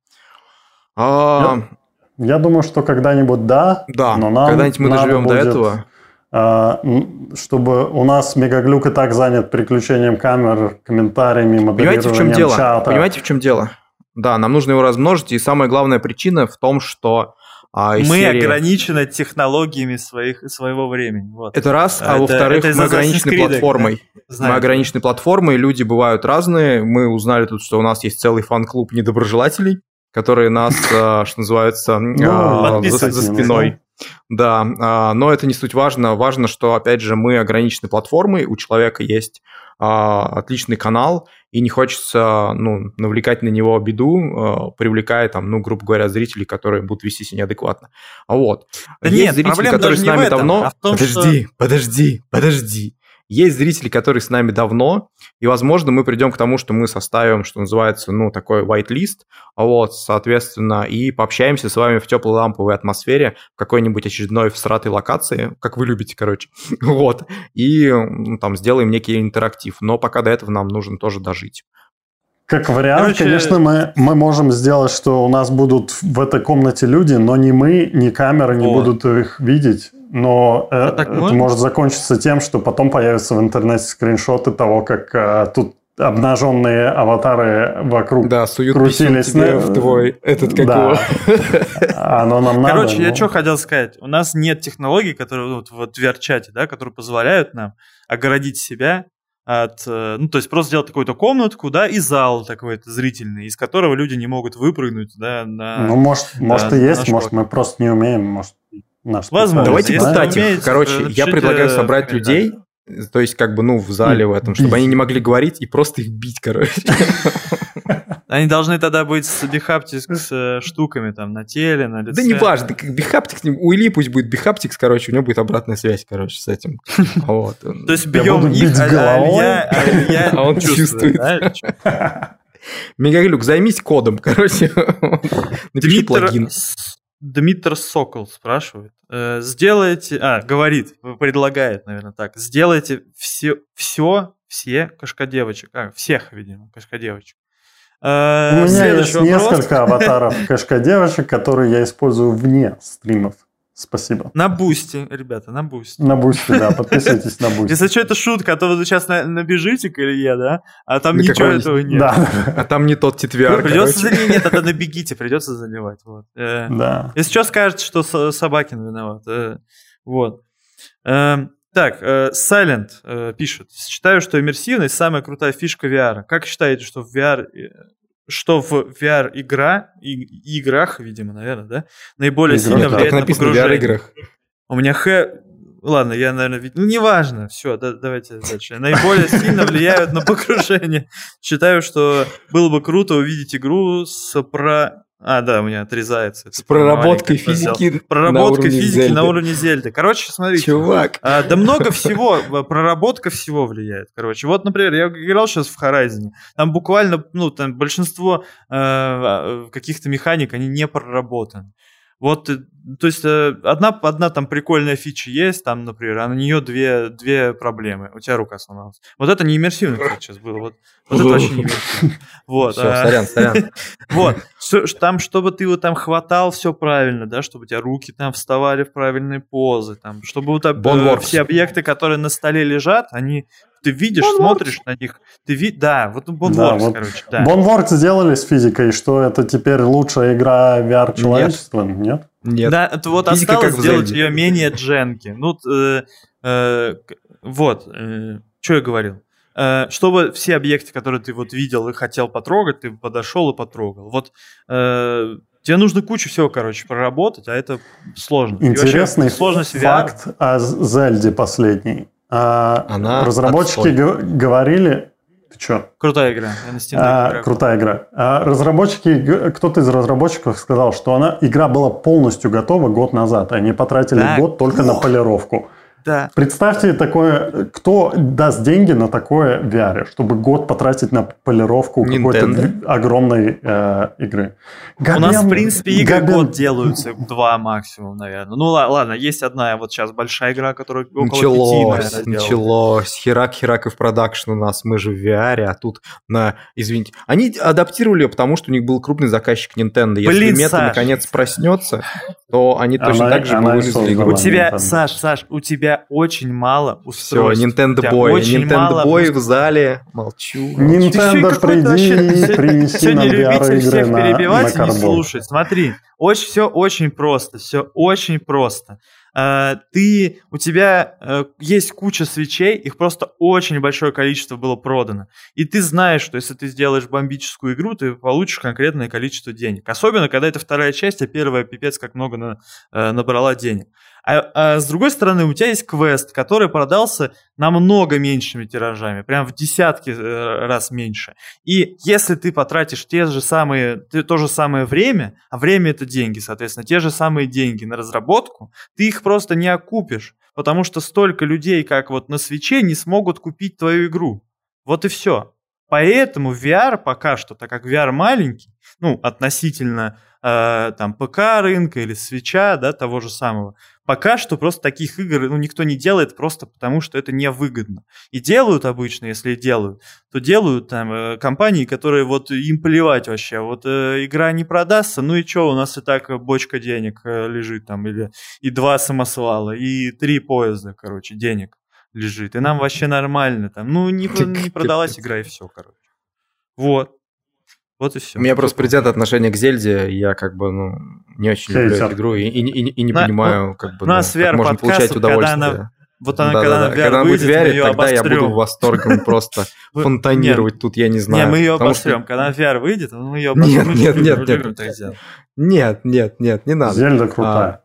А... Я, я думаю, что когда-нибудь да. Да, но нам когда-нибудь мы доживем будет, до этого. А, чтобы у нас Мегаглюк и так занят переключением камер, комментариями, модерированием Понимаете, в чем дело? чата. Понимаете, в чем дело? Да, нам нужно его размножить, и самая главная причина в том, что... А, мы серии... ограничены технологиями своих, своего времени. Вот. Это раз, а это, во-вторых, это мы ограничены платформой. Да? Мы ограничены платформой, люди бывают разные. Мы узнали тут, что у нас есть целый фан-клуб недоброжелателей, которые нас, что называется, за спиной. Да, но это не суть важно. Важно, что, опять же, мы ограничены платформой, у человека есть отличный канал, и не хочется ну, навлекать на него беду, привлекая, там, ну, грубо говоря, зрителей, которые будут вести себя неадекватно. Вот. Да есть нет, зрители, которые с нами этом, давно... А том, подожди, что... подожди, подожди. Есть зрители, которые с нами давно, и, возможно, мы придем к тому, что мы составим, что называется, ну, такой white-list, вот, соответственно, и пообщаемся с вами в теплой ламповой атмосфере в какой-нибудь очередной всратой локации, как вы любите, короче, вот, и ну, там сделаем некий интерактив, но пока до этого нам нужно тоже дожить. Как вариант, Короче... конечно, мы, мы можем сделать, что у нас будут в этой комнате люди, но ни мы, ни камеры не О. будут их видеть. Но а э, это можно? может закончиться тем, что потом появятся в интернете скриншоты того, как э, тут обнаженные аватары вокруг да, суют крутились. Тебе в твой этот как да. Оно нам надо. Короче, я но... что хотел сказать. У нас нет технологий, которые вот, вот в ви ар-чате, да, которые позволяют нам огородить себя от... Ну, то есть просто сделать какую-то комнатку, да, и зал такой-то зрительный, из которого люди не могут выпрыгнуть, да, на... Ну, может, да, может и есть, может, мы просто не умеем, может... Возможно. Давайте пытать их. Короче, я предлагаю собрать людей, то есть как бы, ну, в зале в этом, чтобы они не могли говорить и просто их бить, короче. Они должны тогда быть с бихаптикс штуками там на теле, на лице. Да не важно, бихаптикс, у Ильи пусть будет бихаптикс, короче, у него будет обратная связь, короче, с этим. Вот. То есть бьем их, а он чувствует. Мегаглюк, займись кодом, короче. Напиши плагин. Дмитр Сокол спрашивает. Э, сделайте... А, говорит, предлагает, наверное, так. Сделайте все, все, все кошкодевочек. А, всех, видимо, кошкодевочек. Э, У меня есть вопрос. Несколько аватаров кошкодевочек, которые я использую вне стримов. Спасибо. На бусте, ребята, на бусте. На бусте, да, подписывайтесь на бусте. Если что, это шутка, а то вы сейчас набежите к Илье, да? А там ничего этого нет. А там не тот тетвяк. Придется заливать, нет, тогда набегите, придется заливать. Да. Если что, скажете, что Собакин виноват. Вот. Так, Silent пишет. Считаю, что иммерсивность самая крутая фишка ви ар. Как считаете, что в ви ар... что в ви ар-игра, и, играх, видимо, наверное, да, наиболее Игра, сильно да. влияет на погружение? ви ар-играх. У меня Х... Ладно, я, наверное, вид... ну, неважно, все, да, давайте дальше. Наиболее сильно влияют на погружение. Считаю, что было бы круто увидеть игру с про... А, да, у меня отрезается. С проработкой физики Проработкой физики на уровне Зельды. Короче, смотрите. Чувак. А, да много всего, проработка всего влияет, короче. Вот, например, я играл сейчас в Horizon. Там буквально, ну, там большинство э, каких-то механик, они не проработаны. Вот, то есть, одна, одна там прикольная фича есть, там, например, а на нее две, две проблемы. У тебя рука сломалась. Вот это не иммерсивно, как сейчас было. Вот, вот это вообще не иммерсивно. Вот. Все, сорян, сорян. Вот. Там, чтобы ты его там хватал все правильно, да, чтобы у тебя руки там вставали в правильные позы, там, чтобы вот все объекты, которые на столе лежат, они... Ты видишь, Boneworks. Смотришь на них, ты видишь, да, вот Boneworks, да, вот короче, да. Boneworks сделали с физикой, что это теперь лучшая игра ви ар-человечества, нет? Нет. Нет. Да, это вот Физика осталось сделать ее менее дженки. Ну, э, э, вот, э, что я говорил. Э, чтобы все объекты, которые ты вот видел и хотел потрогать, ты подошел и потрогал. Вот э, тебе нужно кучу всего, короче, проработать, а это сложно. Интересный факт о Зельде последний. А, Она разработчики г- говорили... Ты что? Крутая игра. Я на Steam а, играю. Крутая игра. А разработчики, кто-то из разработчиков сказал, что она, игра была полностью готова год назад. Они потратили да. год только Ох. на полировку. Да. Представьте такое, кто даст деньги на такое в ви ар, чтобы год потратить на полировку Nintendo. Какой-то огромной э, игры. Габен, У нас, в принципе, игры Габен... год делаются, два максимум, наверное. Ну ладно, есть одна вот сейчас большая игра, которая около началось, пяти, наверное, началось. Херак, Херак и в продакшн у нас, мы же в ви ар, а тут на, извините, они адаптировали ее, потому что у них был крупный заказчик Nintendo. Если Блин, мета Саш. наконец проснется, то они точно она, так же бы вывезли игру. У тебя, Nintendo. Саш, Саш, у тебя очень мало устройств. Все, Nintendo Boy. Nintendo Boy в зале. Молчу. Nintendo, приди, принеси нам ви ар-игры всех перебивать и не слушать. Смотри, очень, все очень просто. Все очень просто. Ты, у тебя есть куча свечей, их просто очень большое количество было продано. И ты знаешь, что если ты сделаешь бомбическую игру, ты получишь конкретное количество денег. Особенно, когда это вторая часть, а первая пипец как много на, набрала денег. А, а с другой стороны, у тебя есть квест, который продался намного меньшими тиражами, прям в десятки раз меньше. И если ты потратишь те же самые, то же самое время, а время это деньги, соответственно, те же самые деньги на разработку, ты их просто не окупишь, потому что столько людей, как вот на свече, не смогут купить твою игру. Вот и все. Поэтому ви ар пока что, так как ви ар маленький, ну, относительно э, там ПК рынка или свеча, да, того же самого, пока что просто таких игр ну, никто не делает просто потому, что это невыгодно. И делают обычно, если делают, то делают там э, компании, которые вот им плевать вообще. Вот э, игра не продастся, ну и что, у нас и так бочка денег э, лежит там, или и два самосвала, и три поезда, короче, денег лежит. И нам вообще нормально там. Ну, не, не продалась игра, и все, короче. Вот. Вот и все. У меня просто предвзятое отношение к Зельде, я как бы, ну, не очень люблю эту игру и, и, и, и не на, понимаю, как бы, ну, как можно получать удовольствие. Она, вот она, да, когда, да, она, когда она будет в ви ар, тогда обострем. Я буду восторгом просто фонтанировать тут, я не знаю. Не, мы ее обострем. Когда она в ви ар выйдет, мы ее обострем. Нет, нет, нет, нет. Нет, нет, нет, не надо. Зельда крутая.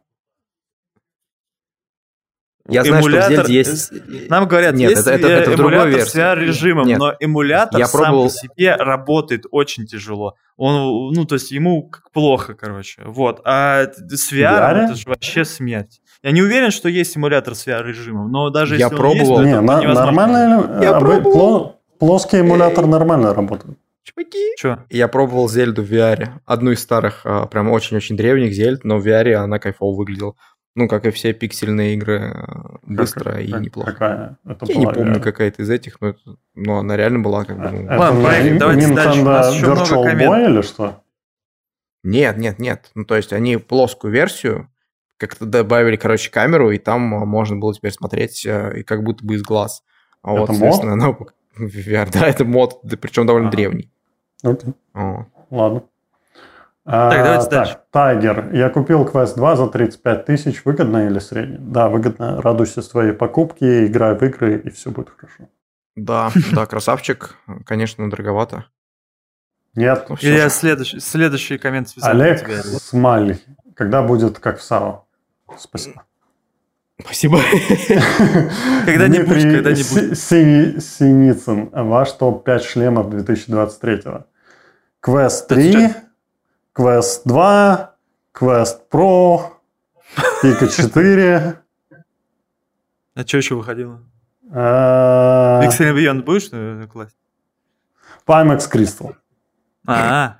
Я знаю, эмулятор, что в Зельде есть... Нам говорят, Нет, есть это, это, это эмулятор с ви ар-режимом, но эмулятор я сам пробовал... по себе работает очень тяжело. Он, ну, то есть ему плохо, короче. Вот. А с ви ар это же вообще смерть. Я не уверен, что есть эмулятор с ви ар-режимом, но даже я если пробовал. он есть, то это не, нормально. Я пробовал. Плоский эмулятор нормально работает. Чуваки. Чё? Я пробовал Зельду в ви ар. Одну из старых, прям очень-очень древних Зельд, но в ви ар она кайфово выглядела. Ну, как и все пиксельные игры, быстро как, и как, неплохо. Какая? Это я не помню, игра. Какая-то из этих, но, это, но она реально была как бы... Ну... Ладно, Nintendo давайте дальше. У нас еще Virtual Boy или что? Нет, нет, нет. Ну, то есть они плоскую версию как-то добавили, короче, камеру, и там можно было теперь смотреть и как будто бы из глаз. А это вот, мод? соответственно, оно ви ар, да, это мод, да, причем довольно Ага. древний. Окей. О. Ладно. Так, А, давайте дальше. так, Tiger. Я купил Quest два за тридцать пять тысяч. Выгодно или средне? Да, выгодно. Радуйся своей покупке, играй в игры, и все будет хорошо. Да, да, красавчик. Конечно, дороговато. Нет. Ну, Или всё я же. следующий, следующий коммент специально Олег для тебя. Смаль. Когда будет как в САО? Спасибо. Спасибо. Когда-нибудь, Дмитрий когда-нибудь. Си- Сини- Синицын. Ваш топ пять шлемов две тысячи двадцать третьего. Quest три, сейчас. Quest два, Quest Pro, Pico четыре. А что еще выходило? э, Pixel Beyond будешь э, класть? Pimax Crystal. А,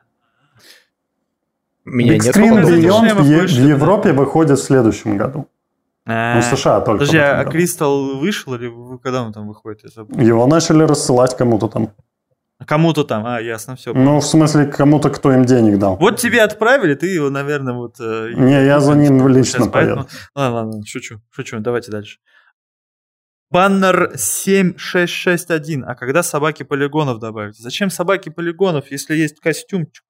Меня Big нет Screen походу. Beyond. Beyond в, шлемов Е- вышли, в да. Европе выходит в следующем году. а. Ну, в США только. Подожди, в этом а году. Crystal вышел или вы- когда он там выходит? Я забыл. Его начали рассылать кому-то там. Кому-то там, а, ясно, все. Ну, в смысле, кому-то, кто им денег дал. Вот тебе отправили, ты его, наверное, вот... э, Не, я за ним лично сейчас, поэтому- поеду. Ладно, ладно, шучу, шучу, давайте дальше. Баннер семь шесть шесть один. А когда собаки полигонов добавить? Зачем собаки полигонов, если есть костюмчик?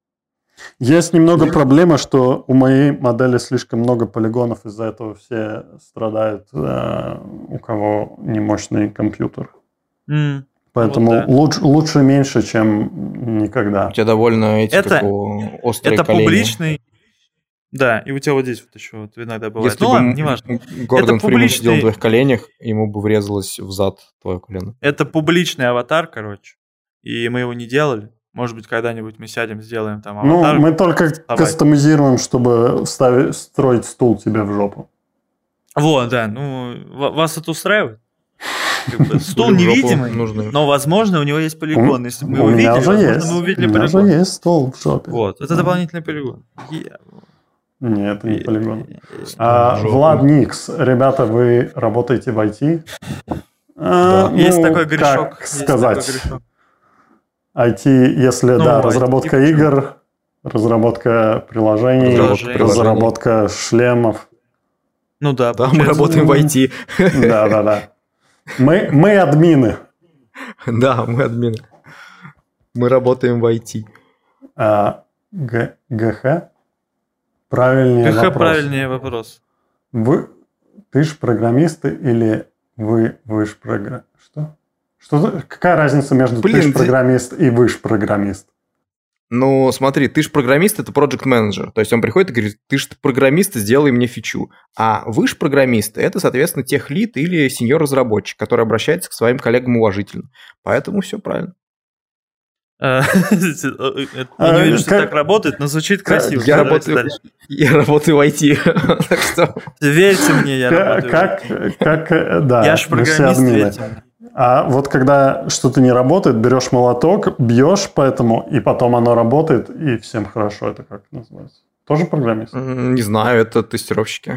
Есть немного проблема, что у моей модели слишком много полигонов, из-за этого все страдают, э, у кого не мощный компьютер. М, Поэтому Вот да. луч- лучше меньше, чем никогда. У тебя довольно эти, Это- как его, острые Это колени. публичный... Да, и у тебя вот здесь вот еще вот иногда бывает. Если Ну бы ладно, м- неважно. Гордон Это Фриман публичный- сидел на твоих коленях, ему бы врезалось в зад твое колено. Это публичный аватар, короче. И мы его не делали. Может быть, когда-нибудь мы сядем, сделаем там Ну, аватар. мы только кастомизируем, чтобы вставить, строить стул тебе в жопу. Вот, да. Ну, ва- вас это устраивает? Как бы стул Или в жопу невидимый, нужны. но, возможно, у него есть полигон. Если бы мы у его меня видели, уже возможно, есть. мы увидели у меня полигон. уже есть стол в жопе. Вот, это дополнительный полигон. Е- Нет, это не полигон. е- А, Жопу. Влад Никс, ребята, вы работаете в ай ти? А, ну, Есть такой грешок. Как есть сказать? такой грешок. ай ти, если, Ну, да, ай ти разработка почему? игр, разработка приложений, Разработка разработка шлемов. Ну да, Да, мы получается. работаем в ай ти. Да-да-да. Мы, мы админы. Да, мы админы. Мы работаем в ай ти. А, Г- ГХ? Правильнее ГХ вопрос. правильнее вопрос. Вы, ты ж программисты или вы, вы ж программист? Что? Что за- какая разница между Блин, ты ж ты- программист и вы ж программист? Ну, смотри, ты же программист, это project менеджер. То есть он приходит и говорит, ты же программист, сделай мне фичу. А вы же программисты, это, соответственно, техлид или сеньор-разработчик, который обращается к своим коллегам уважительно. Поэтому все правильно. Э, Я не уверен, что как- так работает, но звучит красиво. Я Давайте работаю, дальше. я работаю в ай ти. Так что... Верьте мне, я Как, работаю. как, как, э, да, Я ж мы все программист, админы. верьте мне. А вот когда что-то не работает, берешь молоток, бьешь по этому, и потом оно работает, и всем хорошо. Это как называется? Тоже программист? м, Не знаю, это тестировщики.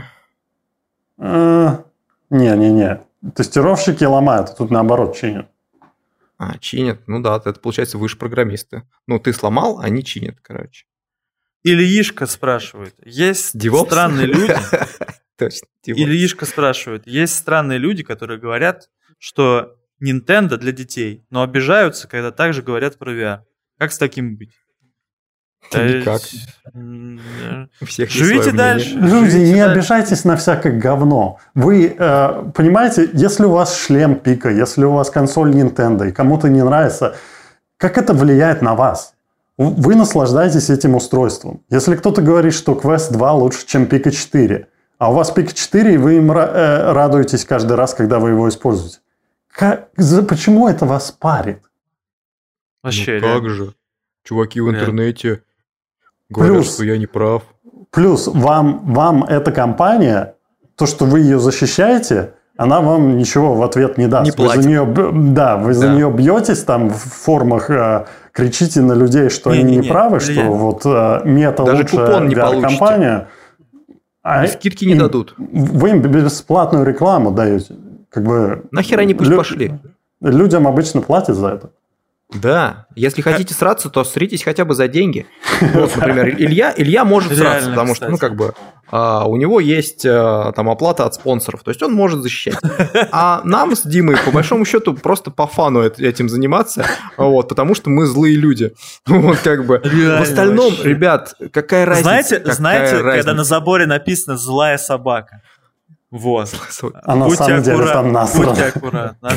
А, Не-не-не. Тестировщики ломают, а тут наоборот чинят. А, чинят. Ну да, это получается вы же программисты. Ну, ты сломал, они чинят, короче. Ильишка спрашивает, есть DevOps? странные люди, Точно. DevOps. Ильишка спрашивает, есть странные люди, которые говорят, что Nintendo для детей, но обижаются, когда также говорят про ви ар. Как с таким быть? Никак. М, У всех есть Живите свое мнение. дальше. Люди, Живите не дальше. обижайтесь на всякое говно. Вы э, понимаете, если у вас шлем Пика, если у вас консоль Nintendo, и кому-то не нравится, как это влияет на вас? Вы наслаждаетесь этим устройством. Если кто-то говорит, что Quest два лучше, чем Pico четыре, а у вас Pico четыре, и вы им ра- э, радуетесь каждый раз, когда вы его используете. Как- за- почему это вас парит? Вообще, Ну реально. как же? Чуваки в Реально. интернете говорят, Плюс- что я не прав. Плюс вам, вам эта компания, то, что вы ее защищаете, она вам ничего в ответ не даст. Не вы платит. за нее, б- да, вы за Да. нее бьетесь там в формах, э, кричите на людей, что они Не-не-не, не правы, Илья. что вот э, мета Даже лучшая купон не ви ар-компания. А И скидки не им- дадут. Вы им бесплатную рекламу даете. Как бы, Нахер они пусть лю- пошли? Людям обычно платят за это. Да, если хотите сраться, то сритесь хотя бы за деньги. Вот, например, Илья, Илья может Реально, сраться, потому кстати. что, ну, как бы, а, у него есть а, там оплата от спонсоров, то есть он может защищать. А нам с Димой, по большому счету, просто по фану этим заниматься, вот, потому что мы злые люди. Вот, как бы. Реально, в остальном, вообще. ребят, какая разница? Знаете, какая знаете разница? когда на заборе написано «злая собака»? Вот. А на Будьте самом деле аккуратны, там насрано. Будьте аккуратны.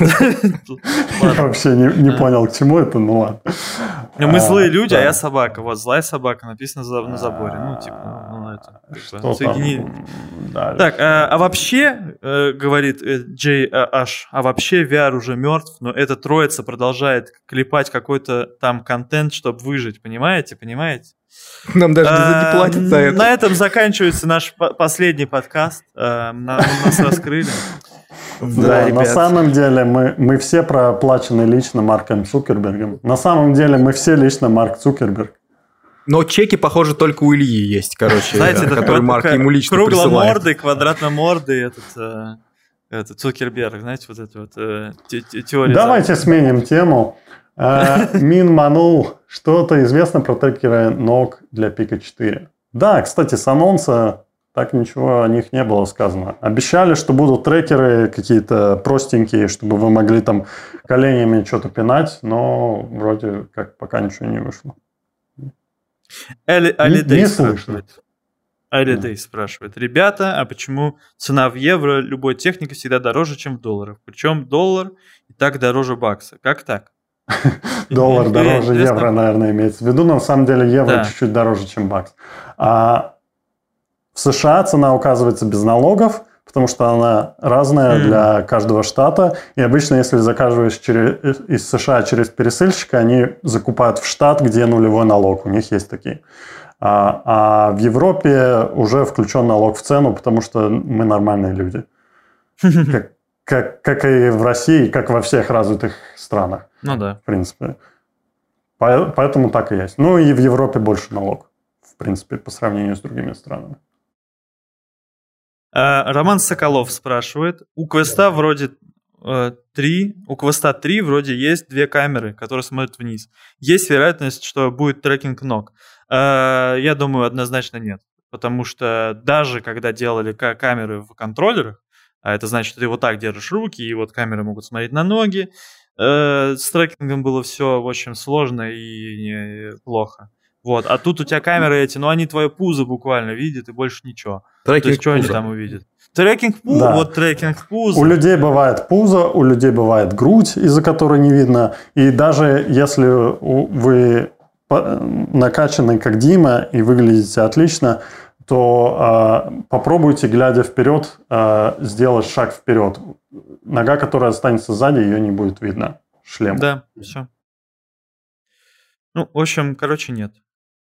Я вообще не, не понял, к чему это, ну ладно. Мы злые люди, а да. я собака. Вот, злая собака написано за- на заборе. Ну, типа, ну, это... как бы соединили. Дальше? Так, а, а вообще, э, говорит э, Джей Аш, а вообще ви ар уже мертв, но эта троица продолжает клепать какой-то там контент, чтобы выжить, понимаете, понимаете? Нам даже А, не платят за это. На этом заканчивается наш по- последний подкаст. А, на- Нас раскрыли. Да, Да, на ребят. самом деле мы, мы все проплачены лично Марком Цукербергом. На самом деле мы все лично Марк Цукерберг. Но чеки, похоже, только у Ильи есть, короче, Знаете, это который квад- Марк ему лично присылает. кругломордый, квадратномордый этот, э, этот Цукерберг, знаете, вот эта вот э, те- те- теория. Давайте сменим тему. Э, Мин манул. Что-то известно про трекеры ног для Пика четыре. Да, кстати, с анонса так ничего о них не было сказано. Обещали, что будут трекеры какие-то простенькие, чтобы вы могли там коленями что-то пинать, но вроде как пока ничего не вышло. Эли, Не- Алидей не спрашивает. Алидей спрашивает. Ребята, а почему цена в евро любой техники всегда дороже, чем в долларах? Причем доллар и так дороже бакса. Как так? Доллар Интересно. дороже евро, наверное, имеется в виду. Но на самом деле евро Да. чуть-чуть дороже, чем бакс. А в США цена указывается без налогов, потому что она разная Мгм. для каждого штата. И обычно, если заказываешь через, из США через пересыльщика, они закупают в штат, где нулевой налог. У них есть такие. А, а в Европе уже включен налог в цену, потому что мы нормальные люди. Как, как, как и в России, как во всех развитых странах. Ну да. В принципе. По- Поэтому так и есть. Ну и в Европе больше налог, в принципе, по сравнению с другими странами. А, Роман Соколов спрашивает. У Квеста вроде э, три, у Квеста три вроде есть две камеры, которые смотрят вниз. Есть вероятность, что будет трекинг ног? А, я думаю, однозначно нет. Потому что даже когда делали ка- камеры в контроллерах, а это значит, что ты вот так держишь руки, и вот камеры могут смотреть на ноги, э, с трекингом было все очень сложно и э, плохо. Вот. А тут у тебя камеры эти, ну они твое пузо буквально видят и больше ничего. То Трекинг есть, что они пуза. там увидят? Трекинг пуза, Да. вот трекинг пуза. У людей бывает пузо, у людей бывает грудь, из-за которой не видно. И даже если у- вы по- накачаны, как Дима, и выглядите отлично, то э, попробуйте, глядя вперед, э, сделать шаг вперед. Нога, которая останется сзади, ее не будет видно. Шлем. Да, все. Ну, в общем, короче, нет.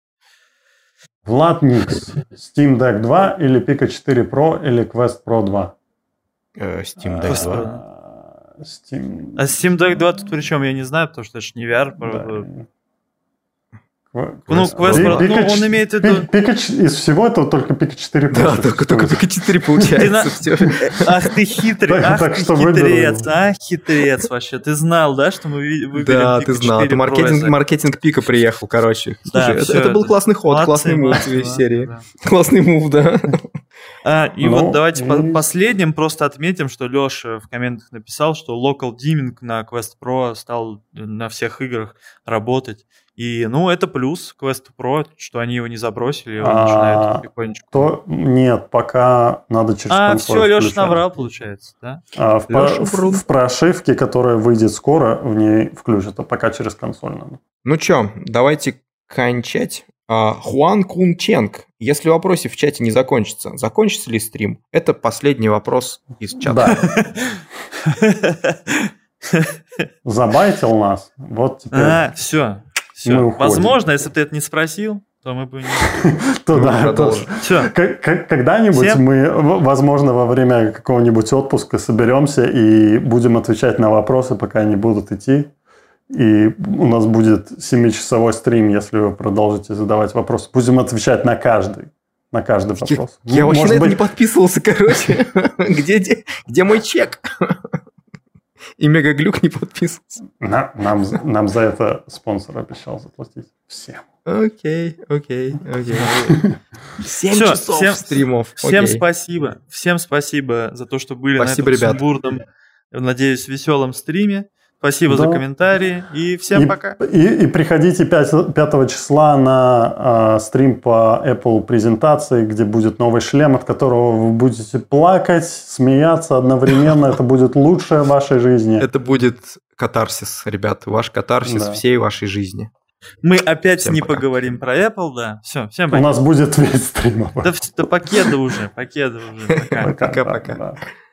Влад Никс. Steam Deck два или Pico четыре Pro или Quest Pro два? Э, Steam Deck Господи. два. А, Steam... А Steam Deck два тут причем я не знаю, потому что это же не ви ар. Да. про- Ква- Ну, Quest Quest Pro. Pro, ну, Pico он ч- имеет в виду- Пи- Pico ч- из всего этого только Pico четыре Pro. Да, только, только Пика четыре Ты на- получается. Все. Ах ты хитрый, Так- ах так ты что хитрец, выберу. а, хитрец вообще. Ты знал, да, что мы ви- выберем Да, Pico ты знал. четыре Это Pro маркетинг, из-за- маркетинг Пика приехал, короче. Да, Слушай, это, всё, это был это- классный ход, Молодцы, классный мув молодцы, из серии. да. Классный мув, да. А, и Ну, вот давайте по- и- последним просто отметим, что Леша в комментах написал, что local dimming на Quest Pro стал на всех играх работать. И, ну, это плюс Quest Pro, что они его не забросили, и он А, начинает потихонечку. То нет, пока надо через А, консоль все, Леша включать. наврал, получается, да? А, в, Лёша по- в- врун. в прошивке, которая выйдет скоро, в ней включат, а пока через консоль надо. Ну чё, давайте кончать. А, Хуан Кун Ченг. Если вопросы в чате не закончатся, закончится ли стрим? Это последний вопрос из чата. Да, забайтил нас. Вот теперь. А, все, все. Мы уходим. Возможно, если бы ты это не спросил, то мы бы не... То Мы да, то- продолжим. Все. Как- как- Когда-нибудь Всем- мы, в- возможно, во время какого-нибудь отпуска соберемся и будем отвечать на вопросы, пока они будут идти. И у нас будет семичасовой стрим, если вы продолжите задавать вопросы. Будем отвечать на каждый. На каждый Я, вопрос. я Ну, вообще на может это быть, не подписывался, короче. Где, где, где мой чек? И Мегаглюк не подписывался. На, нам, нам за это спонсор обещал заплатить. Всем. Окей, окей, окей. Семь Всё, часов всем- стримов. Всем Окей. спасибо. Всем спасибо за то, что были Спасибо, на этом ребят. сумбурном, надеюсь, веселом стриме. Спасибо за Да. комментарии. И всем и, пока. И, и приходите пятого числа на э, стрим по Apple презентации, где будет новый шлем, от которого вы будете плакать, смеяться одновременно. Это будет лучшее в вашей жизни. Это будет катарсис, ребят. Ваш катарсис Да. всей вашей жизни. Мы опять Всем не пока. поговорим про Apple, да. Все, всем У пока. нас будет весь стрим. об Да, этом. в- да покеда уже, покеда уже. Пока. Пока, Пока-пока. да, да.